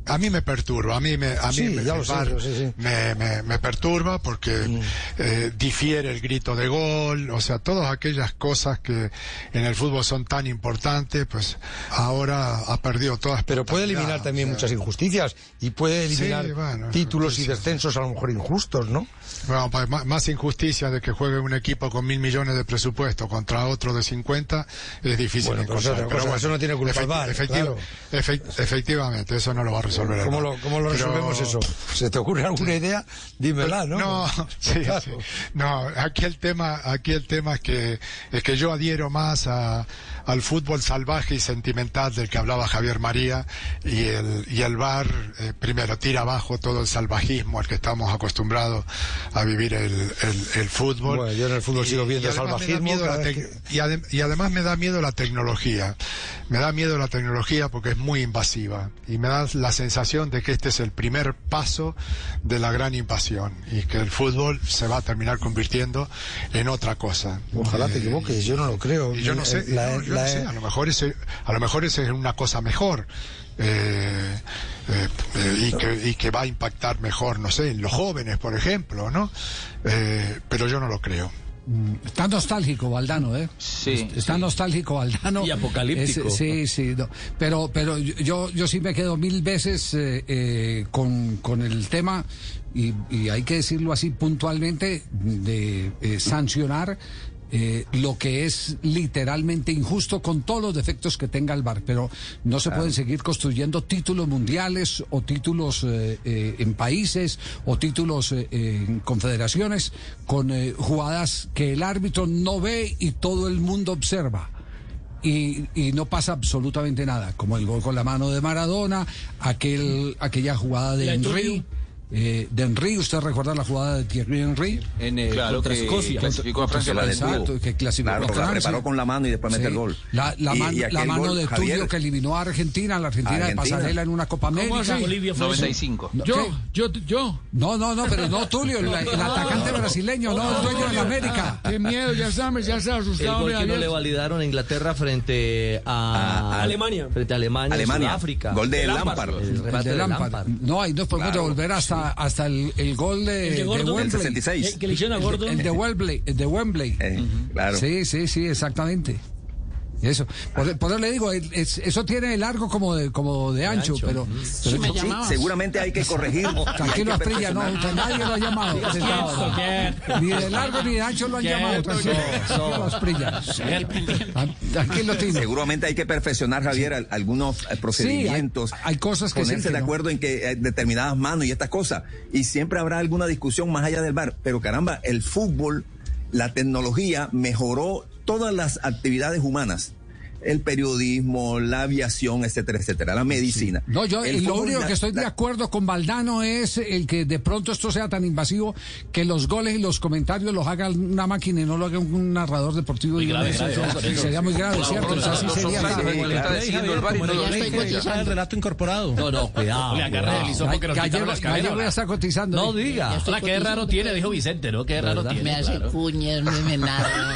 A mí me perturba, a mí me, a mí Sí, me, ya lo el sé, V A R lo sé, sí. me, me, me perturba porque Mm. eh, difiere el grito de gol, o sea, todas aquellas cosas que en el fútbol son tan importantes, pues ahora ha perdido todas. Pero puede eliminar también muchas injusticias y puede eliminar Sí, bueno, títulos y sí. descensos a lo mejor injustos, ¿no? Bueno, pa- más, más injusticia de que juegue un equipo con mil millones de presupuesto contra otro de cincuenta es difícil Bueno, pero eso encontrar. es otra cosa, eso no tiene culpa el V A R, claro. efecti- efectivamente, eso no lo va a resolver el ¿Cómo V A R. lo, cómo lo Pero- resolvemos eso? ¿Se te ocurre alguna idea? Dímela, ¿no? No, sí, Claro. sí. No, aquí el tema, aquí el tema es que es que yo adhiero más a, al fútbol salvaje y sentimental del que hablaba Javier María, y el y el V A R eh, primero tira abajo todo el salvajismo al que estamos acostumbrados a vivir el, el, el fútbol. Bueno, yo en el fútbol sigo viendo y además me da salvajismo miedo cada la vez tec- y, adem- y además me da miedo la tecnología. Me da miedo la tecnología porque es muy invasiva y me da la sensación de que este es el primer paso de la gran invasión y que el fútbol se va a terminar convirtiendo en otra cosa. Ojalá te Eh, equivoques, yo no lo creo. y yo no sé, La- no, yo la- no sé, a lo mejor ese, a lo mejor ese es una cosa mejor. Eh, eh, eh, y, que, y que va a impactar mejor, no sé, en los jóvenes, por ejemplo, ¿no? Eh, pero yo no lo creo. Está nostálgico Valdano, ¿eh? Sí. Está nostálgico Valdano. Y apocalíptico. Es- sí, sí. No. Pero, pero yo, yo sí me quedo mil veces eh, eh, con, con el tema, y, y hay que decirlo así puntualmente, de eh, sancionar eh, lo que es literalmente injusto con todos los defectos que tenga el V A R, pero no se Claro. pueden seguir construyendo títulos mundiales o títulos eh, eh, en países o títulos eh, eh, en confederaciones con eh, jugadas que el árbitro no ve y todo el mundo observa. Y, y no pasa absolutamente nada, como el gol con la mano de Maradona, aquel aquella jugada de La de Henry. Turio. Eh, de Henry, ¿usted recuerda la jugada de Thierry Henry? En, eh, Claro, contra que Escocia. clasificó a Francia Contra- la exacto, que clasificó Claro, a porque la Francia. preparó con la mano y después mete el Sí. gol. La, la, Y- man- y la aquel mano gol, de Javier, Tulio que eliminó a Argentina, la Argentina, Argentina. de pasarela en una Copa América. así? Bolivia fue noventa y eso. cinco. No, Yo, ¿qué? yo, yo. No, no, no, pero no Tulio, el, el atacante brasileño, no el dueño de la América. Qué miedo, ya sabes, ya se ha El asustado. gol mira, que no Javier. le validaron a Inglaterra frente a, A- a- Alemania. Frente a Alemania, Alemania. en Sudáfrica. Gol de El Lampard. Lampard. El El remate de de Lampard. Lampard. No, ahí nos podemos Claro, devolver hasta, hasta el, el gol de, El de de Gordon. El Wembley. sesenta y seis. Eh, que le hicieron a El Gordo. de, el de Wembley, el de Wembley. Eh, claro. Sí, sí, sí, exactamente. Eso. Por, por eso le digo, es- eso tiene largo como de, como de ancho, ancho. pero, Sí, pero me eso- Sí, llamabas. seguramente hay que corregir. tranquilo, hay que Asprilla, no, perfeccionar. nadie lo ha llamado. Quieto, quieto. Ni de largo ni de ancho lo han Quieto, llamado. Tranquilo, tranquilo, Asprilla. Tran- Tranquilo, Tino. Seguramente hay que perfeccionar, Javier, al- algunos eh, procedimientos. Sí, hay- hay cosas que sí, ponerse que de no. acuerdo en que eh, determinadas manos y estas cosas. Y siempre habrá alguna discusión más allá del V A R. Pero caramba, el fútbol, la tecnología mejoró todas las actividades humanas. El periodismo, la aviación, etcétera, etcétera, la medicina. No, yo El lo fútbol, único la- que estoy de la- acuerdo con Valdano es el que de pronto esto sea tan invasivo que los goles y los comentarios los haga una máquina y no lo haga un narrador deportivo. Muy Y grave, eso- grave, eso grave. sería muy grave, ¿cierto? O sea, sí Los sería offside, grave. como le está diciendo el V A R y no lo Ya estoy deja. cotizando. El relato incorporado. No, no, cuidado. Le agarré el hisopo que nos Ya quitaron llevo- las ya llevo cadenas. a estar cotizando. No diga. Hola, qué raro tiene, dijo Vicente, ¿no? Qué raro ¿Verdad? tiene. Me hace claro. cuñas, me menada.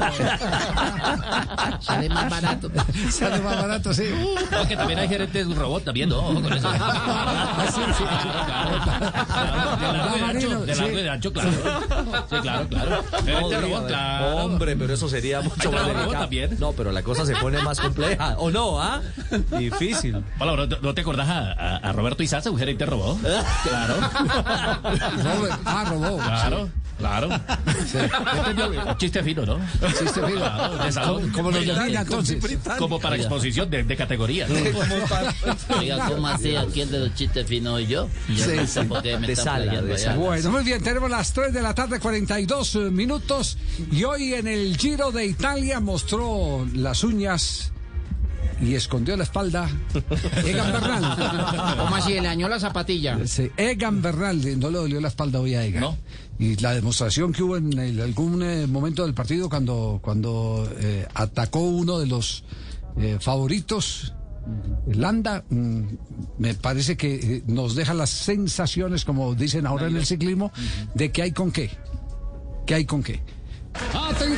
Sale más barato. Sale más barato, sí. No, que también hay gerentes de un robot también, ¿no? Ojo con eso. sí, sí. De largo y de ancho, de largo y de ancho, claro. Sí, claro, claro. Gerente de diga, robot, claro. Hombre, pero eso sería mucho Hay más robot delicado. también. No, pero la cosa se pone más compleja. ¿O no, ah? Difícil. Hola, ¿no te- ¿no te acordás a, a- a Roberto Izaza, un gerente de robot? Claro. Robert, ah, robó. Claro, claro. Entendió, un chiste fino, ¿no? Chiste fino. Claro, de salón. Como los de Lina, entonces. Como para exposición de, de categoría. Oiga, ¿cómo así? Aquí el de los chistes finos y yo. Yo Sí, no sé sí. por qué me De están sala, playando de allá. sala. Bueno, muy bien, tenemos las tres de la tarde, cuarenta y dos minutos. Y hoy en el Giro de Italia mostró las uñas y escondió la espalda Egan Bernal. ¿Cómo así? Le dañó la zapatilla. Sí, Egan Bernal, no le dolió la espalda hoy a Egan. No. Y la demostración que hubo en el- algún eh, momento del partido cuando, cuando eh, atacó uno de los eh, favoritos, Landa, mm, me parece que eh, nos deja las sensaciones, como dicen ahora en el ciclismo, de que hay con qué. Que hay con qué. Atención.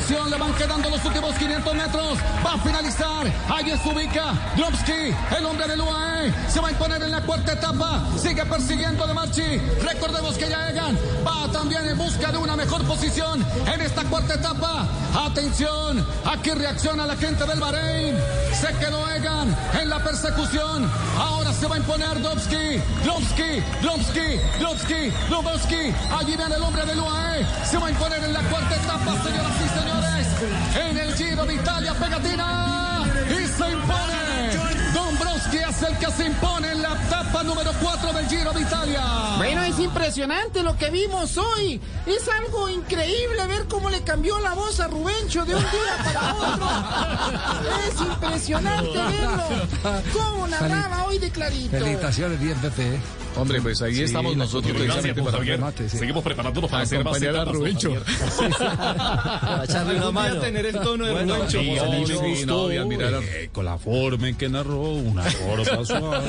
Atención, le van quedando los últimos quinientos metros. Va a finalizar. Ahí se ubica Dromsky, el hombre del U A E. Se va a imponer en la cuarta etapa. Sigue persiguiendo de Marchi. Recordemos que ya Egan va también en busca de una mejor posición en esta cuarta etapa. Atención, aquí reacciona la gente del Bahrein. Se quedó Egan en la persecución. Ahora se va a imponer Dromsky, Dromsky, Dromsky, Dromsky, Dromsky. Allí viene el hombre del U A E. Se va a imponer en la cuarta etapa, señoras y señores. En el Giro de Italia, pegatina. Y se impone. Dombrowski es el que se impone en la etapa número cuatro del Giro de Italia. Bueno, es impresionante lo que vimos hoy. Es algo increíble ver cómo le cambió la voz a Rubencho de un día para otro. Es impresionante verlo. Cómo narraba hoy de clarito. Felicitaciones, bien, Pepe. Hombre, pues ahí sí, estamos nosotros precisamente para Javier. remate, sí. Seguimos preparándonos para hacer más acompañar a Rubencho. Para echarle una mano. Tener el tono de bueno, Rubencho. Sí, a mí me gustó, no, voy a mirar a... eh, con la forma en que narró, una corta suave.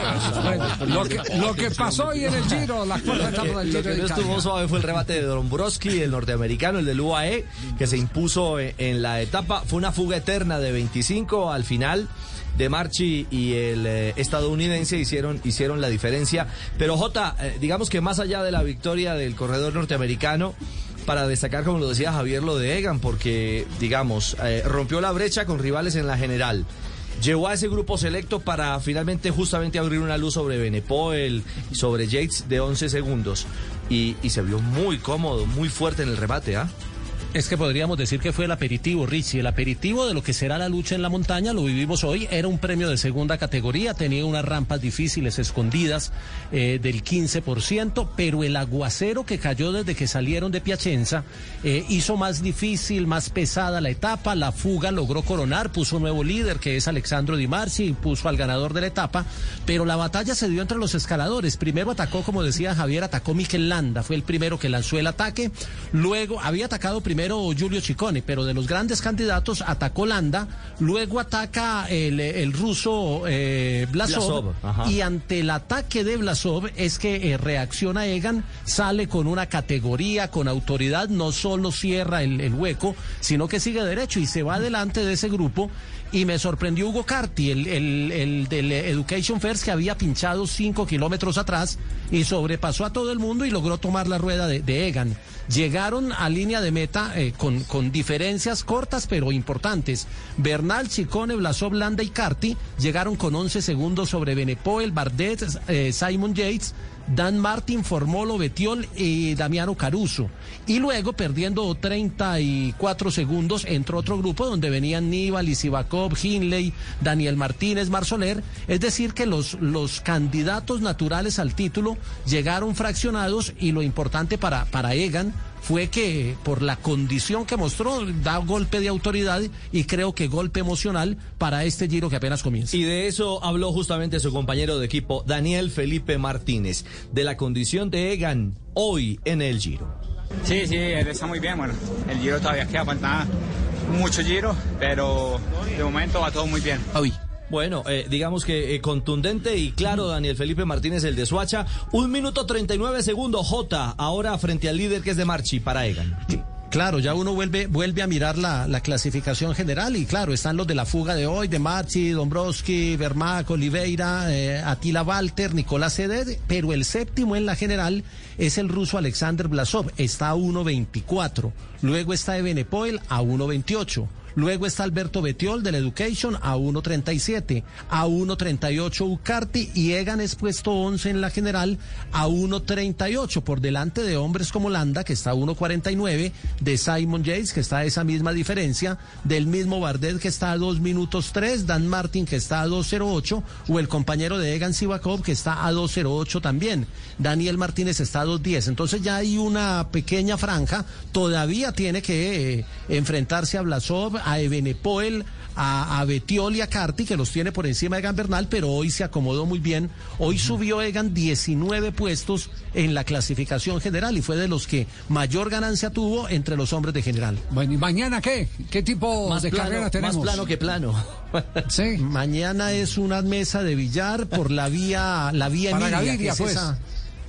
lo, que, lo que pasó hoy en el Giro, la cuarta etapa del Giro Lo que de no Italia. estuvo suave fue el rebate de Dombrowski, el norteamericano, el del U A E, que se impuso en la etapa. Fue una fuga eterna de veinticinco al final. De Marchi y el eh, estadounidense hicieron, hicieron la diferencia. Pero Jota, eh, digamos que más allá de la victoria del corredor norteamericano, para destacar, como lo decía Javier, lo de Egan, porque, digamos, eh, rompió la brecha con rivales en la general. Llevó a ese grupo selecto para finalmente justamente abrir una luz sobre Benepoel y sobre Yates de once segundos. Y, y se vio muy cómodo, muy fuerte en el remate, ¿ah? ¿eh? Es que podríamos decir que fue el aperitivo, Richie. El aperitivo de lo que será la lucha en la montaña, lo vivimos hoy. Era un premio de segunda categoría, tenía unas rampas difíciles, escondidas, eh, del quince por ciento, pero el aguacero que cayó desde que salieron de Piacenza eh, hizo más difícil, más pesada la etapa. La fuga logró coronar, puso un nuevo líder, que es Alexandro Di Marzi, y puso al ganador de la etapa, pero la batalla se dio entre los escaladores. Primero atacó, como decía Javier, atacó Mikel Landa, fue el primero que lanzó el ataque. Luego había atacado primero Primero Giulio Ciccone, pero de los grandes candidatos atacó Landa, luego ataca el, el ruso eh, Blasov, Blasov y ante el ataque de Blasov es que eh, reacciona Egan, sale con una categoría, con autoridad, no solo cierra el, el hueco, sino que sigue derecho y se va adelante de ese grupo. Y me sorprendió Hugo Carti, el, el, el del Education First, que había pinchado cinco kilómetros atrás y sobrepasó a todo el mundo y logró tomar la rueda de, de Egan. Llegaron a línea de meta eh, con, con diferencias cortas pero importantes. Bernal, Ciccone, Blasov, Landa y Carti llegaron con once segundos sobre Benepoel, Bardet, eh, Simon Yates, Dan Martin, Formolo, Bettiol y Damiano Caruso. Y luego, perdiendo treinta y cuatro segundos, entró otro grupo donde venían Nibali, Sivakov, Hindley, Daniel Martínez, Marsoler. Es decir, que los, los candidatos naturales al título llegaron fraccionados y lo importante para, para Egan fue que por la condición que mostró da golpe de autoridad y creo que golpe emocional para este Giro que apenas comienza. Y de eso habló justamente su compañero de equipo Daniel Felipe Martínez, de la condición de Egan hoy en el Giro. Sí, sí, él está muy bien, bueno, el Giro todavía queda, falta mucho Giro, pero de momento va todo muy bien. Hoy. Bueno, eh, digamos que eh, contundente y claro, Daniel Felipe Martínez, el de Soacha. Un minuto treinta y nueve segundos, Jota, ahora frente al líder que es de Marchi para Egan. Sí. Claro, ya uno vuelve vuelve a mirar la, la clasificación general y claro, están los de la fuga de hoy, de Marchi, Dombrowski, Vermaak, Oliveira, eh, Attila Walter, Nicolás Sedet, pero el séptimo en la general es el ruso Alexander Blasov, está a uno veinticuatro, luego está Evenepoel a uno veintiocho. Luego está Alberto Bettiol del Education a uno treinta y siete, a uno treinta y ocho Ucarti y Egan es puesto once en la general a uno treinta y ocho, por delante de hombres como Landa, que está a uno cuarenta y nueve, de Simon Yates, que está a esa misma diferencia, del mismo Bardet, que está a dos minutos tres, Dan Martin, que está a dos cero ocho, o el compañero de Egan, Sivakov, que está a dos cero ocho también. Daniel Martínez está a dos diez. Entonces ya hay una pequeña franja, todavía tiene que eh, enfrentarse a Blasov, a Evenepoel, a, a Bettiol y a Carti, que los tiene por encima de Egan Bernal, pero hoy se acomodó muy bien. Hoy subió Egan diecinueve puestos en la clasificación general y fue de los que mayor ganancia tuvo entre los hombres de general. Bueno, ¿y mañana qué? ¿Qué tipo más de plano, carrera tenemos? Más plano que plano. Sí. Mañana es una mesa de billar por la vía, la vía Para Emilia, Gaviria, que es pues. esa...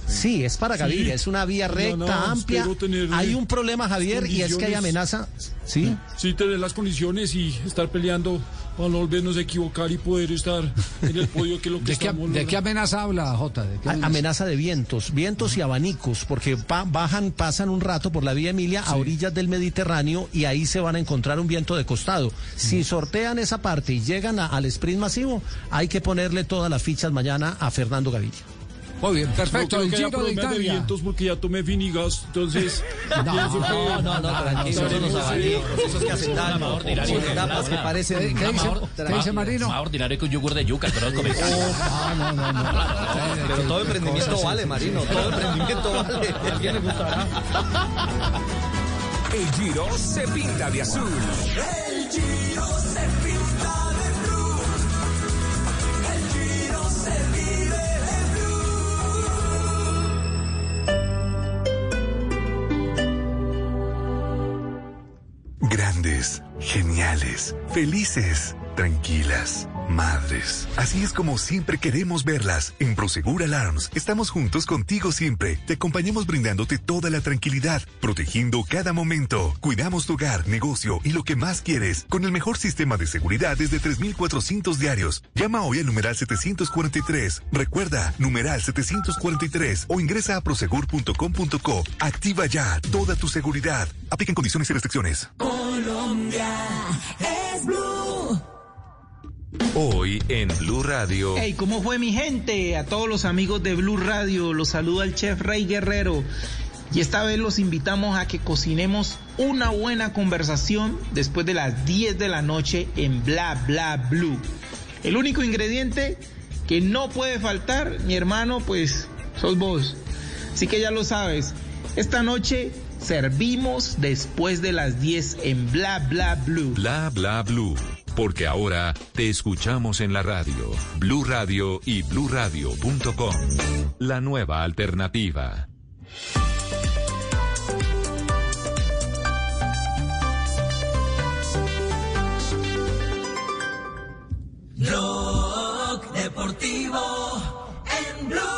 Sí, es para Gaviria, sí. Es una vía recta, no, no, amplia. Tener, hay un problema, Javier, y es que hay amenaza. Sí, sí, tener las condiciones y estar peleando para no volvernos a equivocar y poder estar en el podio, que es lo que ¿De estamos... Qué, ¿De qué amenaza habla, Jota? ¿De qué amenaza? amenaza de vientos, vientos y abanicos, porque pa bajan, pasan un rato por la vía Emilia sí. a orillas del Mediterráneo y ahí se van a encontrar un viento de costado. Si sortean esa parte y llegan a, al sprint masivo, hay que ponerle todas las fichas mañana a Fernando Gaviria. Muy bien, perfecto. No el Giro Giro de Italia. De vientos porque ya tomé vinigas, entonces... No, no, no, no, tranquilo, no, los abanicos, esos que hacen daño, son etapas que parecen... ¿Qué dice, ¿qué dice Marino? Más ordinario que un yogur de yuca, pero no No, no, no. Pero todo emprendimiento vale, Marino, todo emprendimiento vale. ¿A alguien le gustará? El Giro se pinta de azul. El Giro se pinta de blue. El Giro se vive de blue. Grandes, geniales, felices, tranquilas, madres. Así es como siempre queremos verlas. En Prosegur Alarms estamos juntos contigo siempre. Te acompañamos brindándote toda la tranquilidad, protegiendo cada momento. Cuidamos tu hogar, negocio y lo que más quieres con el mejor sistema de seguridad desde tres mil cuatrocientos diarios. Llama hoy al numeral setecientos cuarenta y tres. Recuerda, numeral setecientos cuarenta y tres o ingresa a prosegur punto com punto co. Activa ya toda tu seguridad. Apliquen condiciones y restricciones. Colombia es Blue. Hoy en Blue Radio. Hey, ¿cómo fue mi gente? A todos los amigos de Blue Radio, los saluda el chef Rey Guerrero. Y esta vez los invitamos a que cocinemos una buena conversación después de las diez de la noche en Bla Bla Blue. El único ingrediente que no puede faltar, mi hermano, pues sos vos. Así que ya lo sabes, esta noche servimos después de las diez en Bla Bla Blue. Bla Bla Blue. Porque ahora te escuchamos en la radio, Blue Radio y blue radio punto com. La nueva alternativa. Blog Deportivo en Blue.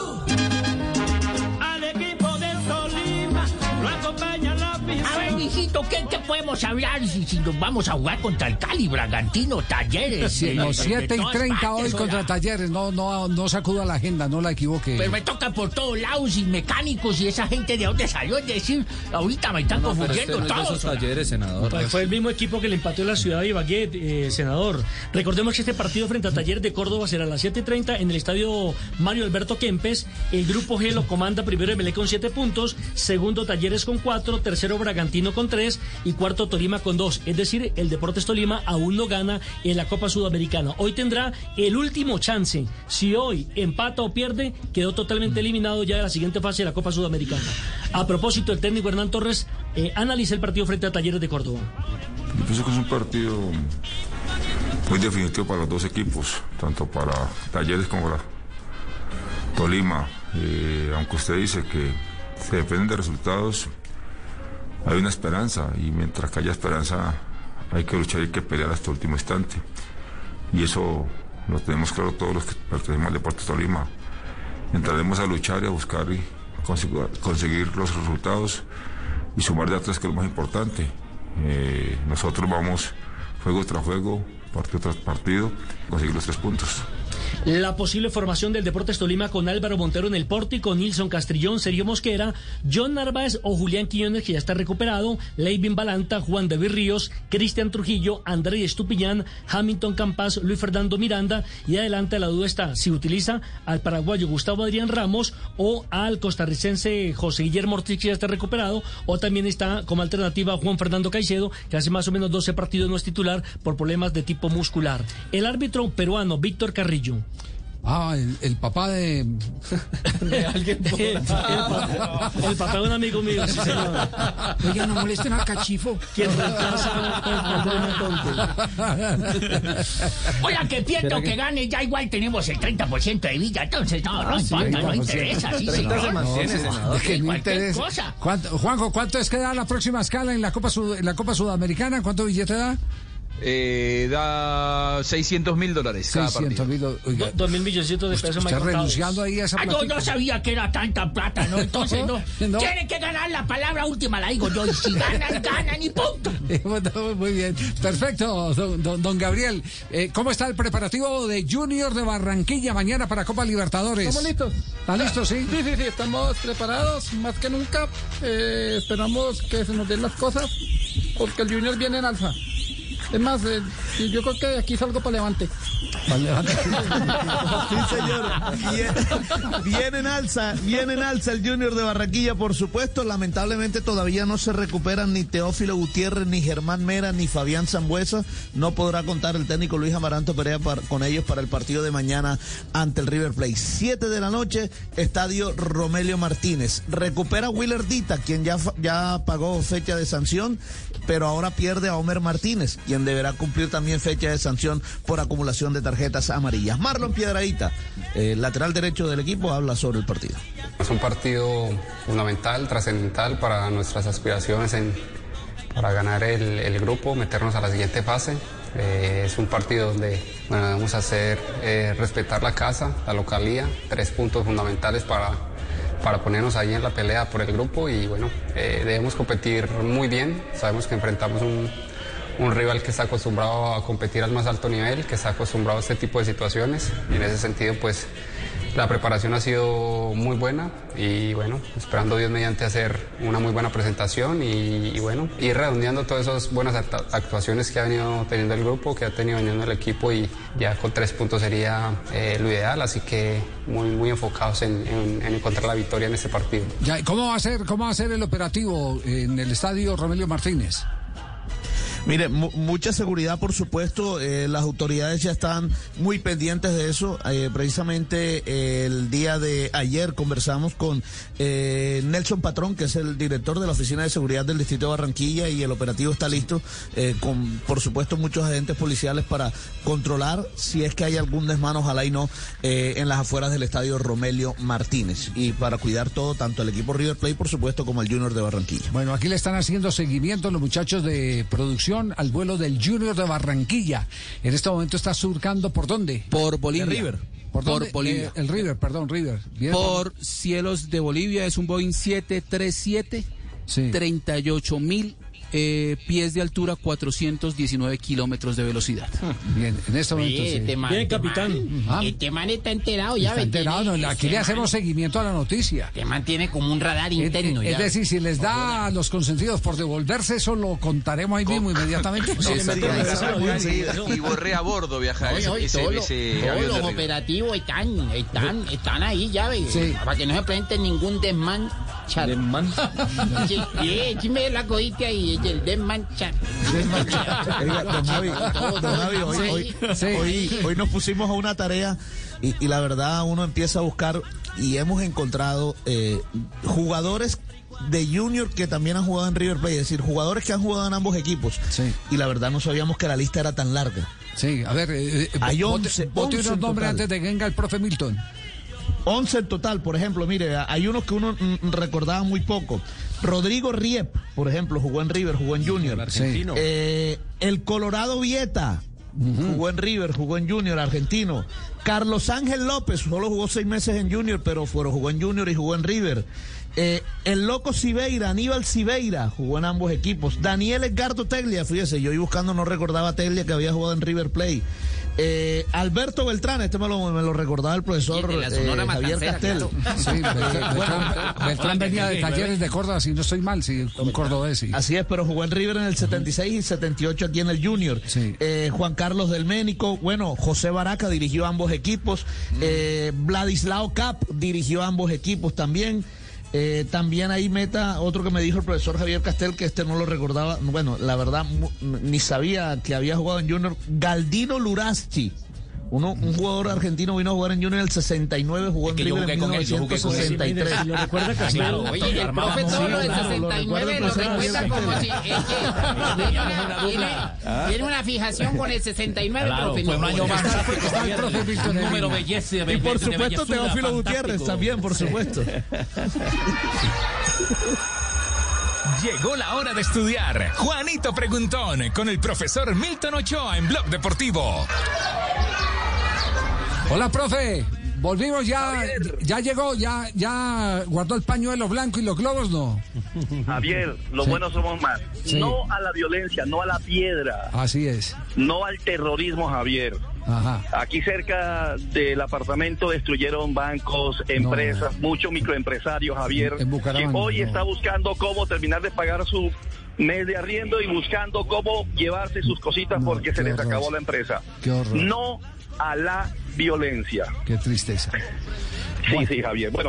Al equipo del Tolima lo acompaña la FIFA. A ver, mijito, ¿qué, qué podemos hablar si, si nos vamos a jugar contra el Cali, Bragantino, Talleres? Sí, los siete y treinta hoy contra la... Talleres, no, no, no sacuda la agenda, no la equivoque. Pero me toca por todos lados y mecánicos y esa gente de dónde salió, es decir, ahorita me están no, no, confundiendo este no todos. Talleres, senador. Pues fue el mismo equipo que le empató en la ciudad de Ibagué, eh, senador. Recordemos que este partido frente a Talleres de Córdoba será a las siete y treinta en el estadio Mario Alberto Kempes. El grupo G lo comanda primero Emelec con siete puntos, segundo Talleres con cuatro, tercero Bragantino con tres y cuarto Tolima con dos. Es decir, el Deportes Tolima aún no gana en la Copa Sudamericana. Hoy tendrá el último chance. Si hoy empata o pierde, quedó totalmente eliminado ya de la siguiente fase de la Copa Sudamericana. A propósito, el técnico Hernán Torres eh, analiza el partido frente a Talleres de Córdoba. Yo pienso que es un partido muy definitivo para los dos equipos, tanto para Talleres como para Tolima. Eh, aunque usted dice que se dependen de resultados, hay una esperanza y mientras que haya esperanza hay que luchar y hay que pelear hasta el último instante. Y eso lo tenemos claro todos los que pertenecemos al Deportes Tolima. Entraremos a luchar y a buscar y conseguir, conseguir los resultados y sumar de atrás, que es lo más importante. Eh, nosotros vamos juego tras juego, partido tras partido, conseguir los tres puntos. La posible formación del Deportes Tolima con Álvaro Montero en el pórtico, Nilson Castrillón, Sergio Mosquera, John Narváez o Julián Quiñones, que ya está recuperado, Leivin Balanta, Juan David Ríos, Cristian Trujillo, Andrés Estupiñán, Hamilton Campas, Luis Fernando Miranda, y adelante la duda está si utiliza al paraguayo Gustavo Adrián Ramos o al costarricense José Guillermo Ortiz, que ya está recuperado, o también está como alternativa Juan Fernando Caicedo, que hace más o menos doce partidos no es titular por problemas de tipo muscular. El árbitro peruano Víctor Carrillo. Ah, el, el papá de... de alguien. El, el, papá, el papá de un amigo mío, sí, señor. Oiga, no molesten a Cachifo. ¿Quién reemplaza Oiga, que pierda o que gane, ya igual tenemos el treinta por ciento de vida, entonces no, no importa, no interesa, sí, señor. Se mantiene, senador. Que no interesa. ¿Cuánto, Juanjo, ¿cuánto es que da la próxima escala en la Copa Sud, en la Copa Sudamericana? ¿Cuánto billete da? eh, da seiscientos mil dólares cada partido. Do, dos mil milloncitos de pesos. Está renunciando ahí a esa ah, yo no sabía que era tanta plata, ¿no? Entonces no, no. Tienen que ganar la palabra última, la digo yo. Y si ganan, ganan y punto. Muy bien. Perfecto, don, don, don Gabriel. Eh, ¿Cómo está el preparativo de Junior de Barranquilla mañana para Copa Libertadores? ¿Estamos listos? ¿Están listos, sí? Sí, sí, sí. Estamos preparados más que nunca. Eh, esperamos que se nos den las cosas porque el Junior viene en alza. Es más, eh, yo creo que aquí salgo para Levante. Para Levante. Sí, señor. Bien, bien en alza, bien en alza el Junior de Barranquilla, por supuesto. Lamentablemente todavía no se recuperan ni Teófilo Gutiérrez, ni Germán Mera, ni Fabián Sambuesa. No podrá contar el técnico Luis Amaranto Perea para, con ellos para el partido de mañana ante el River Plate. Siete de la noche, estadio Romelio Martínez. Recupera Willer Dita, quien ya, ya pagó fecha de sanción, pero ahora pierde a Homer Martínez, quien deberá cumplir también fecha de sanción por acumulación de tarjetas amarillas. Marlon Piedradita, eh, lateral derecho del equipo, habla sobre el partido. Es un partido fundamental, trascendental para nuestras aspiraciones en, para ganar el, el grupo, meternos a la siguiente fase. Eh, es un partido donde bueno, debemos hacer eh, respetar la casa, la localía, tres puntos fundamentales para, para ponernos ahí en la pelea por el grupo y bueno, eh, debemos competir muy bien. Sabemos que enfrentamos un un rival que está acostumbrado a competir al más alto nivel, que está acostumbrado a este tipo de situaciones y en ese sentido pues la preparación ha sido muy buena y bueno, esperando Dios mediante hacer una muy buena presentación y, y bueno, ir redondeando todas esas buenas actuaciones que ha venido teniendo el grupo, que ha tenido teniendo el equipo y ya con tres puntos sería eh, lo ideal, así que muy, muy enfocados en, en, en encontrar la victoria en este partido. Ya, ¿cómo va a ser, cómo va a ser el operativo en el estadio Romelio Martínez? Mire, mu mucha seguridad, por supuesto, eh, las autoridades ya están muy pendientes de eso. Eh, precisamente eh, el día de ayer conversamos con eh, Nelson Patrón, que es el director de la Oficina de Seguridad del Distrito de Barranquilla, y el operativo está listo, eh, con, por supuesto, muchos agentes policiales para controlar si es que hay algún desmán, ojalá y no, eh, en las afueras del estadio Romelio Martínez, y para cuidar todo, tanto el equipo River Plate, por supuesto, como el Junior de Barranquilla. Bueno, aquí le están haciendo seguimiento los muchachos de producción al vuelo del Junior de Barranquilla. En este momento está surcando ¿por dónde? Por Bolivia. ¿El River? ¿Por, por Bolivia. Eh, el River, perdón, River. Por, por cielos de Bolivia, es un Boeing siete tres siete, sí. treinta y ocho mil eh, pies de altura, cuatrocientos diecinueve kilómetros de velocidad. Bien, en este momento Oye, sí. Este man, Bien, este capitán. Man, ¿Ah? Este man está enterado ya. Está enterado, no, aquí le hacemos man, seguimiento a la noticia. Este man tiene como un radar interno. Es, ya es decir, si les da a los consentidos por devolverse, eso lo contaremos ahí mismo inmediatamente. Y borré a bordo viajar. Oye, oye, ese, todo ese lo, avión todos de los River. operativos están, están, están ahí, ya ves. Sí. Para que no se presente ningún desman. Desman. Sí, sí, me la cogiste ahí, el desman. Oiga, don Javi, don Javi, hoy, hoy, sí. hoy, hoy nos pusimos a una tarea y, y la verdad uno empieza a buscar y hemos encontrado eh, jugadores de Junior que también han jugado en River Plate, es decir, jugadores que han jugado en ambos equipos. Sí. Y la verdad no sabíamos que la lista era tan larga. Sí, a ver, eh, hay once, bote unos nombres antes de que venga el profe Milton. once en total, por ejemplo, mire, hay unos que uno mm, recordaba muy poco. Rodrigo Riep, por ejemplo, jugó en River, jugó en Junior. Argentino. Eh, el Colorado Vieta, uh-huh. jugó en River, jugó en Junior, argentino. Carlos Ángel López, solo jugó seis meses en Junior, pero fueron, jugó en Junior y jugó en River. Eh, el Loco Siveira, Aníbal Siveira, jugó en ambos equipos. Daniel Edgardo Teglia, fíjese, yo iba buscando, no recordaba a Teglia que había jugado en River Plate. Eh, Alberto Beltrán, este me lo, me lo recordaba el profesor eh, Javier Castel. Claro. Sí, Beltrán, Beltrán, Beltrán venía de Talleres de Córdoba, si no estoy mal, sí, un cordobés. Sí. Así es, pero jugó en River en el setenta y seis y setenta y ocho aquí en el Junior. Sí. Eh, Juan Carlos del Ménico, bueno, José Baraca dirigió ambos equipos. Mm. Eh, Vladislao Cap dirigió ambos equipos también. Eh, también ahí meta otro que me dijo el profesor Javier Castel, que este no lo recordaba, bueno, la verdad ni sabía que había jugado en Junior. Galdino Luraschi, uno, un jugador argentino, vino a jugar en Junior en el sesenta y nueve, jugó en River en mil novecientos sesenta y tres. Si lo recuerda Castel. Claro, oye, el profe todo lo del sesenta y nueve lo recuerda como si es que tiene una, tiene, tiene una fijación con el sesenta y nueve, claro, profe. Fue un año más porque está el profe Milton. Número belleza. Y por supuesto Teófilo Gutiérrez también, por supuesto. Llegó la hora de estudiar. Juanito Preguntón con el profesor Milton Ochoa en Blog Deportivo. Hola, profe. Volvimos ya. Ya llegó, ya, ya guardó el pañuelo blanco y los globos, ¿no? Javier, los Sí. buenos somos más. Sí. No a la violencia, no a la piedra. Así es. No al terrorismo, Javier. Ajá. Aquí cerca del apartamento destruyeron bancos, empresas, muchos microempresarios, Javier, En Bucaramanga, que hoy no. está buscando cómo terminar de pagar su mes de arriendo y buscando cómo llevarse sus cositas No, porque se qué les horror. acabó la empresa. Qué horror. No a la violencia. Qué tristeza. Sí, sí, Javier. Bueno,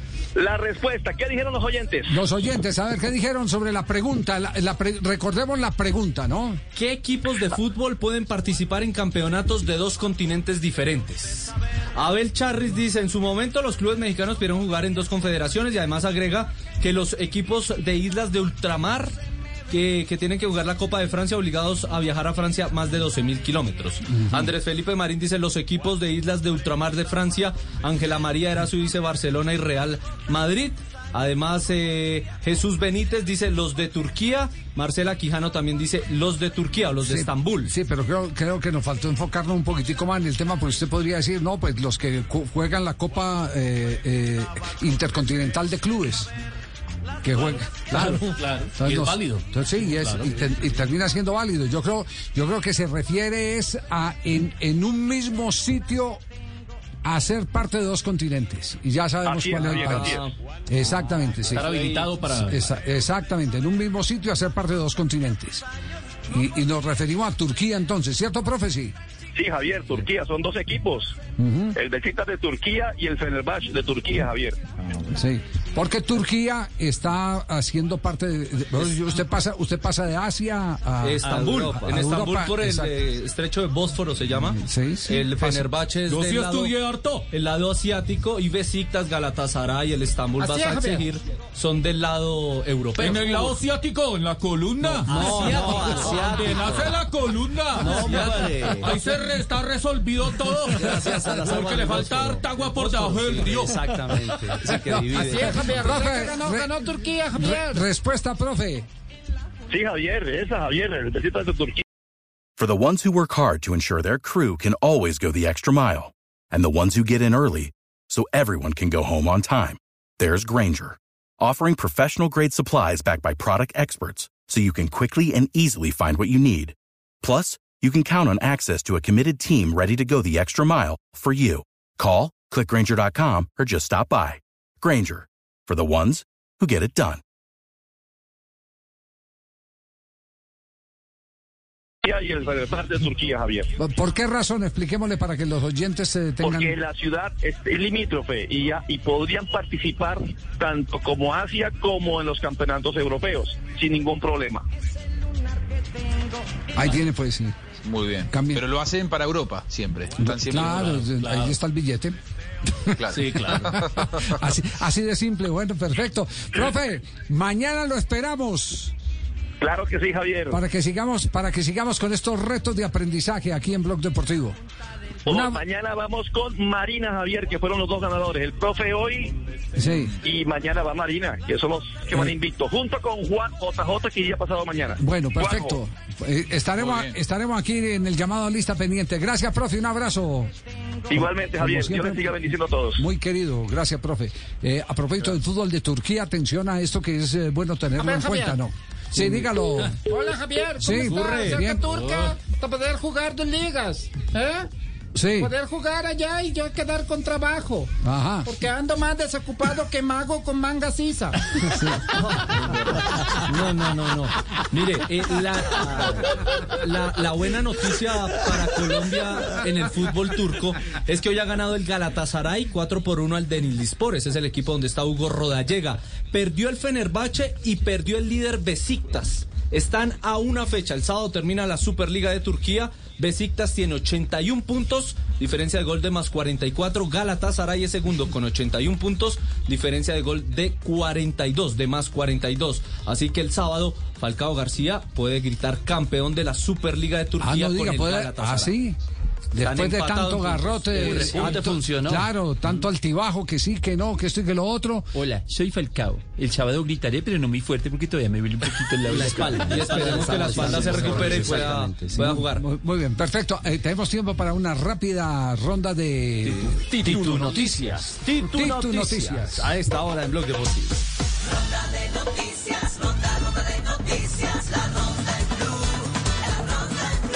la respuesta, ¿qué dijeron los oyentes? Los oyentes, a ver, ¿qué dijeron sobre la pregunta? La, la pre- recordemos la pregunta, ¿no? ¿Qué equipos de fútbol pueden participar en campeonatos de dos continentes diferentes? Abel Charris dice, en su momento los clubes mexicanos pudieron jugar en dos confederaciones y además agrega que los equipos de islas de ultramar que, que tienen que jugar la Copa de Francia obligados a viajar a Francia más de doce mil kilómetros. Uh-huh. Andrés Felipe Marín dice, los equipos de islas de ultramar de Francia, Ángela María Erazo dice Barcelona y Real Madrid. Además, eh, Jesús Benítez dice los de Turquía. Marcela Quijano también dice los de Turquía o los de Sí, Estambul. Sí, pero creo, creo que nos faltó enfocarnos un poquitico más en el tema, porque usted podría decir, no, pues los que cu- juegan la Copa eh, eh, Intercontinental de Clubes. Que juega, claro, claro. Entonces, Y es nos- válido. entonces, sí, y, es, Claro. y, te- y termina siendo válido. Yo creo, yo creo que se refiere es a en, en un mismo sitio a ser parte de dos continentes. Y ya sabemos Así cuál es, es el Javier, país. así Exactamente, sí. Estar habilitado para- Esa- exactamente, en un mismo sitio a ser parte de dos continentes. Y, y nos referimos a Turquía entonces, ¿cierto, profe? Sí. Sí, Javier, Turquía, son dos equipos. Ujú. El Beşiktaş de Turquía y el Fenerbahce de Turquía, Javier. Sí, porque Turquía está haciendo parte de, de- usted pasa usted pasa de Asia a Estambul, a Europa, en a Estambul Europa, por el exacto. eh, estrecho de Bósforo se llama. Sí, sí. El Pasa. Fenerbahce es Yo del sí lado, estudié harto. el lado asiático y Besiktas, Galatasaray, el Estambul Así es, Basaksehir Javier. son del lado europeo. En el lado asiático, en la columna. No, asiático. no, asiático. Donde nace la columna. No, madre. Ahí se re- está resolvido todo. Gracias a las aguas Porque le del falta Bósforo. harta agua por debajo del río. Exactamente. Ese que divide. Así es, Javier. Profe, ¿Verdad que ganó, re- ganó Turquía, Re- Javier? respuesta, profe. Sí, Javier, esa, Javier, el Beşiktaş de Turquía. For the ones who work hard to ensure their crew can always go the extra mile, and the ones who get in early so everyone can go home on time, there's Grainger, offering professional-grade supplies backed by product experts so you can quickly and easily find what you need. Plus, you can count on access to a committed team ready to go the extra mile for you. Call, click Grainger dot com, or just stop by. Grainger, for the ones who get it done. Y el Fenerbahce de Turquía, Javier. ¿Por qué razón? Expliquémosle para que los oyentes se tengan... Porque la ciudad es, es limítrofe y, ya, y podrían participar tanto como Asia como en los campeonatos europeos, sin ningún problema. Ahí tiene, pues, sí. Muy bien. Cambia. Pero lo hacen para Europa, siempre. Están siempre Claro, claro. ahí está el billete. Claro. Sí, claro. Así, así de simple, bueno, perfecto. Profe, mañana lo esperamos. Claro que sí, Javier. Para que sigamos, para que sigamos con estos retos de aprendizaje aquí en Blog Deportivo. Una... Mañana vamos con Marina, Javier, que fueron los dos ganadores. El profe hoy sí. Y mañana va Marina, que son los que van invictos, junto con Juan J J, que ya ha pasado mañana. Bueno, perfecto. Eh, estaremos, estaremos aquí en el llamado a lista pendiente. Gracias, profe, un abrazo. Igualmente, Javier, Dios les siga bendiciendo a todos. Muy querido, gracias, profe. Eh, a propósito del fútbol de Turquía, atención a esto que es eh, bueno tenerlo ver, en Javier. cuenta, ¿no? Sí, dígalo. Hola, Javier. ¿Cómo Sí, estás? burre, Cerca bien. turca, para poder jugar dos ligas, ¿eh? Sí. Poder jugar allá y yo quedar con trabajo. Ajá. Porque ando más desocupado que mago con manga sisa. No, no, no, no. Mire, eh, la, la, la buena noticia para Colombia en el fútbol turco es que hoy ha ganado el Galatasaray cuatro por uno al Denizlispor. Ese es el equipo donde está Hugo Rodallega. Perdió el Fenerbahce y perdió el líder Besiktas. Están a una fecha. El sábado termina la Superliga de Turquía. Besiktas tiene ochenta y un puntos, diferencia de gol de más cuarenta y cuatro. Galatasaray es segundo con ochenta y un puntos, diferencia de gol de cuarenta y dos, de más cuarenta y dos. Así que el sábado Falcao García puede gritar campeón de la Superliga de Turquía Ah, no diga, con el puede... Galatasaray. Ah, sí. Después de empatados, tanto garrote, el repunte tanto- funcionó. claro, tanto altibajo, que sí, que no, que esto y que lo otro. Hola, soy Falcao. El sábado gritaré, pero no muy fuerte porque todavía me duele un poquito el lado de la espalda. Y esperemos que la espalda se recupere y pueda, pueda jugar. Muy, muy bien, perfecto. Eh, tenemos tiempo para una rápida ronda de Titu Noticias. Titu Titu Noticias. A esta hora en Blog Deportivo. Ronda de noticias, ronda, ronda de noticias, la ronda en Blue, la ronda en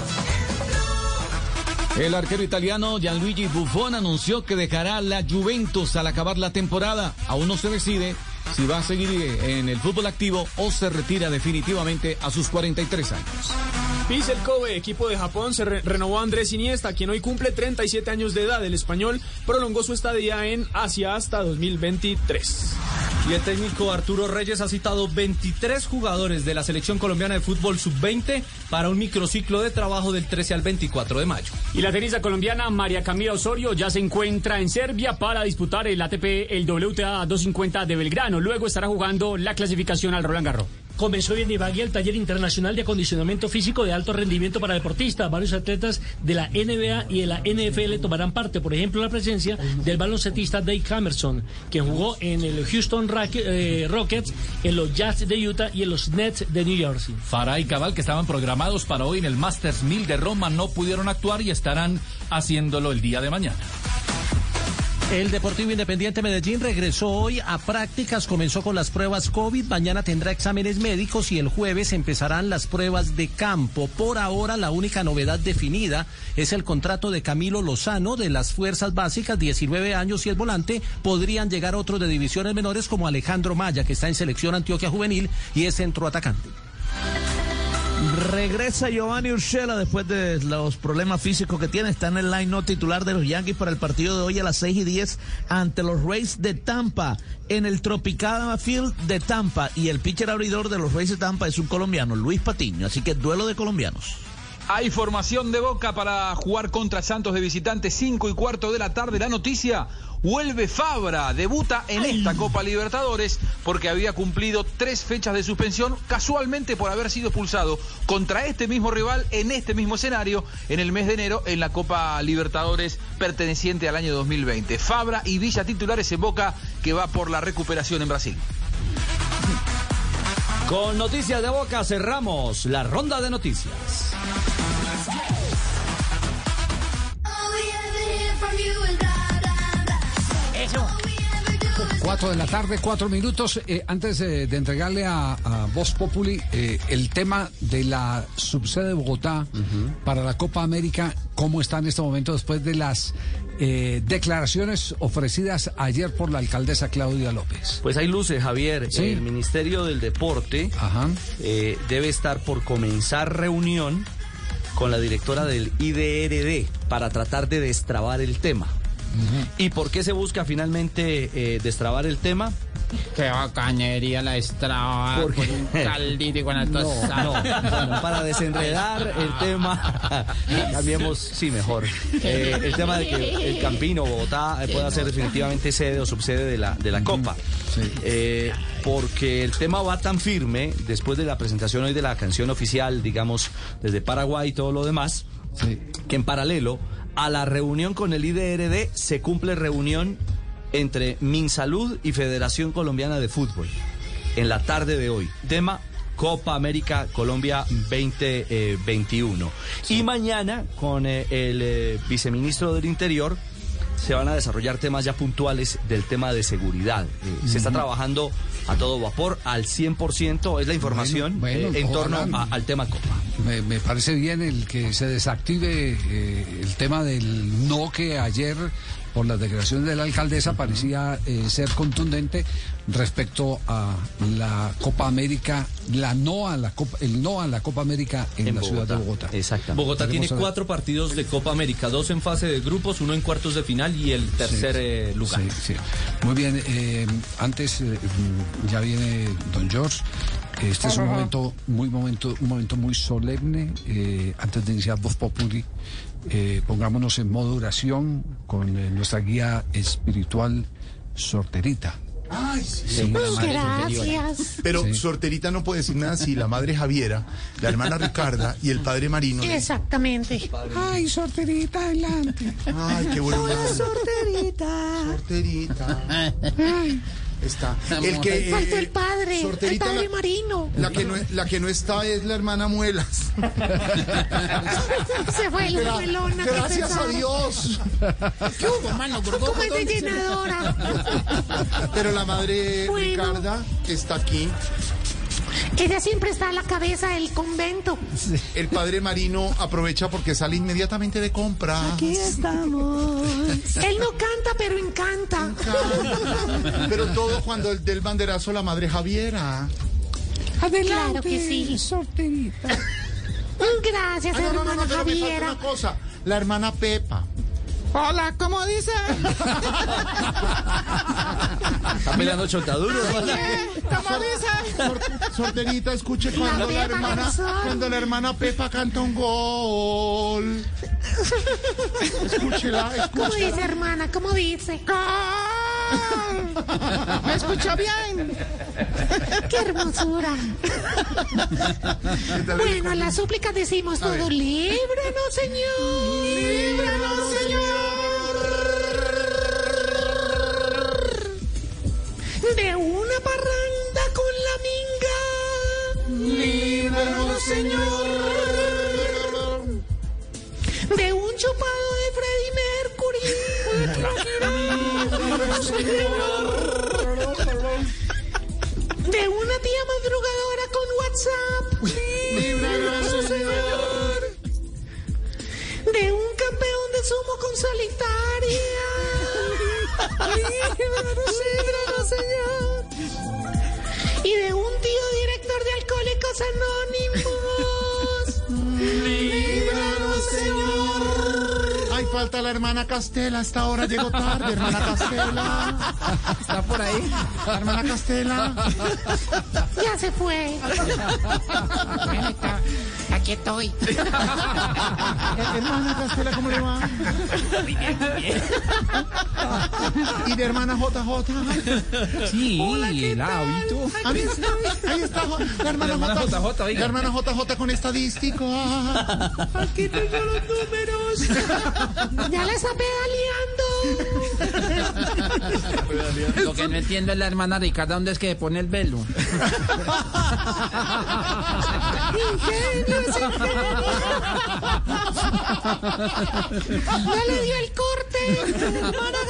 Blue, El arquero italiano Gianluigi Buffon anunció que dejará la Juventus al acabar la temporada. Aún no se decide si va a seguir en el fútbol activo o se retira definitivamente a sus cuarenta y tres años. Vissel Kobe, equipo de Japón, se re renovó a Andrés Iniesta, quien hoy cumple treinta y siete años de edad. El español prolongó su estadía en Asia hasta dos mil veintitrés. Y el técnico Arturo Reyes ha citado veintitrés jugadores de la selección colombiana de fútbol sub veinte para un microciclo de trabajo del trece al veinticuatro de mayo. Y la tenista colombiana María Camila Osorio ya se encuentra en Serbia para disputar el A T P, el W T A doscientos cincuenta de Belgrano. Luego estará jugando la clasificación al Roland Garros. Comenzó en Ibagué el taller internacional de acondicionamiento físico de alto rendimiento para deportistas. Varios atletas de la N B A y de la N F L tomarán parte. Por ejemplo, la presencia del baloncetista Dave Hammerson, quien jugó en el Houston Rock- eh, Rockets, en los Jazz de Utah y en los Nets de New Jersey. Farah y Cabal, que estaban programados para hoy en el Masters mil de Roma, no pudieron actuar y estarán haciéndolo el día de mañana. El Deportivo Independiente Medellín regresó hoy a prácticas, comenzó con las pruebas COVID, mañana tendrá exámenes médicos y el jueves empezarán las pruebas de campo. Por ahora la única novedad definida es el contrato de Camilo Lozano de las Fuerzas Básicas, diecinueve años y el volante. Podrían llegar otros de divisiones menores como Alejandro Maya, que está en Selección Antioquia Juvenil y es centroatacante. Regresa Giovanni Urshela después de los problemas físicos que tiene. Está en el line no titular de los Yankees para el partido de hoy a las seis y diez ante los Rays de Tampa en el Tropicana Field de Tampa. Y el pitcher abridor de los Rays de Tampa es un colombiano, Luis Patiño. Así que duelo de colombianos. Hay formación de Boca para jugar contra Santos de visitante, cinco y cuarto de la tarde. La noticia, vuelve Fabra, debuta en esta Copa Libertadores porque había cumplido tres fechas de suspensión, casualmente por haber sido expulsado contra este mismo rival en este mismo escenario en el mes de enero en la Copa Libertadores perteneciente al año dos mil veinte. Fabra y Villa titulares en Boca, que va por la recuperación en Brasil. Con noticias de Boca cerramos la ronda de noticias. Eso. Cuatro de la tarde, cuatro minutos. Eh, antes eh, de entregarle a, a Voz Populi eh, el tema de la subsede de Bogotá para la Copa América, ¿cómo está en este momento después de las eh, declaraciones ofrecidas ayer por la alcaldesa Claudia López? Pues hay luces, Javier. Sí. El Ministerio del Deporte eh, debe estar por comenzar reunión con la directora del I D R D para tratar de destrabar el tema. Uh-huh. ¿Y por qué se busca finalmente eh, destrabar el tema? Qué bacanería la destraba con un caldito y con alto no, sal. no, bueno, para desenredar el tema, cambiemos, sí, mejor, eh, el tema de que el Campino, Bogotá, eh, pueda ser definitivamente sede o subsede de la, de la Copa. Sí. Eh, porque el tema va tan firme, después de la presentación hoy de la canción oficial, digamos, desde Paraguay y todo lo demás, sí, que en paralelo a la reunión con el I D R D se cumple reunión entre Minsalud y Federación Colombiana de Fútbol en la tarde de hoy. Tema Copa América Colombia veinte veintiuno. Sí. Y mañana con eh, el eh, viceministro del Interior se van a desarrollar temas ya puntuales del tema de seguridad. Eh, uh-huh. Se está trabajando a todo vapor, al cien por ciento, es la información bueno, bueno, eh, en torno a, al tema Copa. Me, me parece bien el que se desactive eh, el tema del no, que ayer por las declaraciones de la alcaldesa parecía eh, ser contundente respecto a la Copa América, la no a la Copa, el no a la Copa América en, en la Bogotá, ciudad de Bogotá. Exactamente. Bogotá tiene cuatro partidos de Copa América, dos en fase de grupos, uno en cuartos de final y el tercer sí, eh, lugar. Sí, sí. Muy bien, eh, antes eh, ya viene don George. Este es un momento, muy momento, un momento muy solemne. Eh, antes de iniciar Voz Populi, eh, pongámonos en modo oración con eh, nuestra guía espiritual Sorterita. Ay, sí. Gracias. Pero Sí. Sorterita no puede decir nada si la madre Javiera, la hermana Ricarda y el padre Marino. le- Exactamente. Ay, Sorterita, adelante. Ay, qué bueno. Hola, Sorterita. Sorterita. Ay. Está. El que, Faltó eh, el padre, Sorterita, el padre la- Marino. La que, no, la que no está es la hermana Muelas. Se fue la Gra- muelona. qué Gracias a pesar. Dios. ¿Qué hubo, mano? ¿Cómo es de llenadora? Pero la madre Bueno. Ricarda está aquí. Ella siempre está a la cabeza del convento. El padre Marino aprovecha porque sale inmediatamente de compra. Aquí estamos. Él no canta, pero encanta. Pero todo cuando el del banderazo la madre Javiera. Adelante. Claro que sí. Sorterita. Gracias, Ah, no, no, no, hermana no, pero me falta Javiera. una cosa. La hermana Pepa. Hola, ¿cómo dice? Está peleando chontaduro. ¿Cómo dice? Sor- Sorterita, escuche cuando la, Pepa hermana, Garzón. cuando la hermana Pepa canta un gol. Escúchela, ¿Cómo escúchela. dice, hermana? ¿Cómo dice? ¿Me escuchó bien? ¡Qué hermosura! Bueno, a la súplica decimos A ver. todo. ¡Líbranos, Señor! ¡Líbranos, Señor! De una parranda con la minga. Líbranos, Señor. De un chupado de Freddie Mercury. Líbranos, Señor. De una tía madrugadora con WhatsApp. Líbranos, Señor. De un campeón de sumo con solitaria. Líbranos, líbranos, Señor. Y de un tío director de Alcohólicos Anónimos. Líbranos, Señor. Ay, falta la hermana Castela. Hasta ahora llegó tarde, hermana Castela. ¿Está por ahí? La hermana Castela. Ya se fue. Bueno, está. Aquí estoy. Hermana Castela, ¿cómo le va? Muy bien, muy bien. Y de hermana J J. Sí, Hola, ¿qué la tal? Vito. Ahí está, ahí está jo- la hermana, La hermana J J, oiga. La hermana J J con estadístico. Ah. Aquí tengo los números. Ya la está pedaleando. Lo que no entiendo es la hermana Ricarda, ¿dónde es que pone el velo? Ingenios, ingenios. Ya le dio el corte.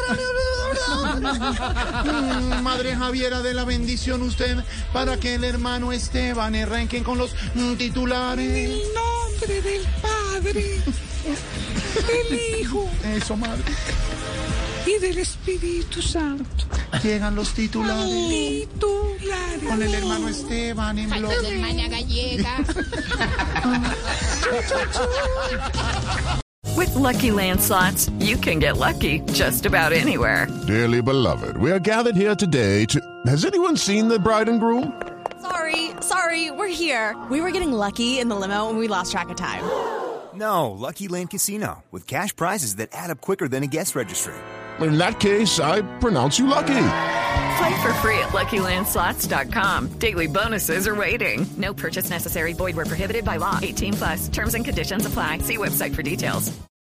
Mm, Madre Javiera de la bendición usted para que el hermano Esteban arranquen con los mm, titulares. En el nombre del Padre, del Hijo Eso, madre. y del Espíritu Santo. Llegan los titulares. Titulares. Con el hermano Esteban en Falta blog. la hermana gallega. With Lucky Land Slots, you can get lucky just about anywhere. Dearly beloved, we are gathered here today to... Has anyone seen the bride and groom? Sorry, sorry, we're here. We were getting lucky in the limo and we lost track of time. No, Lucky Land Casino, with cash prizes that add up quicker than a guest registry. In that case, I pronounce you lucky. Play for free at Lucky Land Slots dot com. Daily bonuses are waiting. No purchase necessary. Void where prohibited by law. eighteen plus. Terms and conditions apply. See website for details.